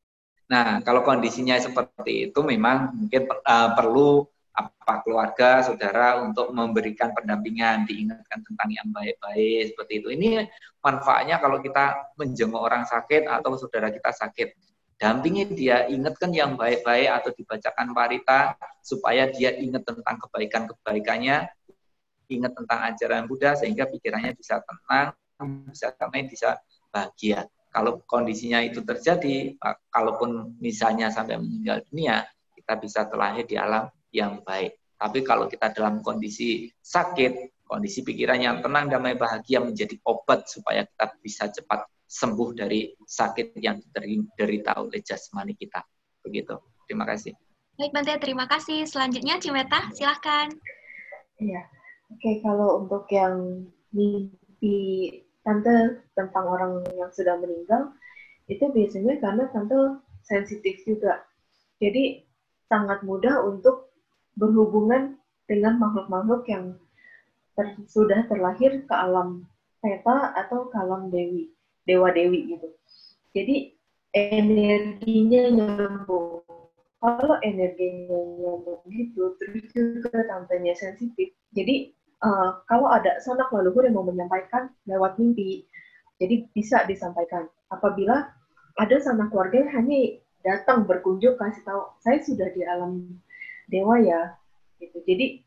Nah, kalau kondisinya seperti itu memang mungkin uh, perlu apa keluarga, saudara untuk memberikan pendampingan, diingatkan tentang yang baik-baik seperti itu. Ini manfaatnya kalau kita menjenguk orang sakit atau saudara kita sakit. Dampingi dia, ingatkan yang baik-baik atau dibacakan parita supaya dia ingat tentang kebaikan-kebaikannya, ingat tentang ajaran Buddha sehingga pikirannya bisa tenang, bisa damai, bisa bahagia. Kalau kondisinya itu terjadi, kalaupun misalnya sampai meninggal dunia, kita bisa terlahir di alam yang baik. Tapi kalau kita dalam kondisi sakit, kondisi pikiran yang tenang, damai, bahagia menjadi obat supaya kita bisa cepat sembuh dari sakit yang diderita oleh jasmani kita. Begitu. Terima kasih. Baik, Bante, terima kasih. Selanjutnya, Cimeta, silahkan. Iya. Oke, kalau untuk yang mimpi Tante tentang orang yang sudah meninggal, itu biasanya karena Tante sensitif juga. Jadi, sangat mudah untuk berhubungan dengan makhluk-makhluk yang ter, sudah terlahir ke alam peta atau ke alam dewi, dewa-dewi gitu. Jadi, energinya nyambung. Kalau energinya nyambung gitu, terus juga tantenya sensitif. Jadi, uh, kalau ada sanak leluhur yang mau menyampaikan lewat mimpi, jadi bisa disampaikan. Apabila ada sanak keluarga yang hanya datang berkunjung kasih tahu, saya sudah di alam dewa ya, gitu. Jadi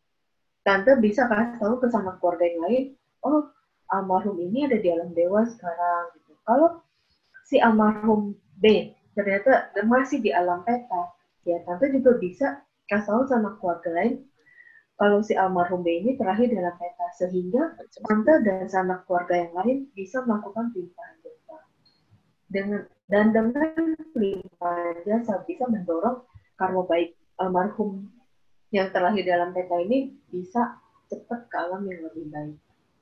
tante bisa kasih tahu ke sanak keluarga yang lain, oh almarhum ini ada di alam dewa sekarang. Gitu. Kalau si almarhum B ternyata masih di alam peta, ya tante juga bisa kasih tahu sama keluarga lain kalau si almarhum B ini terakhir dalam peta, sehingga tante dan sanak keluarga yang lain bisa melakukan limpahan jasa. Dengan dan dengan limpahan jasa bisa mendorong karma baik almarhum yang terlahir dalam peta ini bisa cepat ke alam yang lebih baik.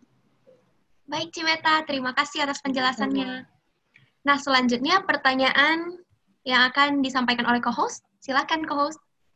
Baik, Cimeta, terima kasih atas penjelasannya. Nah, selanjutnya pertanyaan yang akan disampaikan oleh co-host. Silakan co-host.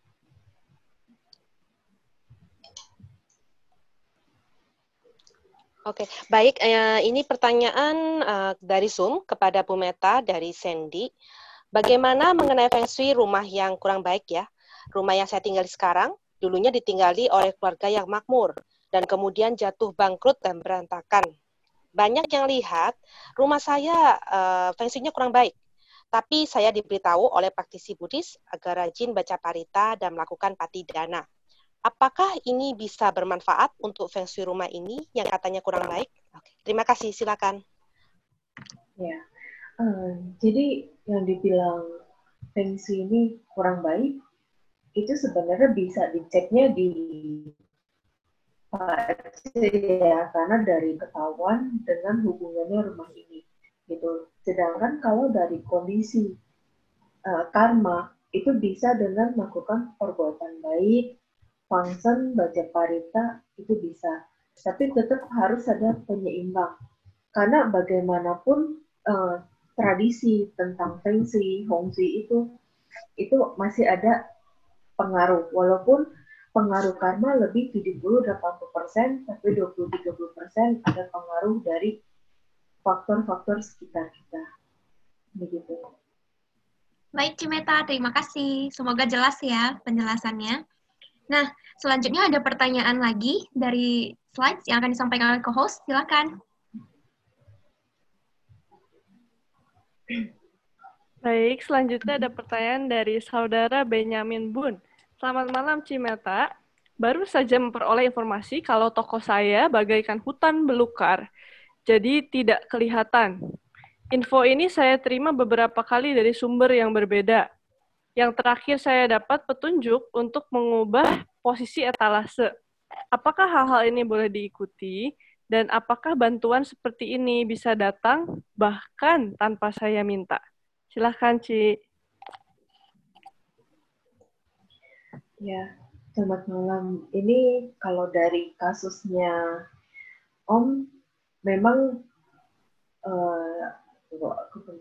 Oke, baik. Eh, ini pertanyaan uh, dari Zoom kepada Bu Meta dari Sandy. Bagaimana mengenai feng shui rumah yang kurang baik ya? Rumah yang saya tinggali sekarang, dulunya ditinggali oleh keluarga yang makmur, dan kemudian jatuh bangkrut dan berantakan. Banyak yang lihat rumah saya uh, feng shui-nya kurang baik. Tapi saya diberitahu oleh praktisi Buddhis agar rajin baca parita dan melakukan patidana. Apakah ini bisa bermanfaat untuk feng shui rumah ini yang katanya kurang baik? Oke, terima kasih, silakan. Ya, uh, jadi yang dibilang feng shui ini kurang baik, itu sebenarnya bisa diceknya di ya, karena dari ketahuan dengan hubungannya rumah ini, gitu. Sedangkan kalau dari kondisi uh, karma itu bisa dengan melakukan perbuatan baik, function, baca parita, itu bisa. Tapi tetap harus ada penyeimbang. Karena bagaimanapun uh, tradisi tentang feng shui, hong shui itu, itu masih ada pengaruh. Walaupun pengaruh karma lebih tujuh puluh sampai delapan puluh persen, tapi dua puluh sampai tiga puluh persen ada pengaruh dari faktor-faktor sekitar kita. Begitu. Baik, Cimeta, terima kasih. Semoga jelas ya penjelasannya. Nah, selanjutnya ada pertanyaan lagi dari slides yang akan disampaikan oleh co-host. Silakan. Baik, selanjutnya ada pertanyaan dari saudara Benyamin Bun. Selamat malam, Cimeta. Baru saja memperoleh informasi kalau toko saya bagaikan hutan belukar, jadi tidak kelihatan. Info ini saya terima beberapa kali dari sumber yang berbeda. Yang terakhir saya dapat petunjuk untuk mengubah posisi etalase. Apakah hal-hal ini boleh diikuti? Dan apakah bantuan seperti ini bisa datang bahkan tanpa saya minta? Silahkan, Ci. Ya, selamat malam. Ini kalau dari kasusnya Om, memang uh, aku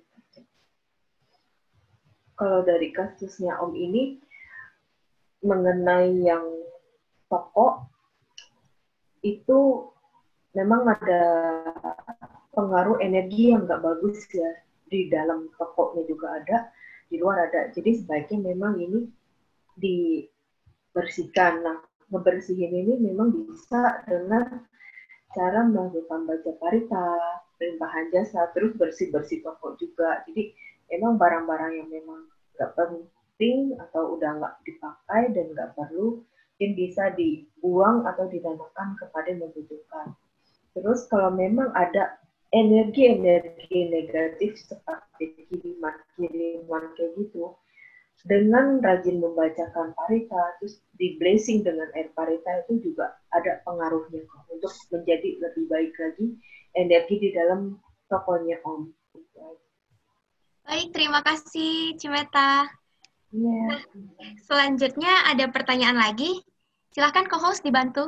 kalau dari kasusnya Om ini mengenai yang toko itu memang ada pengaruh energi yang nggak bagus ya, di dalam tokonya juga ada, di luar ada. Jadi sebaiknya memang ini dibersihkan. Nah, ngebersihin ini memang bisa dengan cara melakukan baca parita, pelimpahan jasa, terus bersih-bersih toko juga. Jadi memang barang-barang yang memang nggak penting atau udah nggak dipakai dan nggak perlu, mungkin bisa dibuang atau didanakan kepada yang membutuhkan. Terus kalau memang ada energi-energi negatif seperti kiriman-kiriman kayak gitu, dengan rajin membacakan parita, terus di blessing dengan air parita itu juga ada pengaruhnya untuk menjadi lebih baik lagi energi di dalam tokonya Om. Baik, terima kasih Cimeta. Yeah. Nah, selanjutnya ada pertanyaan lagi. Silahkan co-host dibantu.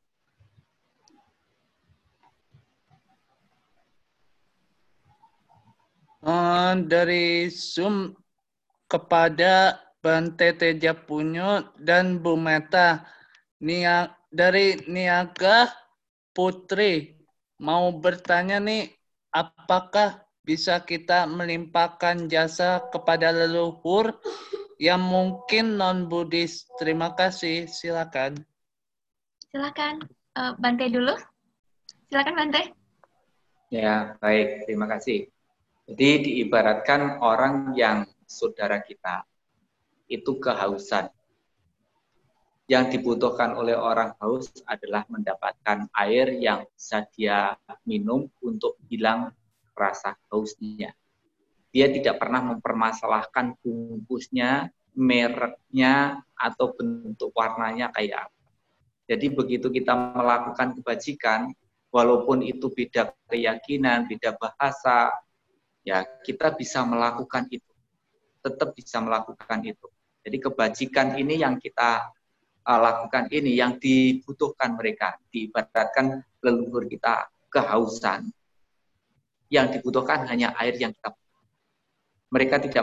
Uh, dari Zoom kepada Bante Teja Punyo dan Bu Meta. Nia, dari Niaga Putri mau bertanya nih, apakah bisa kita melimpahkan jasa kepada leluhur yang mungkin non-Buddhis? Terima kasih, silakan. Silakan, uh, Bante dulu. Silakan Bante. Ya, baik, terima kasih. Jadi diibaratkan orang yang saudara kita itu kehausan. Yang dibutuhkan oleh orang haus adalah mendapatkan air yang bisa dia minum untuk hilang rasa hausnya. Dia tidak pernah mempermasalahkan bungkusnya, mereknya, atau bentuk warnanya kayak apa. Jadi begitu kita melakukan kebajikan, walaupun itu beda keyakinan, beda bahasa, ya kita bisa melakukan itu. Tetap bisa melakukan itu. Jadi kebajikan ini yang kita uh, lakukan ini, yang dibutuhkan mereka. Diibaratkan leluhur kita kehausan. Yang dibutuhkan hanya air yang kita. Mereka tidak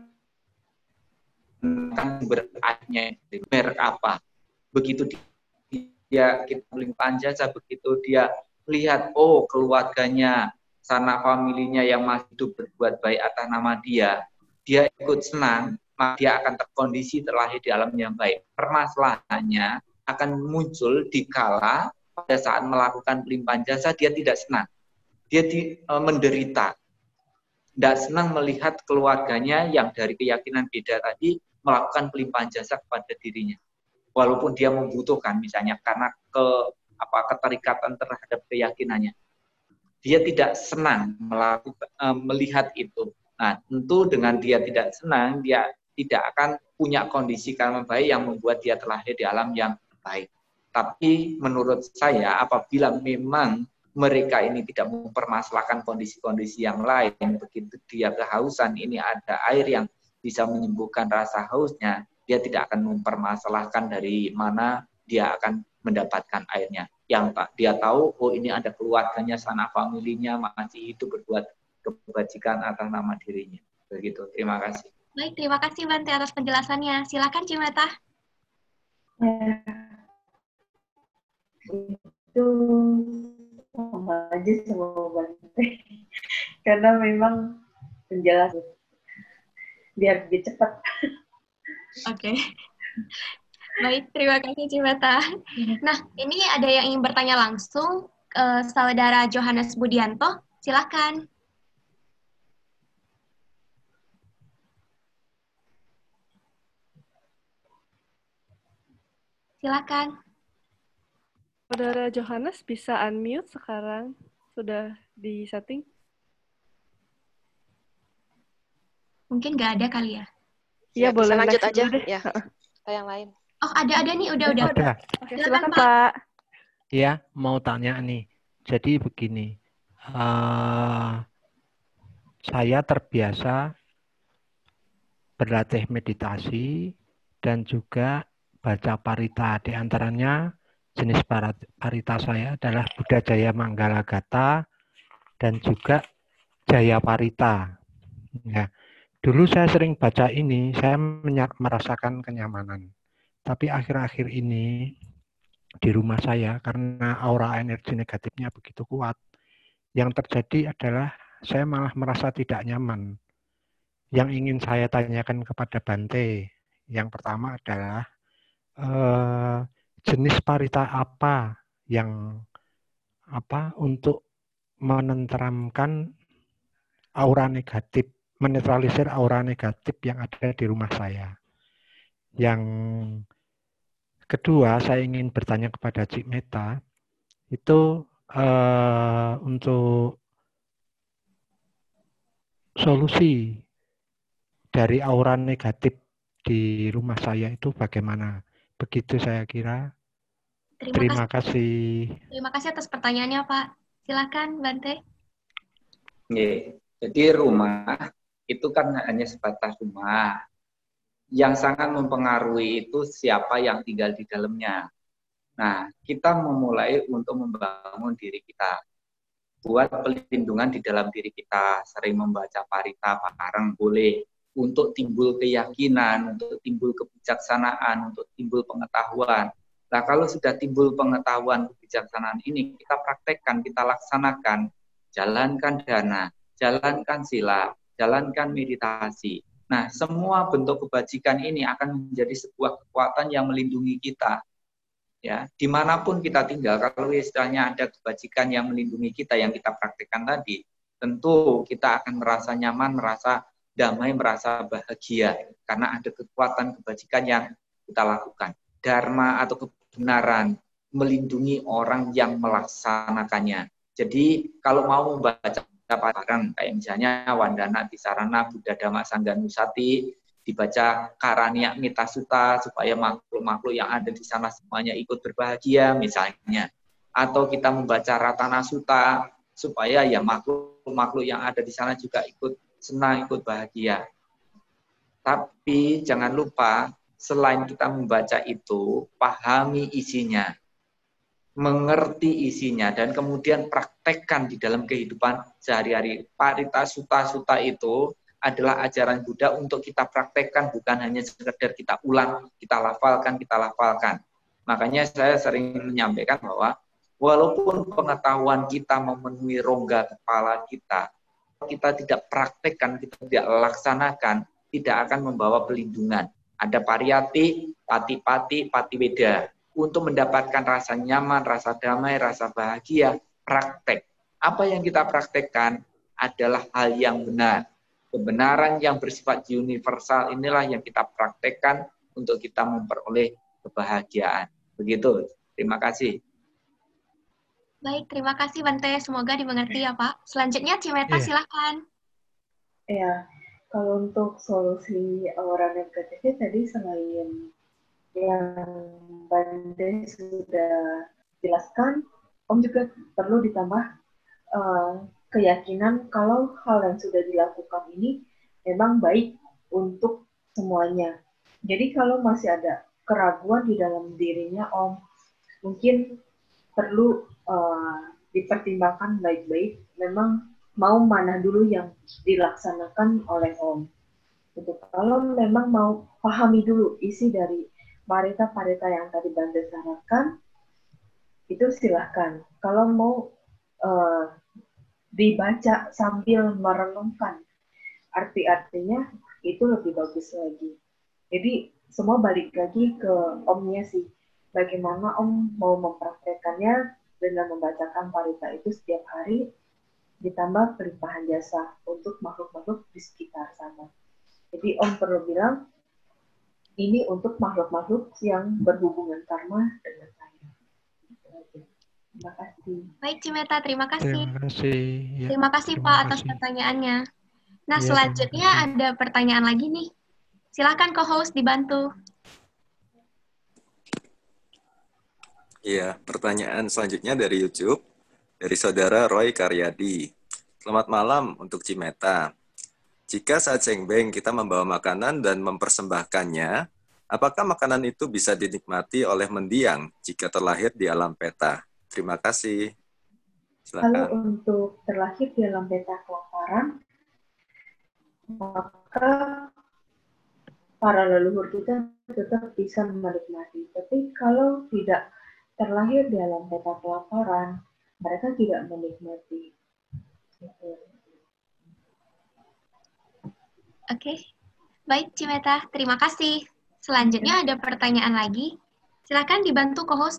memenangkan sumber airnya, merek apa. Begitu dia kita melimpahkan jasa, begitu dia melihat, oh keluarganya, sanak familinya yang masih hidup berbuat baik atas nama dia, dia ikut senang, maka dia akan terkondisi terlahir di alam yang baik. Permasalahannya akan muncul di kala pada saat melakukan pelimpahan jasa dia tidak senang. Dia di, e, menderita. Tidak senang melihat keluarganya yang dari keyakinan beda tadi melakukan pelimpahan jasa kepada dirinya. Walaupun dia membutuhkan misalnya karena ke apa keterikatan terhadap keyakinannya. Dia tidak senang melakukan, e, melihat itu. Nah, tentu dengan dia tidak senang, dia tidak akan punya kondisi karma baik yang membuat dia terlahir di alam yang baik. Tapi menurut saya, apabila memang mereka ini tidak mempermasalahkan kondisi-kondisi yang lain, begitu dia kehausan, ini ada air yang bisa menyembuhkan rasa hausnya, dia tidak akan mempermasalahkan dari mana dia akan mendapatkan airnya. Yang dia tahu, oh ini ada keluarganya, sanak familinya masih hidup berbuat kebajikan atas nama dirinya. Begitu. Terima kasih. Baik, terima kasih Bante atas penjelasannya. Silakan Cimeta. Ya. Itu sama aja sama Bante. Karena memang penjelasan biar lebih cepat. Oke. Okay. Baik, terima kasih Cimeta. Nah, ini ada yang ingin bertanya langsung. Uh, Saudara Johannes Budianto, silakan. Silakan. Saudara Johannes bisa unmute sekarang. Sudah di-setting? Mungkin nggak ada kali ya? Ya, Iya, boleh lanjut aja. deh. Ya, ke yang lain. Oh, ada-ada nih, udah-udah. Ada. Oke, silakan, Pak. Iya, mau tanya nih. Jadi begini, uh, saya terbiasa berlatih meditasi dan juga baca parita. Di antaranya jenis parita saya adalah Buddha Jaya Manggala Gata dan juga Jaya Parita. Ya. Dulu saya sering baca ini, saya merasakan kenyamanan. Tapi akhir-akhir ini di rumah saya karena aura energi negatifnya begitu kuat, yang terjadi adalah saya malah merasa tidak nyaman. yang ingin saya tanyakan kepada Bante, yang pertama adalah eh, jenis parita apa yang apa untuk menenteramkan aura negatif, menetralisir aura negatif yang ada di rumah saya. Yang kedua, saya ingin bertanya kepada Cik Meta, itu eh, untuk solusi dari aura negatif di rumah saya itu bagaimana? Begitu saya kira. Terima, Terima kasih. kasih. Terima kasih atas pertanyaannya, Pak. Silakan, Bante. Oke. Jadi rumah itu kan hanya sebatas rumah. Yang sangat mempengaruhi itu siapa yang tinggal di dalamnya. Nah, kita memulai untuk membangun diri kita. Buat pelindungan di dalam diri kita. Sering membaca parita bareng boleh. Untuk timbul keyakinan, untuk timbul kebijaksanaan, untuk timbul pengetahuan. Nah, kalau sudah timbul pengetahuan kebijaksanaan ini, kita praktekkan, kita laksanakan, jalankan dana, jalankan sila, jalankan meditasi. Nah, semua bentuk kebajikan ini akan menjadi sebuah kekuatan yang melindungi kita. Ya, dimanapun kita tinggal, kalau istilahnya ada kebajikan yang melindungi kita, yang kita praktekkan tadi, tentu kita akan merasa nyaman, merasa damai, merasa bahagia, karena ada kekuatan kebajikan yang kita lakukan. Dharma atau kebenaran melindungi orang yang melaksanakannya. Jadi kalau mau membaca barang kayak misalnya Wandana Tisarana Buddha Dhamma Sangga Nusati, dibaca Karania Mita Sutta supaya makhluk-makhluk yang ada di sana semuanya ikut berbahagia misalnya. Atau kita membaca Ratana Sutta supaya ya makhluk-makhluk yang ada di sana juga ikut senang, ikut bahagia. Tapi jangan lupa selain kita membaca itu, pahami isinya, mengerti isinya, dan kemudian praktekkan di dalam kehidupan sehari-hari. Parita Sutta-Sutta itu adalah ajaran Buddha untuk kita praktekkan, bukan hanya sekedar kita ulang, kita lafalkan, kita lafalkan. Makanya saya sering menyampaikan bahwa walaupun pengetahuan kita memenuhi rongga kepala kita, kita tidak praktekkan, kita tidak laksanakan, tidak akan membawa pelindungan. Ada pariyati, pati-pati, patiweda. Untuk mendapatkan rasa nyaman, rasa damai, rasa bahagia, praktek. Apa yang kita praktekkan adalah hal yang benar. Kebenaran yang bersifat universal inilah yang kita praktekkan untuk kita memperoleh kebahagiaan. Begitu. Terima kasih. Baik, terima kasih Bante. Semoga dimengerti ya Pak. Selanjutnya Cimeta, yeah. Silahkan. Ya, kalau untuk solusi aura negatifnya tadi selain yang Bante sudah jelaskan, Om juga perlu ditambah uh, keyakinan kalau hal yang sudah dilakukan ini memang baik untuk semuanya. Jadi kalau masih ada keraguan di dalam dirinya Om, mungkin perlu uh, dipertimbangkan baik-baik memang mau mana dulu yang dilaksanakan oleh Om. Untuk kalau memang mau pahami dulu isi dari parita-parita yang tadi Bante sarankan, itu silahkan. Kalau mau uh, dibaca sambil merenungkan arti-artinya, itu lebih bagus lagi. Jadi semua balik lagi ke Omnya sih. Bagaimana Om mau mempraktekannya dengan membacakan parita itu setiap hari, ditambah pelimpahan jasa untuk makhluk-makhluk di sekitar sana. Jadi Om perlu bilang, ini untuk makhluk-makhluk yang berhubungan karma dengan saya. Terima kasih. Baik, Cimeta, terima kasih. Terima kasih. Ya, terima kasih terima Pak kasih. atas pertanyaannya. Nah, ya, selanjutnya ada pertanyaan lagi nih. Silakan co-host dibantu. Iya, pertanyaan selanjutnya dari YouTube, dari Saudara Roy Karyadi. Selamat malam untuk Cimeta. Jika saat cengbeng kita membawa makanan dan mempersembahkannya, apakah makanan itu bisa dinikmati oleh mendiang jika terlahir di alam peta? Terima kasih. Silakan. Kalau untuk terlahir di alam peta kelaparan, maka para leluhur kita tetap bisa menikmati. Tapi kalau tidak terlahir di alam peta kelaparan, mereka tidak menikmati. Oke, baik Cimeta, terima kasih. Selanjutnya ada pertanyaan lagi. Silakan dibantu co-host.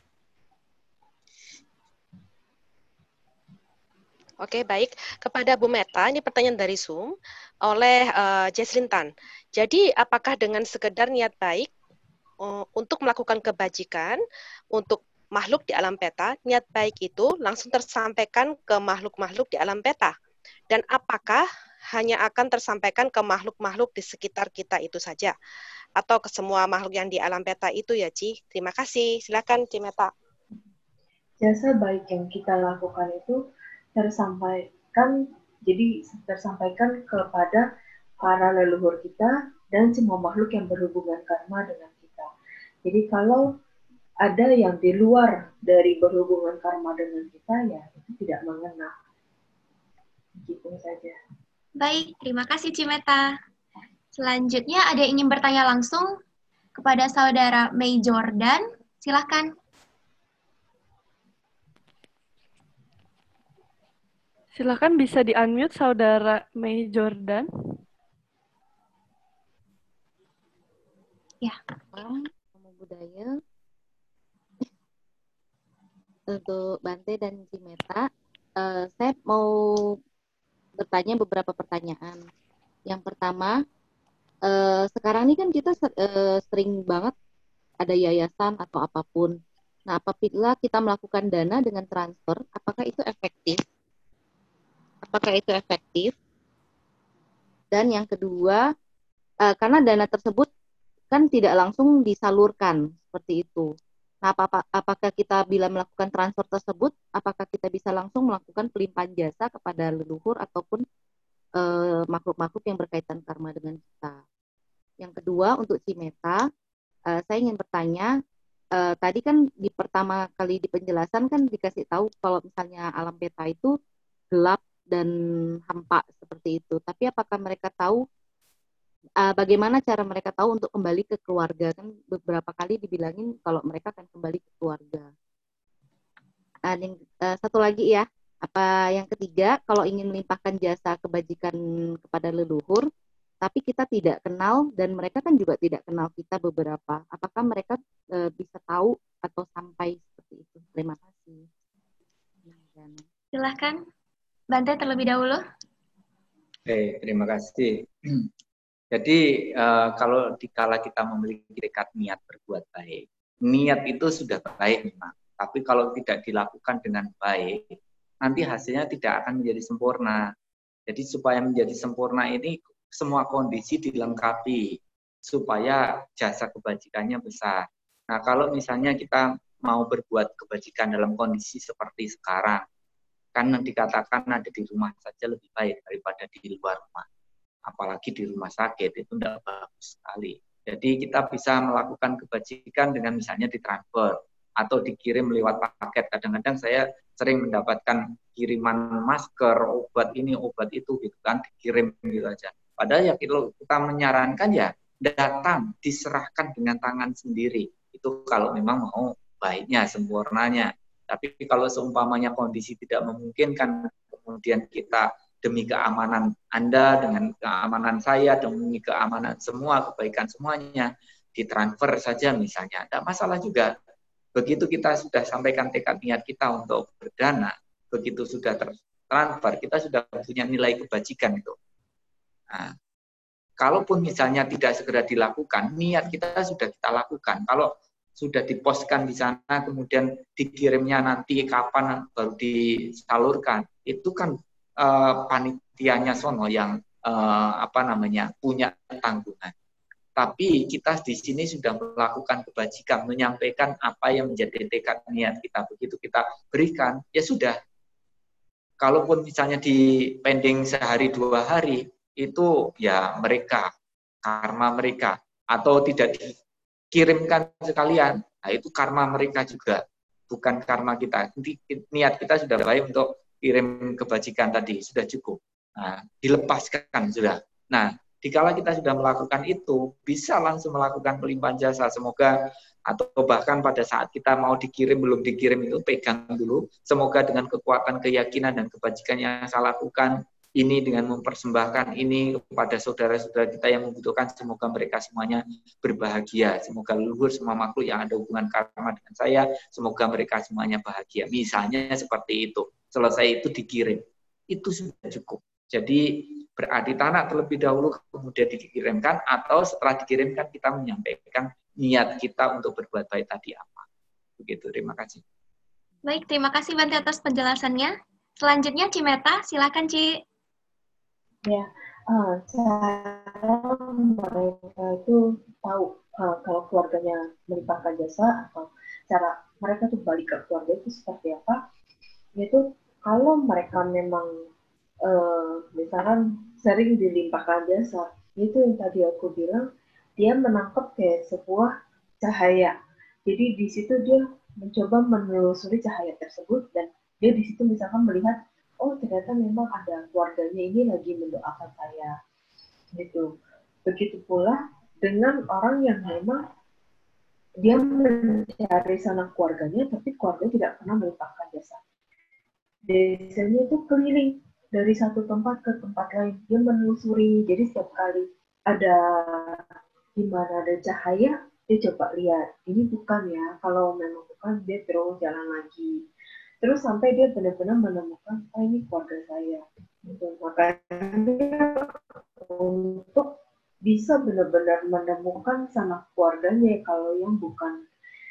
Oke, baik. Kepada Bu Meta, ini pertanyaan dari Zoom oleh uh, Jesslyn Tan. Jadi, apakah dengan sekedar niat baik uh, untuk melakukan kebajikan untuk makhluk di alam peta, niat baik itu langsung tersampaikan ke makhluk-makhluk di alam peta? Dan apakah hanya akan tersampaikan ke makhluk-makhluk di sekitar kita itu saja? Atau ke semua makhluk yang di alam peta itu ya, Ci? Terima kasih. Silakan, Ci Meta. Jasa baik yang kita lakukan itu tersampaikan, jadi tersampaikan kepada para leluhur kita dan semua makhluk yang berhubungan karma dengan kita. Jadi kalau ada yang di luar dari berhubungan karma dengan kita, ya itu tidak mengena. Gitu saja. Baik, terima kasih Cimeta. Selanjutnya ada yang ingin bertanya langsung kepada saudara May Jordan. Silakan. Silakan bisa di-unmute saudara May Jordan. Ya. Namo Buddhaya. Untuk Bante dan Cimeta, uh, saya mau bertanya beberapa pertanyaan. Yang pertama, uh, sekarang ini kan kita uh, sering banget ada yayasan atau apapun. Nah, apabila kita melakukan dana dengan transfer, apakah itu efektif? Apakah itu efektif? Dan yang kedua, uh, karena dana tersebut kan tidak langsung disalurkan seperti itu. Nah, ap apakah kita bila melakukan transfer tersebut, apakah kita bisa langsung melakukan pelimpahan jasa kepada leluhur ataupun makhluk-makhluk uh, yang berkaitan karma dengan kita? Yang kedua, untuk Cimeta, uh, saya ingin bertanya, uh, tadi kan di pertama kali di penjelasan kan dikasih tahu kalau misalnya alam peta itu gelap dan hampa seperti itu. Tapi apakah mereka tahu uh, bagaimana cara mereka tahu untuk kembali ke keluarga? Kan beberapa kali dibilangin kalau mereka akan kembali ke keluarga. Nah, yang, uh, satu lagi ya, apa yang ketiga, kalau ingin melimpahkan jasa kebajikan kepada leluhur, tapi kita tidak kenal dan mereka kan juga tidak kenal kita beberapa. Apakah mereka uh, bisa tahu atau sampai seperti itu? Terima kasih. Silahkan. Bante terlebih dahulu. Oke, terima kasih. Jadi uh, kalau dikala kita memiliki tekad niat berbuat baik, niat itu sudah baik memang. Tapi kalau tidak dilakukan dengan baik, nanti hasilnya tidak akan menjadi sempurna. Jadi supaya menjadi sempurna ini semua kondisi dilengkapi supaya jasa kebajikannya besar. Nah, kalau misalnya kita mau berbuat kebajikan dalam kondisi seperti sekarang, kan dikatakan ada di rumah saja lebih baik daripada di luar rumah. Apalagi di rumah sakit, itu tidak bagus sekali. Jadi kita bisa melakukan kebajikan dengan misalnya ditransfer atau dikirim lewat paket. Kadang-kadang saya sering mendapatkan kiriman masker, obat ini, obat itu, gitu kan, dikirim gitu aja. Padahal ya kita menyarankan ya datang, diserahkan dengan tangan sendiri. Itu kalau memang mau baiknya, sempurnanya. Tapi kalau seumpamanya kondisi tidak memungkinkan, kemudian kita demi keamanan Anda, dengan keamanan saya, demi keamanan semua, kebaikan semuanya, ditransfer saja misalnya. Tidak masalah juga. Begitu kita sudah sampaikan tekad niat kita untuk berdana, begitu sudah tertransfer, kita sudah punya nilai kebajikan itu. Nah, kalaupun misalnya tidak segera dilakukan, niat kita sudah kita lakukan. Kalau sudah diposkan di sana, kemudian dikirimnya nanti kapan baru disalurkan, itu kan uh, panitianya sono yang uh, apa namanya punya tanggungan. Tapi kita di sini sudah melakukan kebajikan, menyampaikan apa yang menjadi tekad niat kita. Begitu kita berikan, ya sudah. Kalaupun misalnya di pending sehari dua hari, itu ya mereka, karma mereka, atau tidak di kirimkan sekalian, nah itu karma mereka juga, bukan karma kita. Niat kita sudah baik untuk kirim kebajikan tadi, sudah cukup. Nah, dilepaskan sudah. Nah, dikala kita sudah melakukan itu, bisa langsung melakukan pelimpahan jasa. Semoga, atau bahkan pada saat kita mau dikirim, belum dikirim itu, pegang dulu. Semoga dengan kekuatan keyakinan dan kebajikan yang saya lakukan, ini dengan mempersembahkan ini kepada saudara-saudara kita yang membutuhkan, semoga mereka semuanya berbahagia. Semoga leluhur semua makhluk yang ada hubungan karma dengan saya, semoga mereka semuanya bahagia. Misalnya seperti itu. Selesai itu dikirim. Itu sudah cukup. Jadi berarti tanah terlebih dahulu kemudian dikirimkan, atau setelah dikirimkan kita menyampaikan niat kita untuk berbuat baik tadi apa. Begitu, terima kasih. Baik, terima kasih Bante atas penjelasannya. Selanjutnya Cimeta, silakan Ci. Ya, uh, cara mereka itu tahu uh, kalau keluarganya melimpahkan jasa, atau cara mereka tuh balik ke keluarga itu seperti apa, yaitu kalau mereka memang uh, misalkan sering dilimpahkan jasa, itu yang tadi aku bilang, dia menangkap kayak sebuah cahaya. Jadi di situ dia mencoba menelusuri cahaya tersebut, dan dia di situ misalkan melihat, oh ternyata memang ada keluarganya ini lagi mendoakan saya, gitu. Begitu pula dengan orang yang memang dia mencari sanak keluarganya, tapi keluarga tidak pernah melimpahkan jasa. Biasanya itu keliling dari satu tempat ke tempat lain, dia menelusuri. Jadi setiap kali ada di mana ada cahaya, dia coba lihat, ini bukan ya. Kalau memang bukan, dia terus jalan lagi. Terus sampai dia benar-benar menemukan, oh ini keluarga saya. Gitu. Makanya untuk bisa benar-benar menemukan sanak keluarganya, kalau yang bukan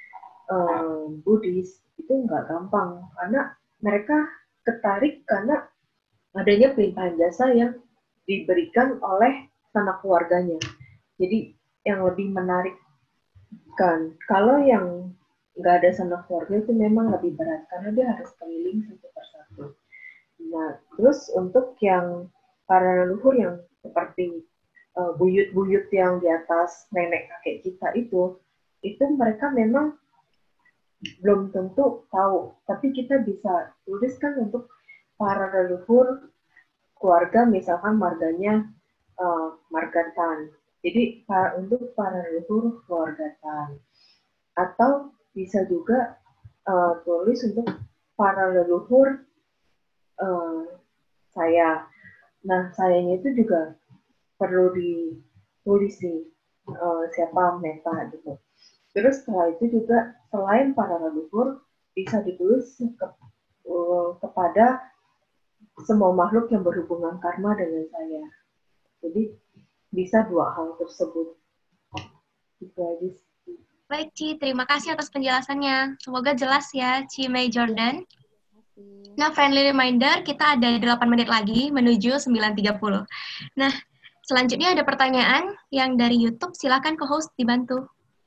um, Buddhis, itu nggak gampang. Karena mereka ketarik karena adanya pelimpahan jasa yang diberikan oleh sanak keluarganya. Jadi yang lebih menarik kan, kalau yang nggak ada sanak keluarga itu memang lebih berat karena dia harus keliling satu persatu. Nah, terus untuk yang para leluhur yang seperti uh, buyut-buyut yang di atas nenek kakek kita itu, itu mereka memang belum tentu tahu, tapi kita bisa tuliskan untuk para leluhur keluarga, misalkan marganya uh, marga Tan. Jadi para, untuk para leluhur keluarga Tan. Atau bisa juga uh, tulis untuk para leluhur uh, saya. Nah, sayanya itu juga perlu ditulis nih, uh, siapa Meta gitu. Terus setelah itu juga selain para leluhur bisa ditulis ke, uh, kepada semua makhluk yang berhubungan karma dengan saya. Jadi bisa dua hal tersebut. Itu aja sih. Baik, Ci. Terima kasih atas penjelasannya. Semoga jelas ya, Ci Mei Jordan. Nah, friendly reminder, kita ada delapan menit lagi menuju sembilan tiga puluh. Nah, selanjutnya ada pertanyaan yang dari YouTube. Silakan ke-host dibantu.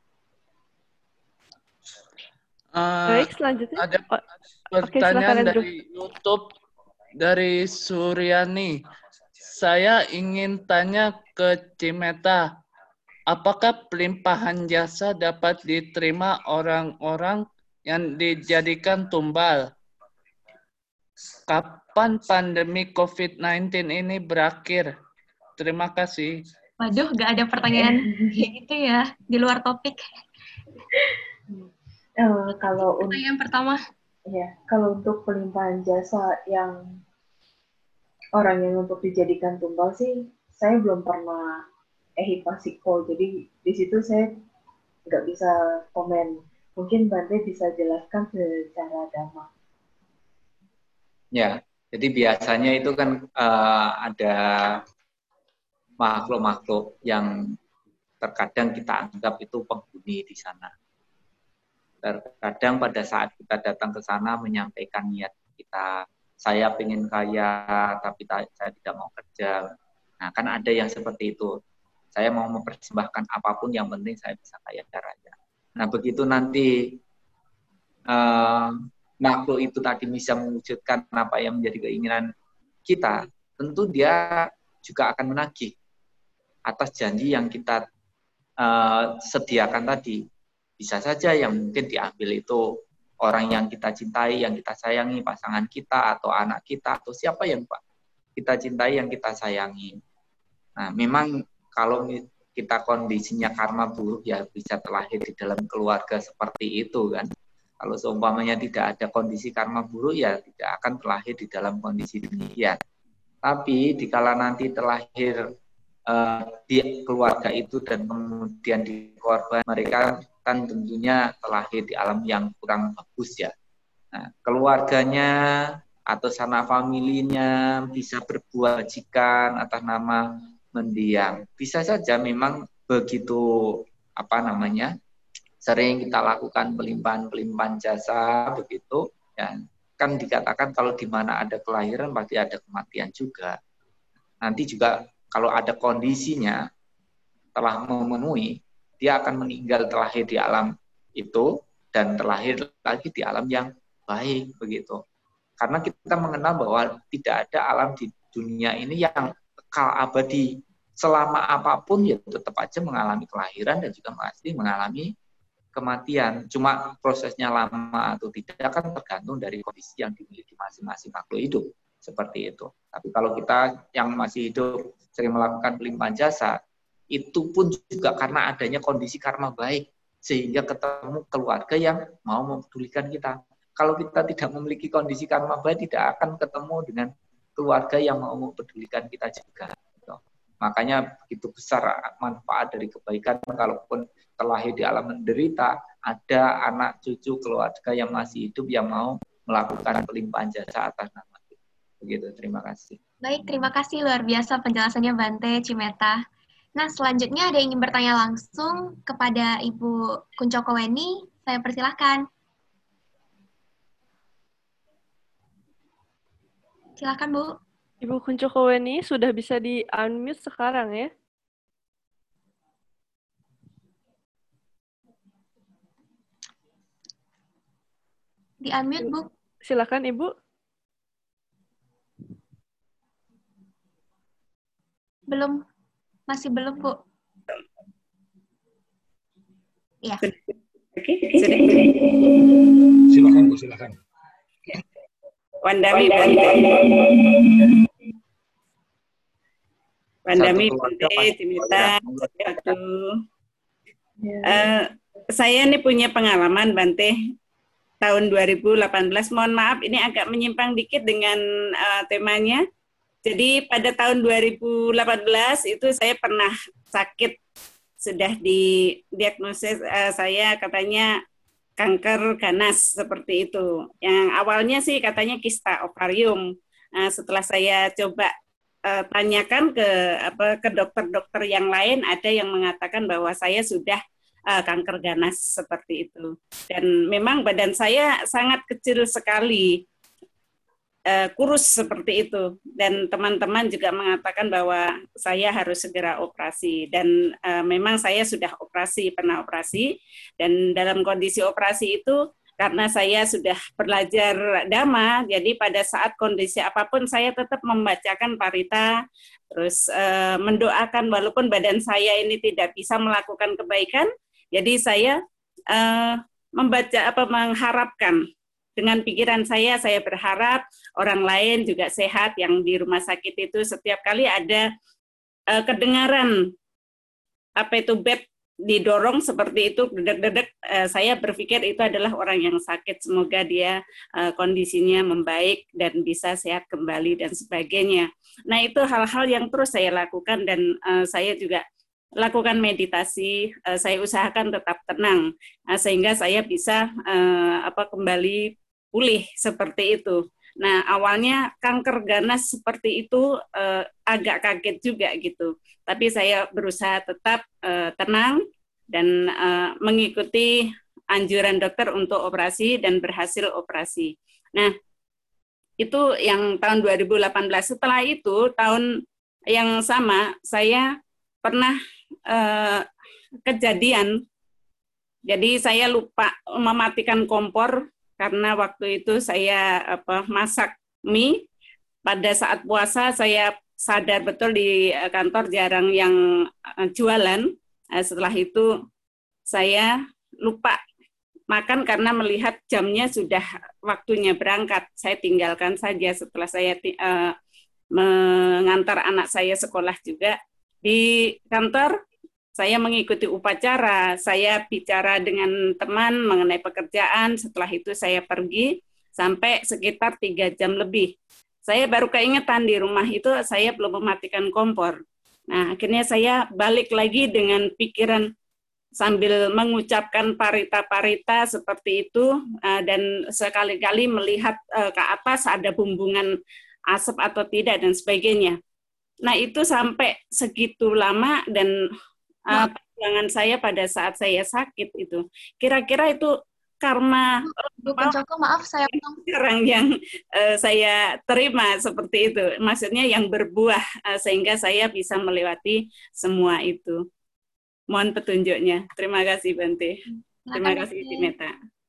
Uh, Baik, selanjutnya. Ada pertanyaan okay, dari YouTube dari Suryani. Saya ingin tanya ke Cimeta. Apakah pelimpahan jasa dapat diterima orang-orang yang dijadikan tumbal? Kapan pandemi covid sembilan belas ini berakhir? Terima kasih. Waduh, gak ada pertanyaan kayak gitu ya, di luar topik. Uh, kalau pertanyaan untuk, pertama. Ya, kalau untuk pelimpahan jasa yang orang yang untuk dijadikan tumbal sih, saya belum pernah ehipasiko, jadi di situ saya nggak bisa komen. Mungkin Bante bisa jelaskan secara dhamma. Ya, jadi biasanya itu kan uh, ada makhluk-makhluk yang terkadang kita anggap itu penghuni di sana. Terkadang pada saat kita datang ke sana menyampaikan niat kita, saya pengen kaya tapi saya tidak mau kerja. Nah, kan ada yang seperti itu. Saya mau mempersembahkan apapun, yang penting saya bisa kaya raya. Nah, begitu nanti uh, makhluk itu tadi bisa mewujudkan apa yang menjadi keinginan kita, tentu dia juga akan menagih atas janji yang kita uh, sediakan tadi. Bisa saja yang mungkin diambil itu orang yang kita cintai, yang kita sayangi, pasangan kita, atau anak kita, atau siapa yang kita cintai, yang kita sayangi. Nah, memang kalau kita kondisinya karma buruk, ya bisa terlahir di dalam keluarga seperti itu kan. Kalau seumpamanya tidak ada kondisi karma buruk, ya tidak akan terlahir di dalam kondisi demikian. Tapi dikala nanti terlahir uh, di keluarga itu dan kemudian di korban, mereka kan tentunya terlahir di alam yang kurang bagus ya. Nah, keluarganya atau sanak familinya bisa berbuat bajikan atas nama mendiang. Bisa saja memang begitu apa namanya sering kita lakukan pelimpahan-pelimpahan jasa begitu ya. Kan dikatakan kalau di mana ada kelahiran pasti ada kematian juga. Nanti juga kalau ada kondisinya telah memenuhi, dia akan meninggal terlahir di alam itu dan terlahir lagi di alam yang baik begitu. Karena kita mengenal bahwa tidak ada alam di dunia ini yang kekal abadi. Selama apapun ya tetap aja mengalami kelahiran dan juga pasti mengalami kematian. Cuma prosesnya lama atau tidak kan tergantung dari kondisi yang dimiliki masing-masing makhluk hidup. Seperti itu. Tapi kalau kita yang masih hidup sering melakukan pelimpahan jasa, itu pun juga karena adanya kondisi karma baik. Sehingga ketemu keluarga yang mau mempedulikan kita. Kalau kita tidak memiliki kondisi karma baik, tidak akan ketemu dengan keluarga yang mau mempedulikan kita juga. Makanya begitu besar manfaat dari kebaikan, kalaupun terlahir di alam menderita, ada anak cucu keluarga yang masih hidup yang mau melakukan pelimpahan jasa atas nama kita. Begitu, terima kasih. Baik, terima kasih luar biasa penjelasannya Bante Cimeta. Nah, selanjutnya ada yang ingin bertanya langsung kepada Ibu Kuncokoweni, saya persilahkan. Silakan, Bu. Ibu Kuncokoweni sudah bisa di-unmute sekarang ya. Di-unmute, Bu. Silakan, Ibu. Belum. Masih belum, Bu. Iya. Oke, sudah. Silakan, Bu, silakan. Wandami Bante. Wandami Bante, Cimeta, uh, saya ini punya pengalaman Bante tahun dua ribu delapan belas. Mohon maaf ini agak menyimpang dikit dengan uh, temanya. Jadi pada tahun dua ribu delapan belas itu saya pernah sakit, sudah didiagnosis uh, saya katanya kanker ganas seperti itu. Yang awalnya sih katanya kista ovarium. Nah, setelah saya coba uh, tanyakan ke apa ke dokter-dokter yang lain, ada yang mengatakan bahwa saya sudah uh, kanker ganas seperti itu. Dan memang badan saya sangat kecil sekali, uh, kurus seperti itu. Dan teman-teman juga mengatakan bahwa saya harus segera operasi. Dan uh, memang saya sudah operasi, pernah operasi. Dan dalam kondisi operasi itu, karena saya sudah belajar dhamma, jadi pada saat kondisi apapun saya tetap membacakan parita, terus uh, mendoakan walaupun badan saya ini tidak bisa melakukan kebaikan, jadi saya uh, membaca apa mengharapkan dengan pikiran saya, saya berharap orang lain juga sehat yang di rumah sakit itu setiap kali ada uh, kedengaran apa itu bed didorong seperti itu, dedek-dedek, eh, saya berpikir itu adalah orang yang sakit, semoga dia eh, kondisinya membaik dan bisa sehat kembali dan sebagainya. Nah itu hal-hal yang terus saya lakukan dan eh, saya juga lakukan meditasi, eh, saya usahakan tetap tenang, eh, sehingga saya bisa eh, apa kembali pulih seperti itu. Nah awalnya kanker ganas seperti itu eh, agak kaget juga gitu. Tapi saya berusaha tetap uh, tenang dan uh, mengikuti anjuran dokter untuk operasi dan berhasil operasi. Nah, itu yang tahun dua ribu delapan belas. Setelah itu, tahun yang sama, saya pernah uh, kejadian, jadi saya lupa mematikan kompor karena waktu itu saya apa, masak mie. Pada saat puasa, saya sadar betul di kantor jarang yang jualan. Setelah itu saya lupa makan karena melihat jamnya sudah waktunya berangkat. Saya tinggalkan saja setelah saya uh, mengantar anak saya sekolah juga. Di kantor saya mengikuti upacara, saya bicara dengan teman mengenai pekerjaan. Setelah itu saya pergi sampai sekitar tiga jam lebih. saya baru keingetan di rumah itu saya belum mematikan kompor. Nah, akhirnya saya balik lagi dengan pikiran sambil mengucapkan parita-parita seperti itu uh, dan sekali-kali melihat uh, ke atas ada bumbungan asap atau tidak dan sebagainya. Nah, itu sampai segitu lama dan uh, perjuangan saya pada saat saya sakit itu. Kira-kira itu karma Bu Pencoko, maaf saya sekarang yang uh, saya terima seperti itu. Maksudnya yang berbuah uh, sehingga saya bisa melewati semua itu. Mohon petunjuknya. Terima kasih Bante. Terima kasih Cimeta.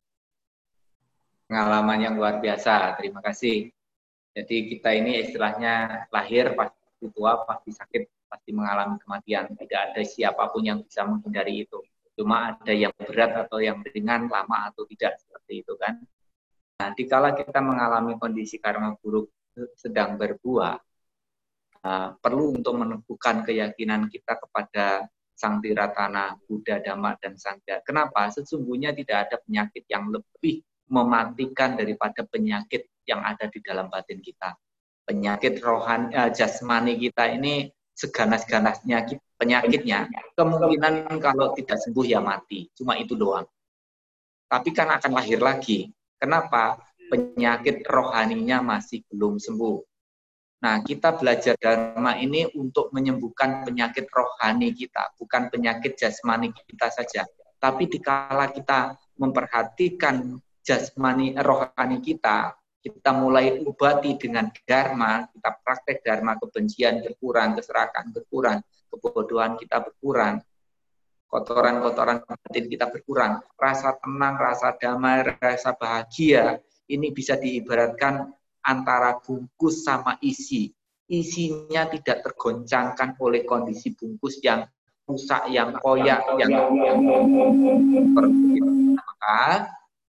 Pengalaman yang luar biasa. Terima kasih. Jadi kita ini istilahnya lahir pasti tua, pasti sakit, pasti mengalami kematian. Tidak ada siapapun yang bisa menghindari itu. Cuma ada yang berat atau yang ringan, lama atau tidak, seperti itu kan. Nah, dikala kita mengalami kondisi karma buruk sedang berbuah, uh, perlu untuk meneguhkan keyakinan kita kepada Sang Tiratana, Buddha, Dhamma, dan Sangha. Kenapa? Sesungguhnya tidak ada penyakit yang lebih mematikan daripada penyakit yang ada di dalam batin kita. Penyakit rohani, uh, jasmani kita ini seganas-ganasnya penyakitnya, kemungkinan kalau tidak sembuh ya mati. Cuma itu doang. Tapi kan akan lahir lagi. Kenapa? Penyakit rohaninya masih belum sembuh. Nah, kita belajar Dharma ini untuk menyembuhkan penyakit rohani kita, bukan penyakit jasmani kita saja. Tapi dikala kita memperhatikan jasmani rohani kita, kita mulai obati dengan Dharma, kita praktek Dharma, kebencian berkurang, keserakahan berkurang, kebodohan kita berkurang, kotoran-kotoran batin kita berkurang, rasa tenang, rasa damai, rasa bahagia, ini bisa diibaratkan antara bungkus sama isi. Isinya tidak tergoncangkan oleh kondisi bungkus yang rusak, yang koyak, yang seperti itu. Maka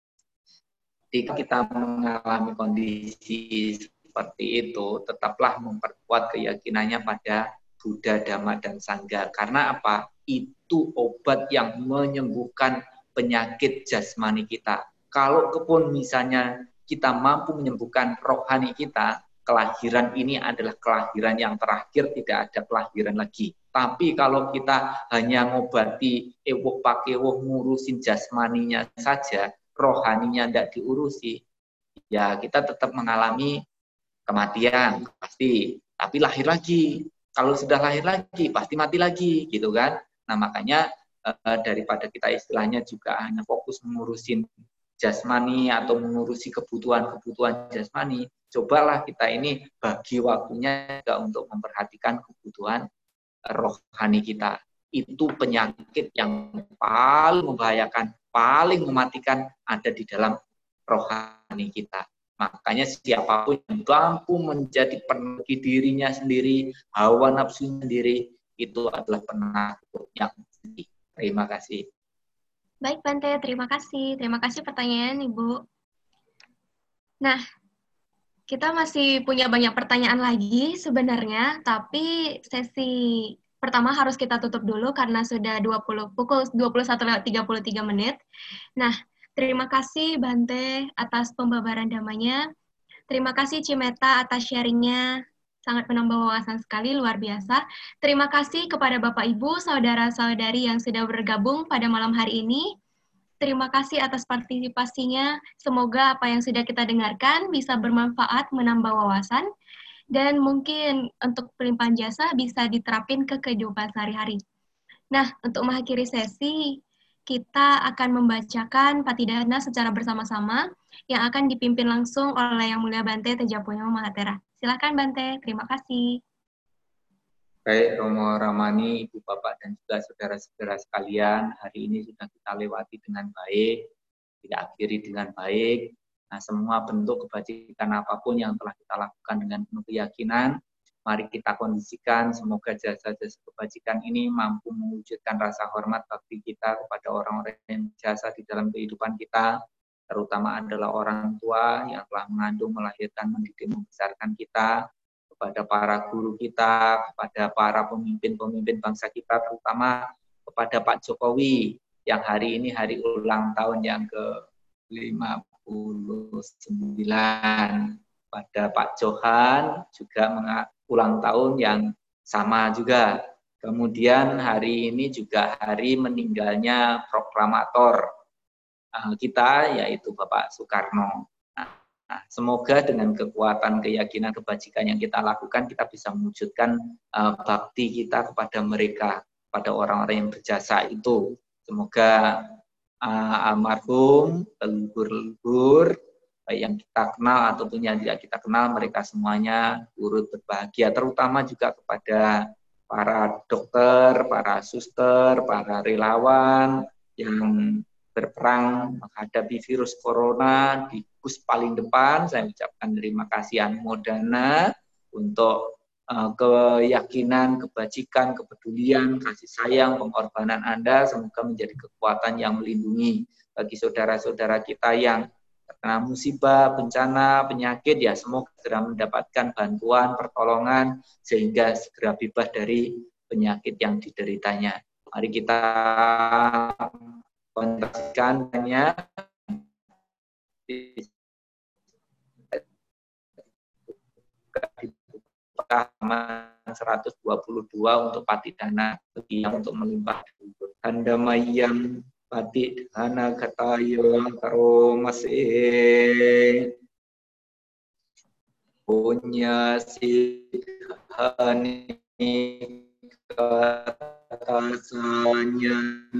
ketika kita mengalami kondisi seperti itu, tetaplah memperkuat keyakinannya pada Buddha, Dhamma, dan Sangha. Karena apa? Itu obat yang menyembuhkan penyakit jasmani kita. Kalau pun misalnya kita mampu menyembuhkan rohani kita, kelahiran ini adalah kelahiran yang terakhir, tidak ada kelahiran lagi. Tapi kalau kita hanya ngobati ewoh pakewoh ngurusin jasmaninya saja, rohaninya tidak diurusi, ya kita tetap mengalami kematian pasti, tapi lahir lagi. Kalau sudah lahir lagi pasti mati lagi, gitu kan? Nah, makanya eh, daripada kita istilahnya juga hanya fokus mengurusin jasmani atau mengurusi kebutuhan-kebutuhan jasmani, cobalah kita ini bagi waktunya juga untuk memperhatikan kebutuhan rohani kita. Itu penyakit yang paling membahayakan, paling mematikan ada di dalam rohani kita. Makanya siapapun yang mampu menjadi penagih dirinya sendiri, hawa nafsunya sendiri, itu adalah penakut yang sedih. Terima kasih. Baik, Bante, terima kasih. Terima kasih pertanyaan, Ibu. Nah, kita masih punya banyak pertanyaan lagi sebenarnya, tapi sesi pertama harus kita tutup dulu karena sudah dua puluh, pukul dua puluh satu lewat tiga puluh tiga menit. Nah, terima kasih Bante atas pembabaran damanya. Terima kasih Cimeta atas sharingnya. Sangat menambah wawasan sekali, luar biasa. Terima kasih kepada Bapak Ibu, saudara-saudari yang sudah bergabung pada malam hari ini. Terima kasih atas partisipasinya. Semoga apa yang sudah kita dengarkan bisa bermanfaat, menambah wawasan, dan mungkin untuk pelimpahan jasa bisa diterapin ke kehidupan sehari-hari. Nah, untuk mengakhiri sesi, kita akan membacakan Patidana secara bersama-sama yang akan dipimpin langsung oleh Yang Mulia Bante Tejapunyo Mahatera. Silakan Bante, terima kasih. Baik, Romo Ramani, Ibu Bapak, dan juga saudara-saudara sekalian, hari ini sudah kita lewati dengan baik, kita akhiri dengan baik. Nah, semua bentuk kebajikan apapun yang telah kita lakukan dengan penuh keyakinan, mari kita kondisikan, semoga jasa-jasa kebajikan ini mampu mewujudkan rasa hormat bakti kita kepada orang-orang yang jasa di dalam kehidupan kita, terutama adalah orang tua yang telah mengandung, melahirkan, mendidik, membesarkan kita, kepada para guru kita, kepada para pemimpin-pemimpin bangsa kita, terutama kepada Pak Jokowi yang hari ini hari ulang tahun yang ke lima puluh sembilan. pada Pak Johan juga ulang tahun yang sama juga. Kemudian hari ini juga hari meninggalnya proklamator kita, yaitu Bapak Soekarno. Nah, semoga dengan kekuatan keyakinan kebajikan yang kita lakukan, kita bisa mewujudkan uh, bakti kita kepada mereka, pada orang-orang yang berjasa itu. Semoga uh, almarhum, leluhur-leluhur, baik yang kita kenal ataupun yang tidak kita kenal, mereka semuanya turut berbahagia, terutama juga kepada para dokter, para suster, para relawan yang berperang menghadapi virus corona di pus paling depan. Saya ucapkan terima kasih Anmodana untuk uh, keyakinan, kebajikan, kepedulian, kasih sayang, pengorbanan Anda. Semoga menjadi kekuatan yang melindungi bagi saudara-saudara kita yang terkena musibah, bencana, penyakit, ya semoga segera mendapatkan bantuan, pertolongan, sehingga segera bebas dari penyakit yang dideritanya. Mari kita konsentrasikannya seratus dua puluh dua untuk patidana yang untuk melimpah kandamayam pati dana katayo karo masih punya sidhani katasanya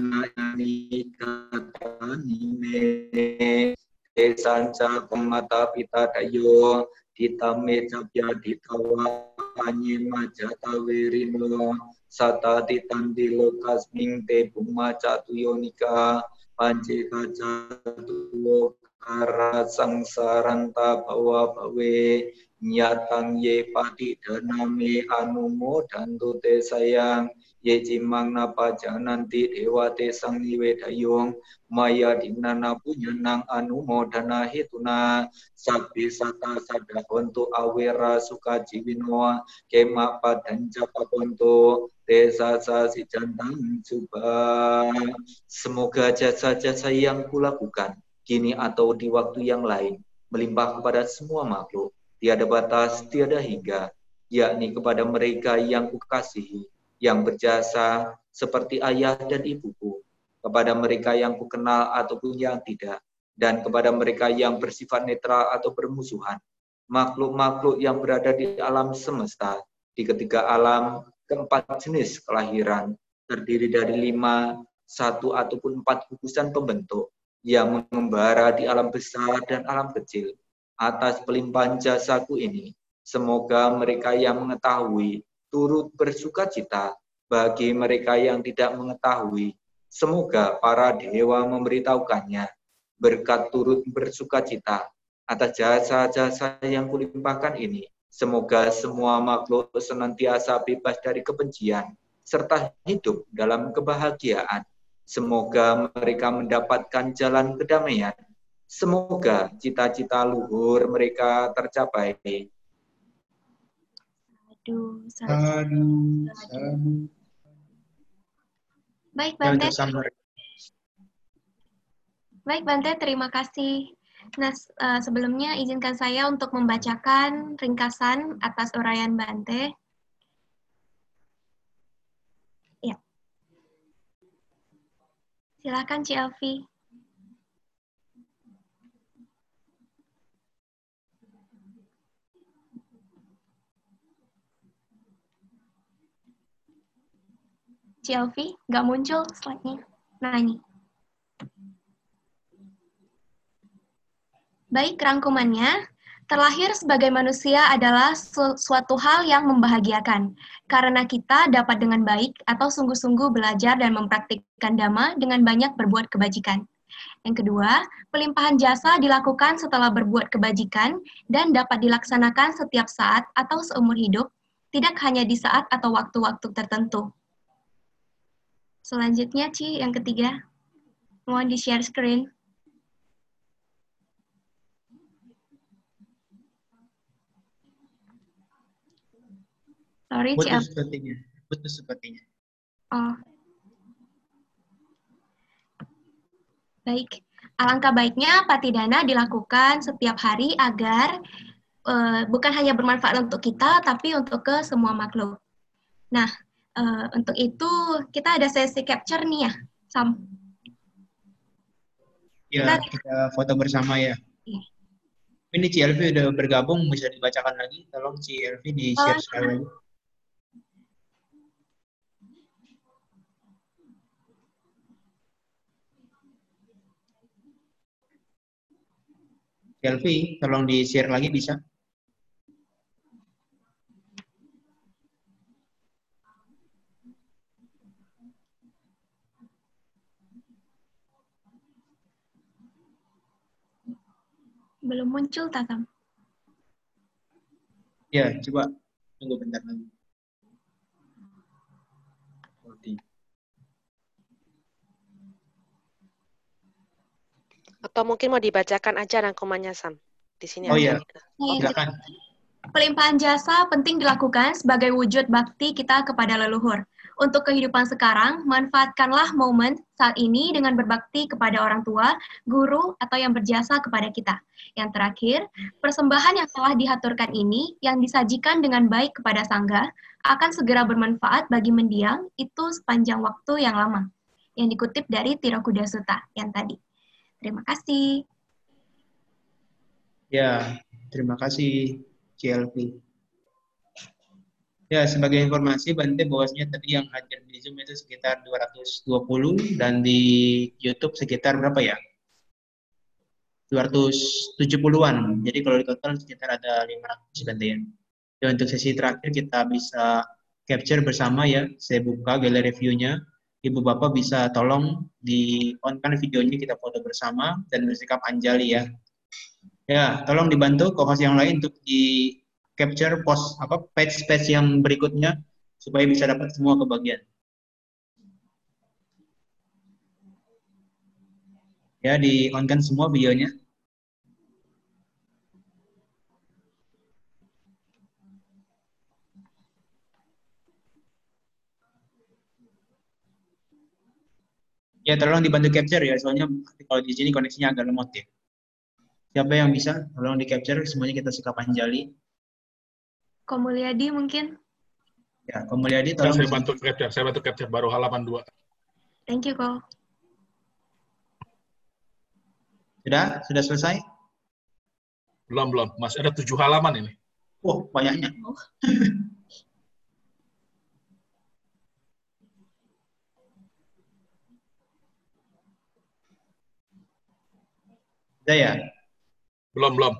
nikataninme desanca pemata pita dayo ditame capya ditawanye majata wirino sata ditandi lokasming te bumaca tuyonika panci kaca tuwo kara sangsaranta bawa bawe nyatang ye pati daname anumo dantu te sayang ye cimang napa jananti dewa te sang niwe dayung maya dinana punyanang anumo dana hituna sabi sata sada hontu awera suka jiwino kema padan japa hontu desa si jantang coba. Semoga jasa-jasa yang kulakukan kini atau di waktu yang lain melimpah kepada semua makhluk, tiada batas, tiada hingga, yakni kepada mereka yang kukasihi, yang berjasa seperti ayah dan ibuku, kepada mereka yang kukenal ataupun yang tidak, dan kepada mereka yang bersifat netral atau bermusuhan, makhluk-makhluk yang berada di alam semesta, di ketiga alam, keempat jenis kelahiran, terdiri dari lima, satu ataupun empat gugusan pembentuk, yang mengembara di alam besar dan alam kecil. Atas pelimpahan jasaku ini, semoga mereka yang mengetahui turut bersuka cita, bagi mereka yang tidak mengetahui, semoga para dewa memberitahukannya, berkat turut bersuka cita atas jasa-jasa yang kulimpahkan ini. Semoga semua makhluk senantiasa bebas dari kebencian, serta hidup dalam kebahagiaan. Semoga mereka mendapatkan jalan kedamaian. Semoga cita-cita luhur mereka tercapai. Aduh, Aduh, aduh. Baik, Bante. Baik, Bante, terima kasih. Nah, sebelumnya izinkan saya untuk membacakan ringkasan atas uraian Bante. Ya. Silakan, Ci Elvi. Ci Elvi, nggak muncul slide-nya. Nah, ini. Baik, rangkumannya, terlahir sebagai manusia adalah su suatu hal yang membahagiakan, karena kita dapat dengan baik atau sungguh-sungguh belajar dan mempraktikkan dhamma dengan banyak berbuat kebajikan. Yang kedua, pelimpahan jasa dilakukan setelah berbuat kebajikan dan dapat dilaksanakan setiap saat atau seumur hidup, tidak hanya di saat atau waktu-waktu tertentu. Selanjutnya, Ci, yang ketiga, mohon di-share screen. Sorry, Putus sepertinya. Putus sepertinya. Oh. Baik. Alangkah baiknya patidana dilakukan setiap hari agar uh, bukan hanya bermanfaat untuk kita, tapi untuk ke semua makhluk. Nah, uh, untuk itu kita ada sesi capture nih ya, Sam. Ya, kita foto bersama ya. Iya. Ini C L V udah bergabung, bisa dibacakan lagi. Tolong C L V di-share sekali lagi. C L V, tolong di-share lagi bisa? Belum muncul, Tatam. Ya, coba tunggu bentar lagi. Atau mungkin mau dibacakan aja rangkumannya, Sam. Di sini Oh ada. iya, silakan. Pelimpahan jasa penting dilakukan sebagai wujud bakti kita kepada leluhur. Untuk kehidupan sekarang, manfaatkanlah momen saat ini dengan berbakti kepada orang tua, guru, atau yang berjasa kepada kita. Yang terakhir, persembahan yang telah dihaturkan ini, yang disajikan dengan baik kepada sangga, akan segera bermanfaat bagi mendiang itu sepanjang waktu yang lama. Yang dikutip dari Tirokuda Sutta yang tadi. Terima kasih. Ya, terima kasih C L V. Ya, sebagai informasi, Bante bahwasanya tadi yang hadir di Zoom itu sekitar dua ratus dua puluh dan di YouTube sekitar berapa ya? dua ratus tujuh puluhan. Jadi kalau di total sekitar ada lima ratus Bante ya. Dan untuk sesi terakhir kita bisa capture bersama ya. Saya buka galeri view-nya. Ibu Bapak bisa tolong di-on-kan videonya, kita foto bersama dan bersikap anjali ya. Ya, tolong dibantu co-host yang lain untuk di capture post apa page-page yang berikutnya supaya bisa dapat semua kebagian. Ya, di-on-kan semua videonya. Ya, tolong dibantu capture ya, soalnya kalau di sini koneksinya agak lemot ya. Siapa yang bisa? Tolong di capture, semuanya kita sikap anjali. Ko Mulyadi mungkin? Ya, Ko Mulyadi Ya, tolong. saya bantu capture, saya bantu capture baru halaman dua. Thank you, Ko. Sudah? Sudah selesai? Belum, belum. Masih ada tujuh halaman ini. Oh, banyaknya. Oh. Sudah ya? Belum, belum.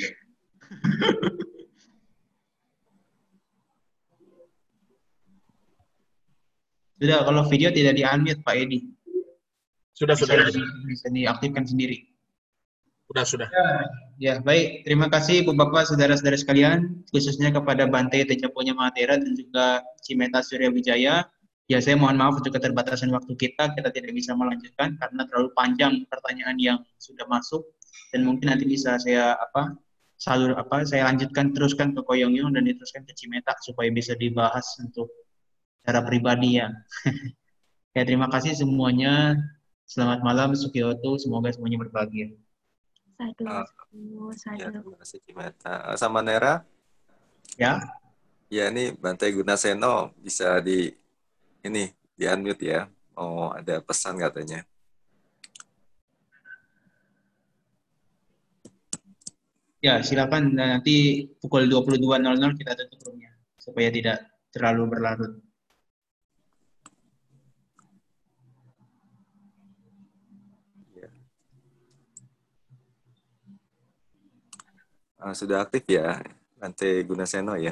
Sudah, kalau video tidak di-unmute Pak Edi. Sudah, bisa sudah. Di, bisa diaktifkan sendiri. Sudah, sudah. Ya, ya, baik. Terima kasih Bapak, saudara-saudara sekalian, khususnya kepada Bante Tejapunya Mahatera dan juga Cimeta Surya Wijaya. Ya, saya mohon maaf untuk keterbatasan waktu kita, kita tidak bisa melanjutkan karena terlalu panjang pertanyaan yang sudah masuk. Dan mungkin nanti bisa saya apa salur apa saya lanjutkan teruskan ke Koyongyong dan diteruskan ke Cimeta supaya bisa dibahas untuk secara pribadi ya. Ya, terima kasih semuanya. Selamat malam, Sukiyoto. Semoga semuanya berbahagia. Satu, Uh, satu. ya, terima kasih Cimeta. Uh, sama Nera? Ya. Ya, ini Bante Gunaseno bisa di ini di unmute ya. Oh, ada pesan katanya. Ya, silakan. Dan nanti pukul dua puluh dua nol nol kita tutup roomnya supaya tidak terlalu berlarut. Ya. Uh, sudah aktif ya, Bante Gunaseno ya.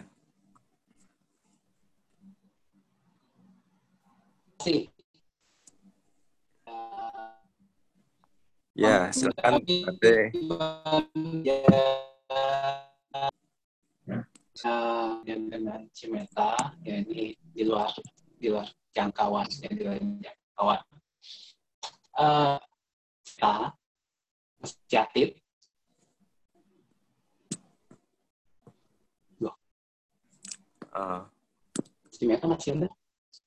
Ya, silakan Bante. Dengan Cimeta, ya ini di luar di luar jangkauan, ya di luar jangkauan. Uh, kita Jatib. Loh. Uh. Cimeta masih ada?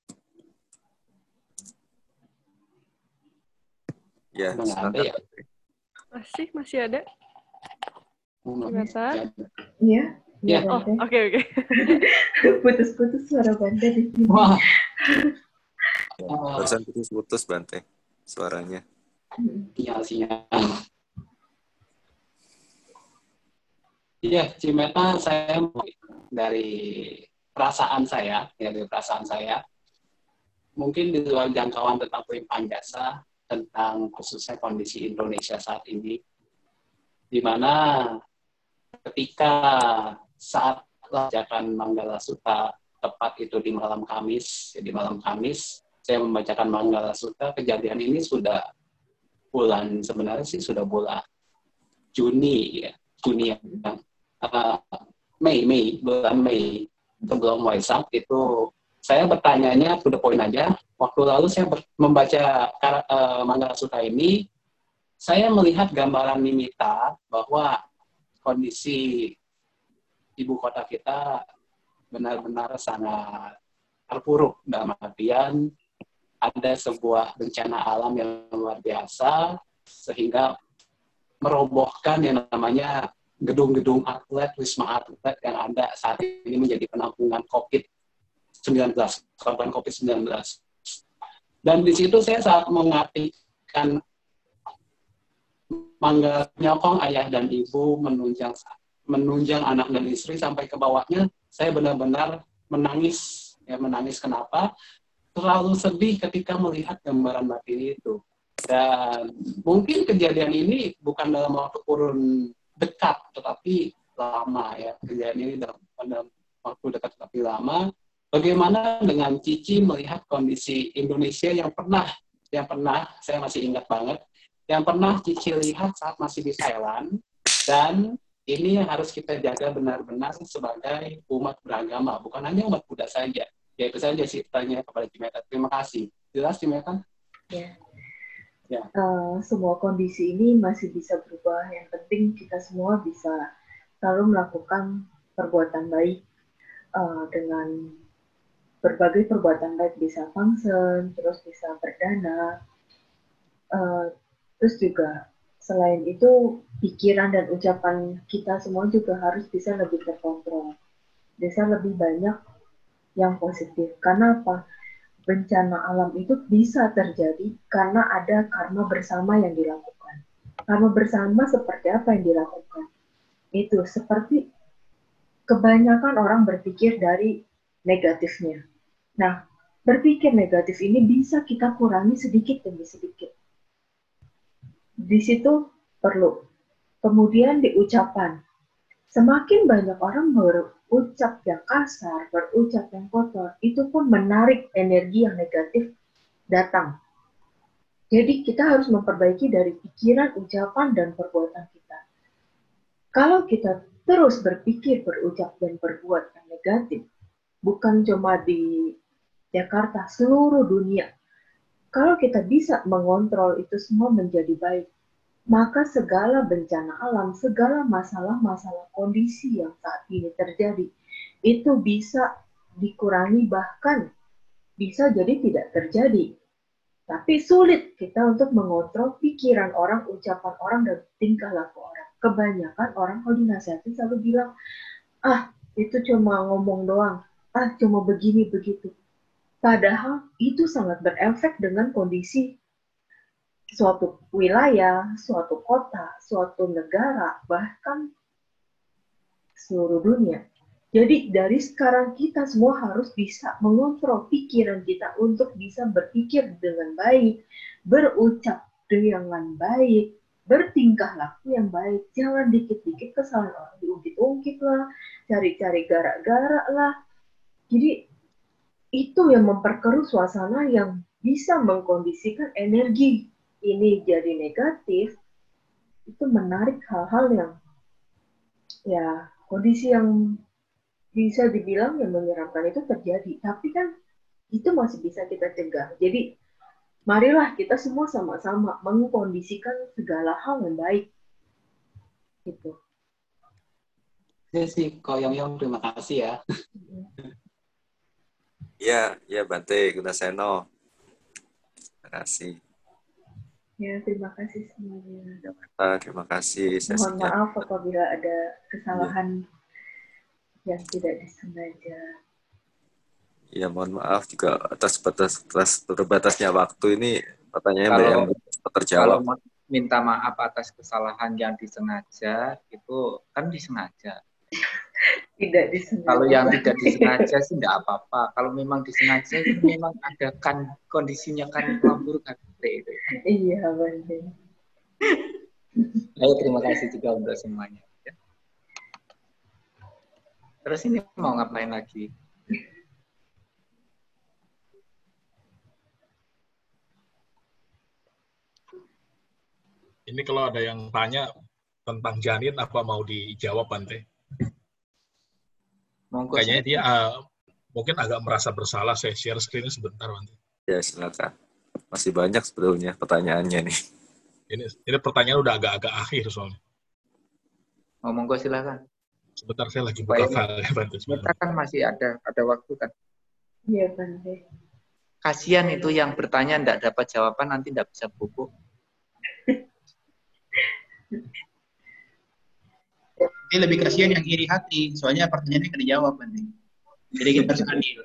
Ya, ada ya? Masih, masih ada. Cimeta. Iya, iya Ya. Oh, Bante. oke oke. Putus-putus suara Bante di sini. Wah. Barusan putus-putus Bante suaranya. Sinyal-sinyal. Iya, Cimeta, saya dari perasaan saya, ya dari perasaan saya, mungkin di luar jangkauan tentang pelimpahan jasa, tentang khususnya kondisi Indonesia saat ini, di mana ketika saat pelajaran Manggala Sutta, tepat itu di malam Kamis, ya di malam Kamis, saya membacakan Manggala Sutta, kejadian ini sudah bulan, sebenarnya sih sudah bulan Juni, ya, Juni yang uh, Mei, Mei, bulan Mei, sebelum Waisak itu saya bertanyanya to the point aja. Waktu lalu saya ber, membaca uh, Manggala Sutta ini, saya melihat gambaran Nimitta bahwa kondisi ibu kota kita benar-benar sangat terpuruk, dalam artian ada sebuah bencana alam yang luar biasa sehingga merobohkan yang namanya gedung-gedung atlet, wisma atlet yang ada saat ini menjadi penampungan covid sembilan belas, korban covid sembilan belas. Dan di situ saya sangat mengartikan Mangga nyokong ayah dan ibu menunjang menunjang anak dan istri sampai ke bawahnya, saya benar-benar menangis. Ya, menangis kenapa? Terlalu sedih ketika melihat gambaran Batini itu. Dan mungkin kejadian ini bukan dalam waktu kurun dekat, tetapi lama ya. Kejadian ini dalam, dalam waktu dekat tetapi lama. Bagaimana dengan Cici melihat kondisi Indonesia yang pernah, yang pernah, saya masih ingat banget, yang pernah Cici lihat saat masih di Thailand, dan ini yang harus kita jaga benar-benar sebagai umat beragama, bukan hanya umat Buddha saja. Ya itu saja sih tanya kepada Cimeta. Terima kasih. Jelas Cimeta? Ya. Ya. Uh, semua kondisi ini masih bisa berubah. Yang penting kita semua bisa selalu melakukan perbuatan baik uh, dengan berbagai perbuatan baik, bisa function, terus bisa berdana, uh, terus juga selain itu pikiran dan ucapan kita semua juga harus bisa lebih terkontrol, bisa lebih banyak yang positif. Karena apa? Bencana alam itu bisa terjadi karena ada karma bersama yang dilakukan. Karma bersama seperti apa yang dilakukan? Itu seperti kebanyakan orang berpikir dari negatifnya. Nah, berpikir negatif ini bisa kita kurangi sedikit demi sedikit. Di situ perlu. Kemudian di ucapan. Semakin banyak orang berucap yang kasar, berucap yang kotor, itu pun menarik energi yang negatif datang. Jadi kita harus memperbaiki dari pikiran, ucapan, dan perbuatan kita. Kalau kita terus berpikir, berucap, dan berbuat yang negatif, bukan cuma di Jakarta, seluruh dunia. Kalau kita bisa mengontrol itu semua menjadi baik, maka segala bencana alam, segala masalah-masalah kondisi yang saat ini terjadi, itu bisa dikurangi, bahkan bisa jadi tidak terjadi. Tapi sulit kita untuk mengontrol pikiran orang, ucapan orang, dan tingkah laku orang. Kebanyakan orang kalau dinasihati selalu bilang, ah itu cuma ngomong doang, ah cuma begini begitu. Padahal itu sangat berefek dengan kondisi suatu wilayah, suatu kota, suatu negara, bahkan seluruh dunia. Jadi dari sekarang kita semua harus bisa mengontrol pikiran kita untuk bisa berpikir dengan baik, berucap dengan baik, bertingkah laku yang baik. Jangan dikit-dikit kesalahan orang diungkit-ungkit lah, cari-cari gara-gara lah. Jadi itu yang memperkeruh suasana yang bisa mengkondisikan energi ini jadi negatif, itu menarik hal-hal yang ya kondisi yang bisa dibilang yang menyeramkan itu terjadi. Tapi kan itu masih bisa kita cegah. Jadi marilah kita semua sama-sama mengkondisikan segala hal yang baik. Gitu. Ya sih, Koyong-yong, terima kasih ya. Ya, ya Bante Gunaseno. Terima kasih. Ya, terima kasih semuanya. Uh, terima kasih Mohon sesinya. maaf apabila ada kesalahan yang tidak disengaja. Ya mohon maaf juga atas batas atas terbatasnya waktu ini pertanyaannya Kalau yang kalau terjawab. ma- minta maaf atas kesalahan yang disengaja itu kan disengaja. Tidak disengaja. Kalau yang tidak disengaja sih tidak apa-apa. Kalau memang disengaja itu memang ada kan kondisinya kan buruk kan seperti itu. Iya, Bante. Ayo, terima kasih juga untuk semuanya. Ya. Terus ini mau ngapain lagi? Ini kalau ada yang tanya tentang janin, apa mau dijawab, Bante? Monggo, Kayaknya saya- dia uh, mungkin agak merasa bersalah. Saya share screen sebentar, Bante. Ya silakan. Masih banyak sebetulnya pertanyaannya nih. Ini, ini pertanyaan udah agak-agak akhir soalnya. Oh, monggo silakan. Sebentar saya lagi buka file ya, Bante. Kita kan masih ada ada waktu kan. Iya, Bante. Kasihan itu yang bertanya tidak dapat jawaban nanti tidak bisa buku. Ini lebih kasihan yang iri hati, soalnya pertanyaannya nggak dijawab nanti. Jadi kita harus adil.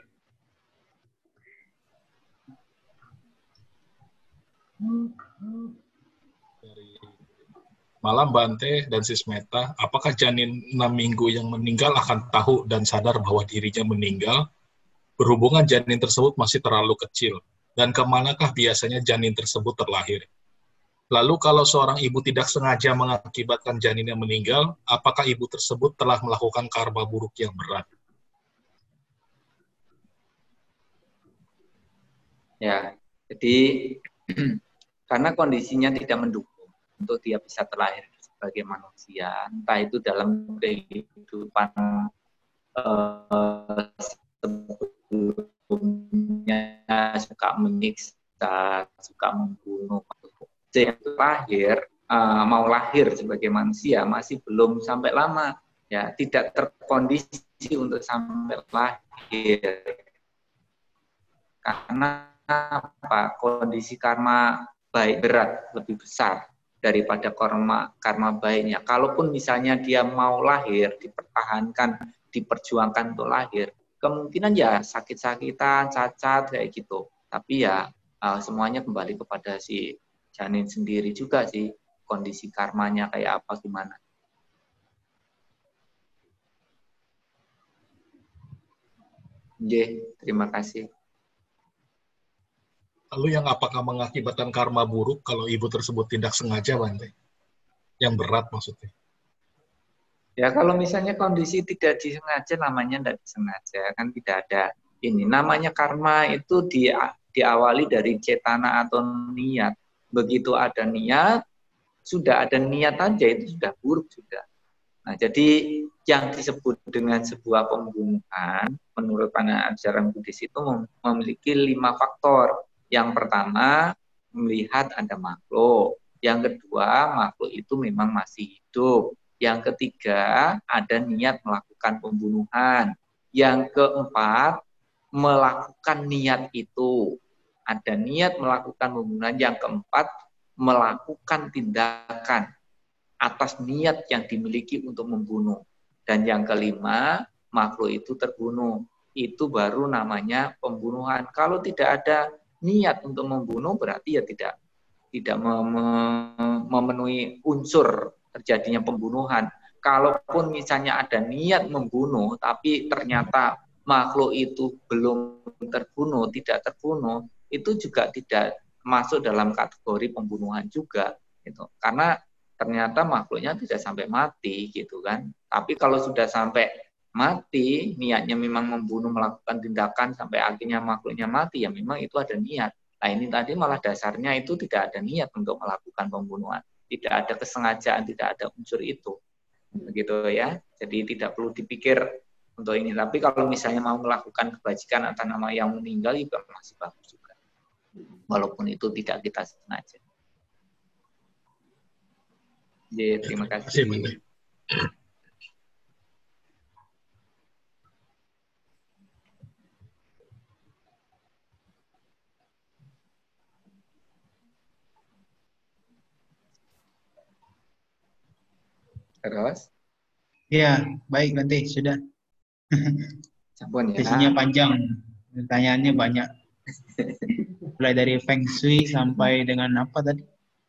Malam Bante dan Sismeta, apakah janin enam minggu yang meninggal akan tahu dan sadar bahwa dirinya meninggal? Berhubungan janin tersebut masih terlalu kecil. Dan kemanakah biasanya janin tersebut terlahir? Lalu kalau seorang ibu tidak sengaja mengakibatkan janinnya meninggal, apakah ibu tersebut telah melakukan karma buruk yang berat? Ya, jadi karena kondisinya tidak mendukung untuk dia bisa terlahir sebagai manusia, entah itu dalam kehidupan uh, sebelumnya suka menyiksa, suka membunuh, yang lahir uh, mau lahir sebagai manusia masih belum sampai lama, ya tidak terkondisi untuk sampai lahir karena apa? Kondisi karma baik berat lebih besar daripada karma karma baiknya. Kalaupun misalnya dia mau lahir, dipertahankan, diperjuangkan untuk lahir, kemungkinan ya sakit-sakitan, cacat kayak gitu. Tapi ya uh, semuanya kembali kepada si janin sendiri juga sih, kondisi karmanya kayak apa gimana. Oke, terima kasih. Lalu yang apakah mengakibatkan karma buruk kalau ibu tersebut tidak sengaja, Bante? Yang berat maksudnya. Ya kalau misalnya kondisi tidak disengaja, namanya tidak disengaja, kan tidak ada ini. Namanya karma itu di, diawali dari cetana atau niat. Begitu ada niat, sudah ada niat aja itu sudah buruk sudah. Nah, jadi yang disebut dengan sebuah pembunuhan, menurut pandangan ajaran Buddhis itu memiliki lima faktor. Yang pertama, melihat ada makhluk. Yang kedua, makhluk itu memang masih hidup. Yang ketiga, ada niat melakukan pembunuhan. Yang keempat, melakukan niat itu. Ada niat melakukan pembunuhan. Yang keempat, melakukan tindakan atas niat yang dimiliki untuk membunuh. Dan yang kelima, makhluk itu terbunuh. Itu baru namanya pembunuhan. Kalau tidak ada niat untuk membunuh, berarti ya tidak tidak memenuhi unsur terjadinya pembunuhan. Kalaupun misalnya ada niat membunuh, tapi ternyata makhluk itu belum terbunuh, tidak terbunuh, itu juga tidak masuk dalam kategori pembunuhan juga, gitu. Karena ternyata makhluknya tidak sampai mati, gitu kan. Tapi kalau sudah sampai mati, niatnya memang membunuh, melakukan tindakan sampai akhirnya makhluknya mati, ya memang itu ada niat. Nah ini tadi malah dasarnya itu tidak ada niat untuk melakukan pembunuhan, tidak ada kesengajaan, tidak ada unsur itu, begitu ya. Jadi tidak perlu dipikir untuk ini. Tapi kalau misalnya mau melakukan kebajikan atas nama yang meninggal juga masih bagus juga, walaupun itu tidak kita sengaja. Jadi, terima kasih. Terus? Ya, baik nanti sudah. Sampun ya. Sesinya panjang, pertanyaannya banyak. Mulai dari Feng Shui sampai dengan apa tadi?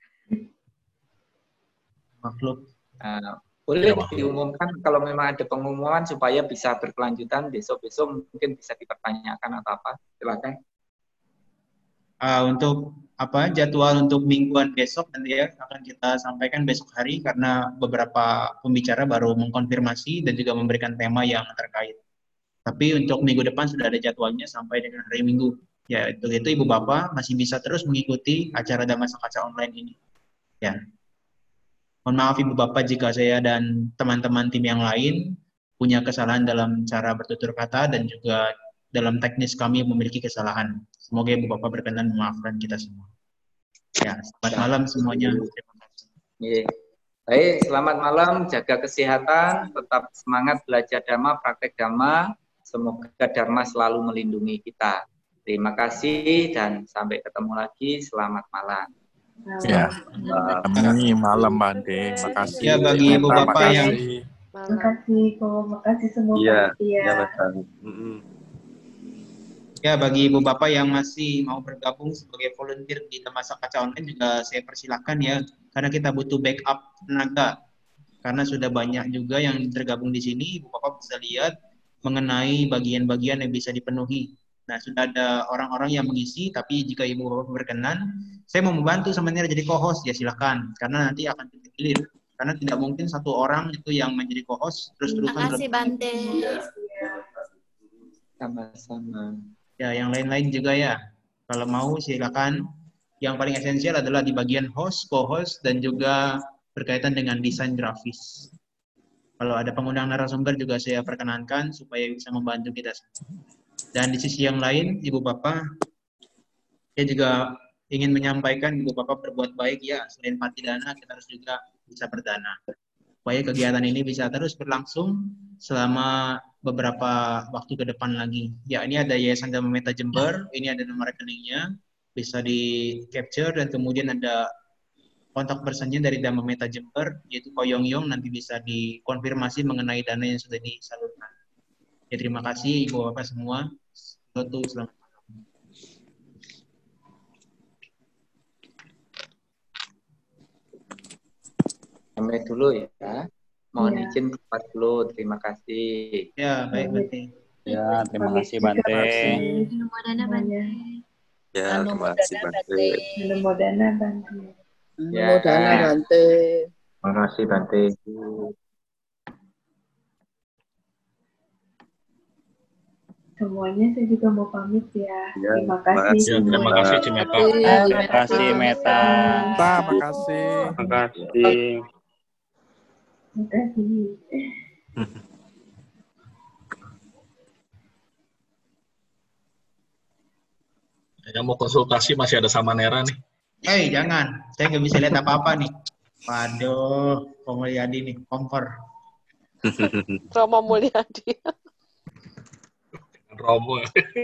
Makhluk. Uh, boleh diumumkan kalau memang ada pengumuman supaya bisa berkelanjutan besok-besok mungkin bisa dipertanyakan atau apa. Silakan. Uh, untuk apa jadwal untuk mingguan besok nanti ya akan kita sampaikan besok hari karena beberapa pembicara baru mengkonfirmasi dan juga memberikan tema yang terkait. Tapi untuk minggu depan sudah ada jadwalnya sampai dengan hari Minggu. Ya, untuk itu Ibu Bapak masih bisa terus mengikuti acara Damasa Kaca online ini. Ya. Mohon maaf Ibu Bapak jika saya dan teman-teman tim yang lain punya kesalahan dalam cara bertutur kata dan juga dalam teknis kami memiliki kesalahan. Semoga Ibu Bapak berkenan memaafkan kita semua. Ya, selamat malam semuanya. Terima kasih. Yeah. Baik, selamat malam, jaga kesehatan, tetap semangat belajar Dhamma, praktek Dhamma. Semoga Dharma selalu melindungi kita. Terima kasih dan sampai ketemu lagi. Selamat malam. Ya, kami malam Bante. Makasih. Ya, bagi Ibu Bapak yang Terima kasih, terima kasih semua. Iya, ya. ya, betul. Mm-mm. Ya, bagi Ibu Bapak yang masih mau bergabung sebagai volunteer di Damasa Kaca Online juga saya persilahkan ya, karena kita butuh backup tenaga. Karena sudah banyak juga yang tergabung di sini, Ibu Bapak bisa lihat mengenai bagian-bagian yang bisa dipenuhi. Nah, sudah ada orang-orang yang mengisi, tapi jika Ibu Bapak berkenan, saya mau membantu sebenarnya jadi co-host, ya silakan. Karena nanti akan dipilih. Karena tidak mungkin satu orang itu yang menjadi co-host terus-terusan. Terima kasih, Bante. Sama-sama. Ya, yang lain-lain juga ya. Kalau mau silakan. Yang paling esensial adalah di bagian host, co-host, dan juga berkaitan dengan desain grafis. Kalau ada pengundang narasumber juga saya perkenankan supaya bisa membantu kita semua. Dan di sisi yang lain, Ibu Bapak, saya juga ingin menyampaikan Ibu Bapak berbuat baik ya. Selain patidana, kita harus juga bisa berdana. Supaya kegiatan ini bisa terus berlangsung selama beberapa waktu ke depan lagi. Ya, ini ada Yayasan Dhamma Metta Jember, ini ada nomor rekeningnya, bisa di-capture, dan kemudian ada kontak personnya dari Dhamma Metta Jember, yaitu Koyong Yong, nanti bisa dikonfirmasi mengenai dana yang sudah disalurkan. Ya, terima kasih Ibu Bapak semua. Selamat malam. Sampai dulu ya. Mohon Ya. izin keluar dulu. Terima kasih. Ya, baik Bante. Ya, terima kasih Bante. Namo Dana Bante. Ya, terima kasih Bante. Namo Dana Bante. Ya. Namo Dana Bante. Terima kasih Bante. Semuanya saya juga mau pamit ya. Ya, Terima terima kasih. kasih. Ya, terima kasih Cimeta. Terima kasih Meta. Terima kasih. Terima kasih. Terima kasih. Yang mau konsultasi masih ada sama Nera nih. Hei, jangan. Saya nggak bisa lihat apa-apa nih. Waduh, Pak Mulyadi nih, kompor. Romo Mulyadi. Romo.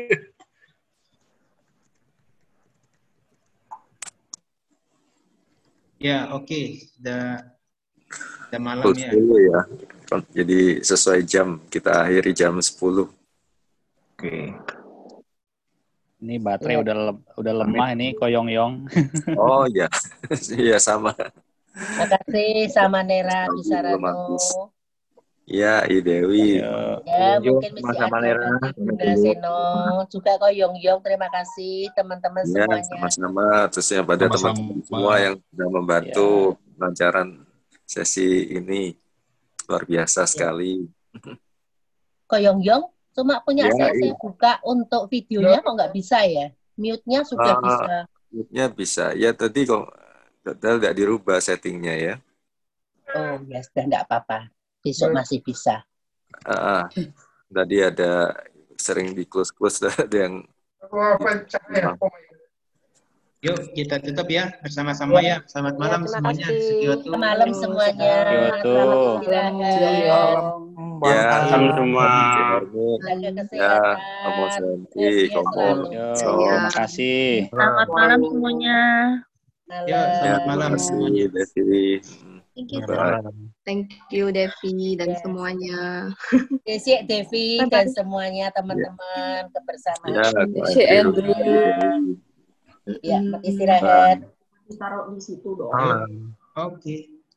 Ya, oke. Okay. Sudah, sudah malam Pukul ya. sepuluh ya. Jadi sesuai jam, kita akhiri jam sepuluh. Oke. Ini baterai udah le- udah lemah ini Koyong Yong. Oh iya, iya sama. Terima kasih sama Nera Belum Bisarano. habis. Iya, I Dewi. Ya, Yuk, mungkin masih sama-sama ada Nera. Bante Bunda Seno, juga Koyong Yong. Terima kasih teman-teman Ya, semuanya. sama-sama. Khususnya pada Sama-sama. teman-teman semua yang sudah membantu lancaran sesi ini. Luar biasa sekali. Koyong Yong cuma punya Ya, saya, iya. saya buka untuk videonya kok nggak bisa ya? Mute-nya sudah Ah, bisa. Mute-nya bisa. Ya, tadi kok total nggak dirubah settingnya ya. Oh ya sudah nggak apa-apa. Besok masih bisa. Ah, tadi ada sering di close-close ada yang Yuk, kita tutup ya bersama-sama ya. Selamat malam terima semuanya. kasih. Sugioto. Selamat malam semuanya. Kyoto. Selamat istirahat. ya, Salam semua. Jaga ya, kesehatan. Kamu Santi, Sehat Kamu selalu. Yo, terima kasih. Selamat malam semuanya. Ya, selamat terima malam kasih, semuanya. Devi. Thank you, Bye. Thank you Devi dan semuanya. Desi, Devi, dan semuanya teman-teman kebersamaan. Ya, Desi Andrew. Ya, istirahat. Taruh di situ dong. Malam. Oke.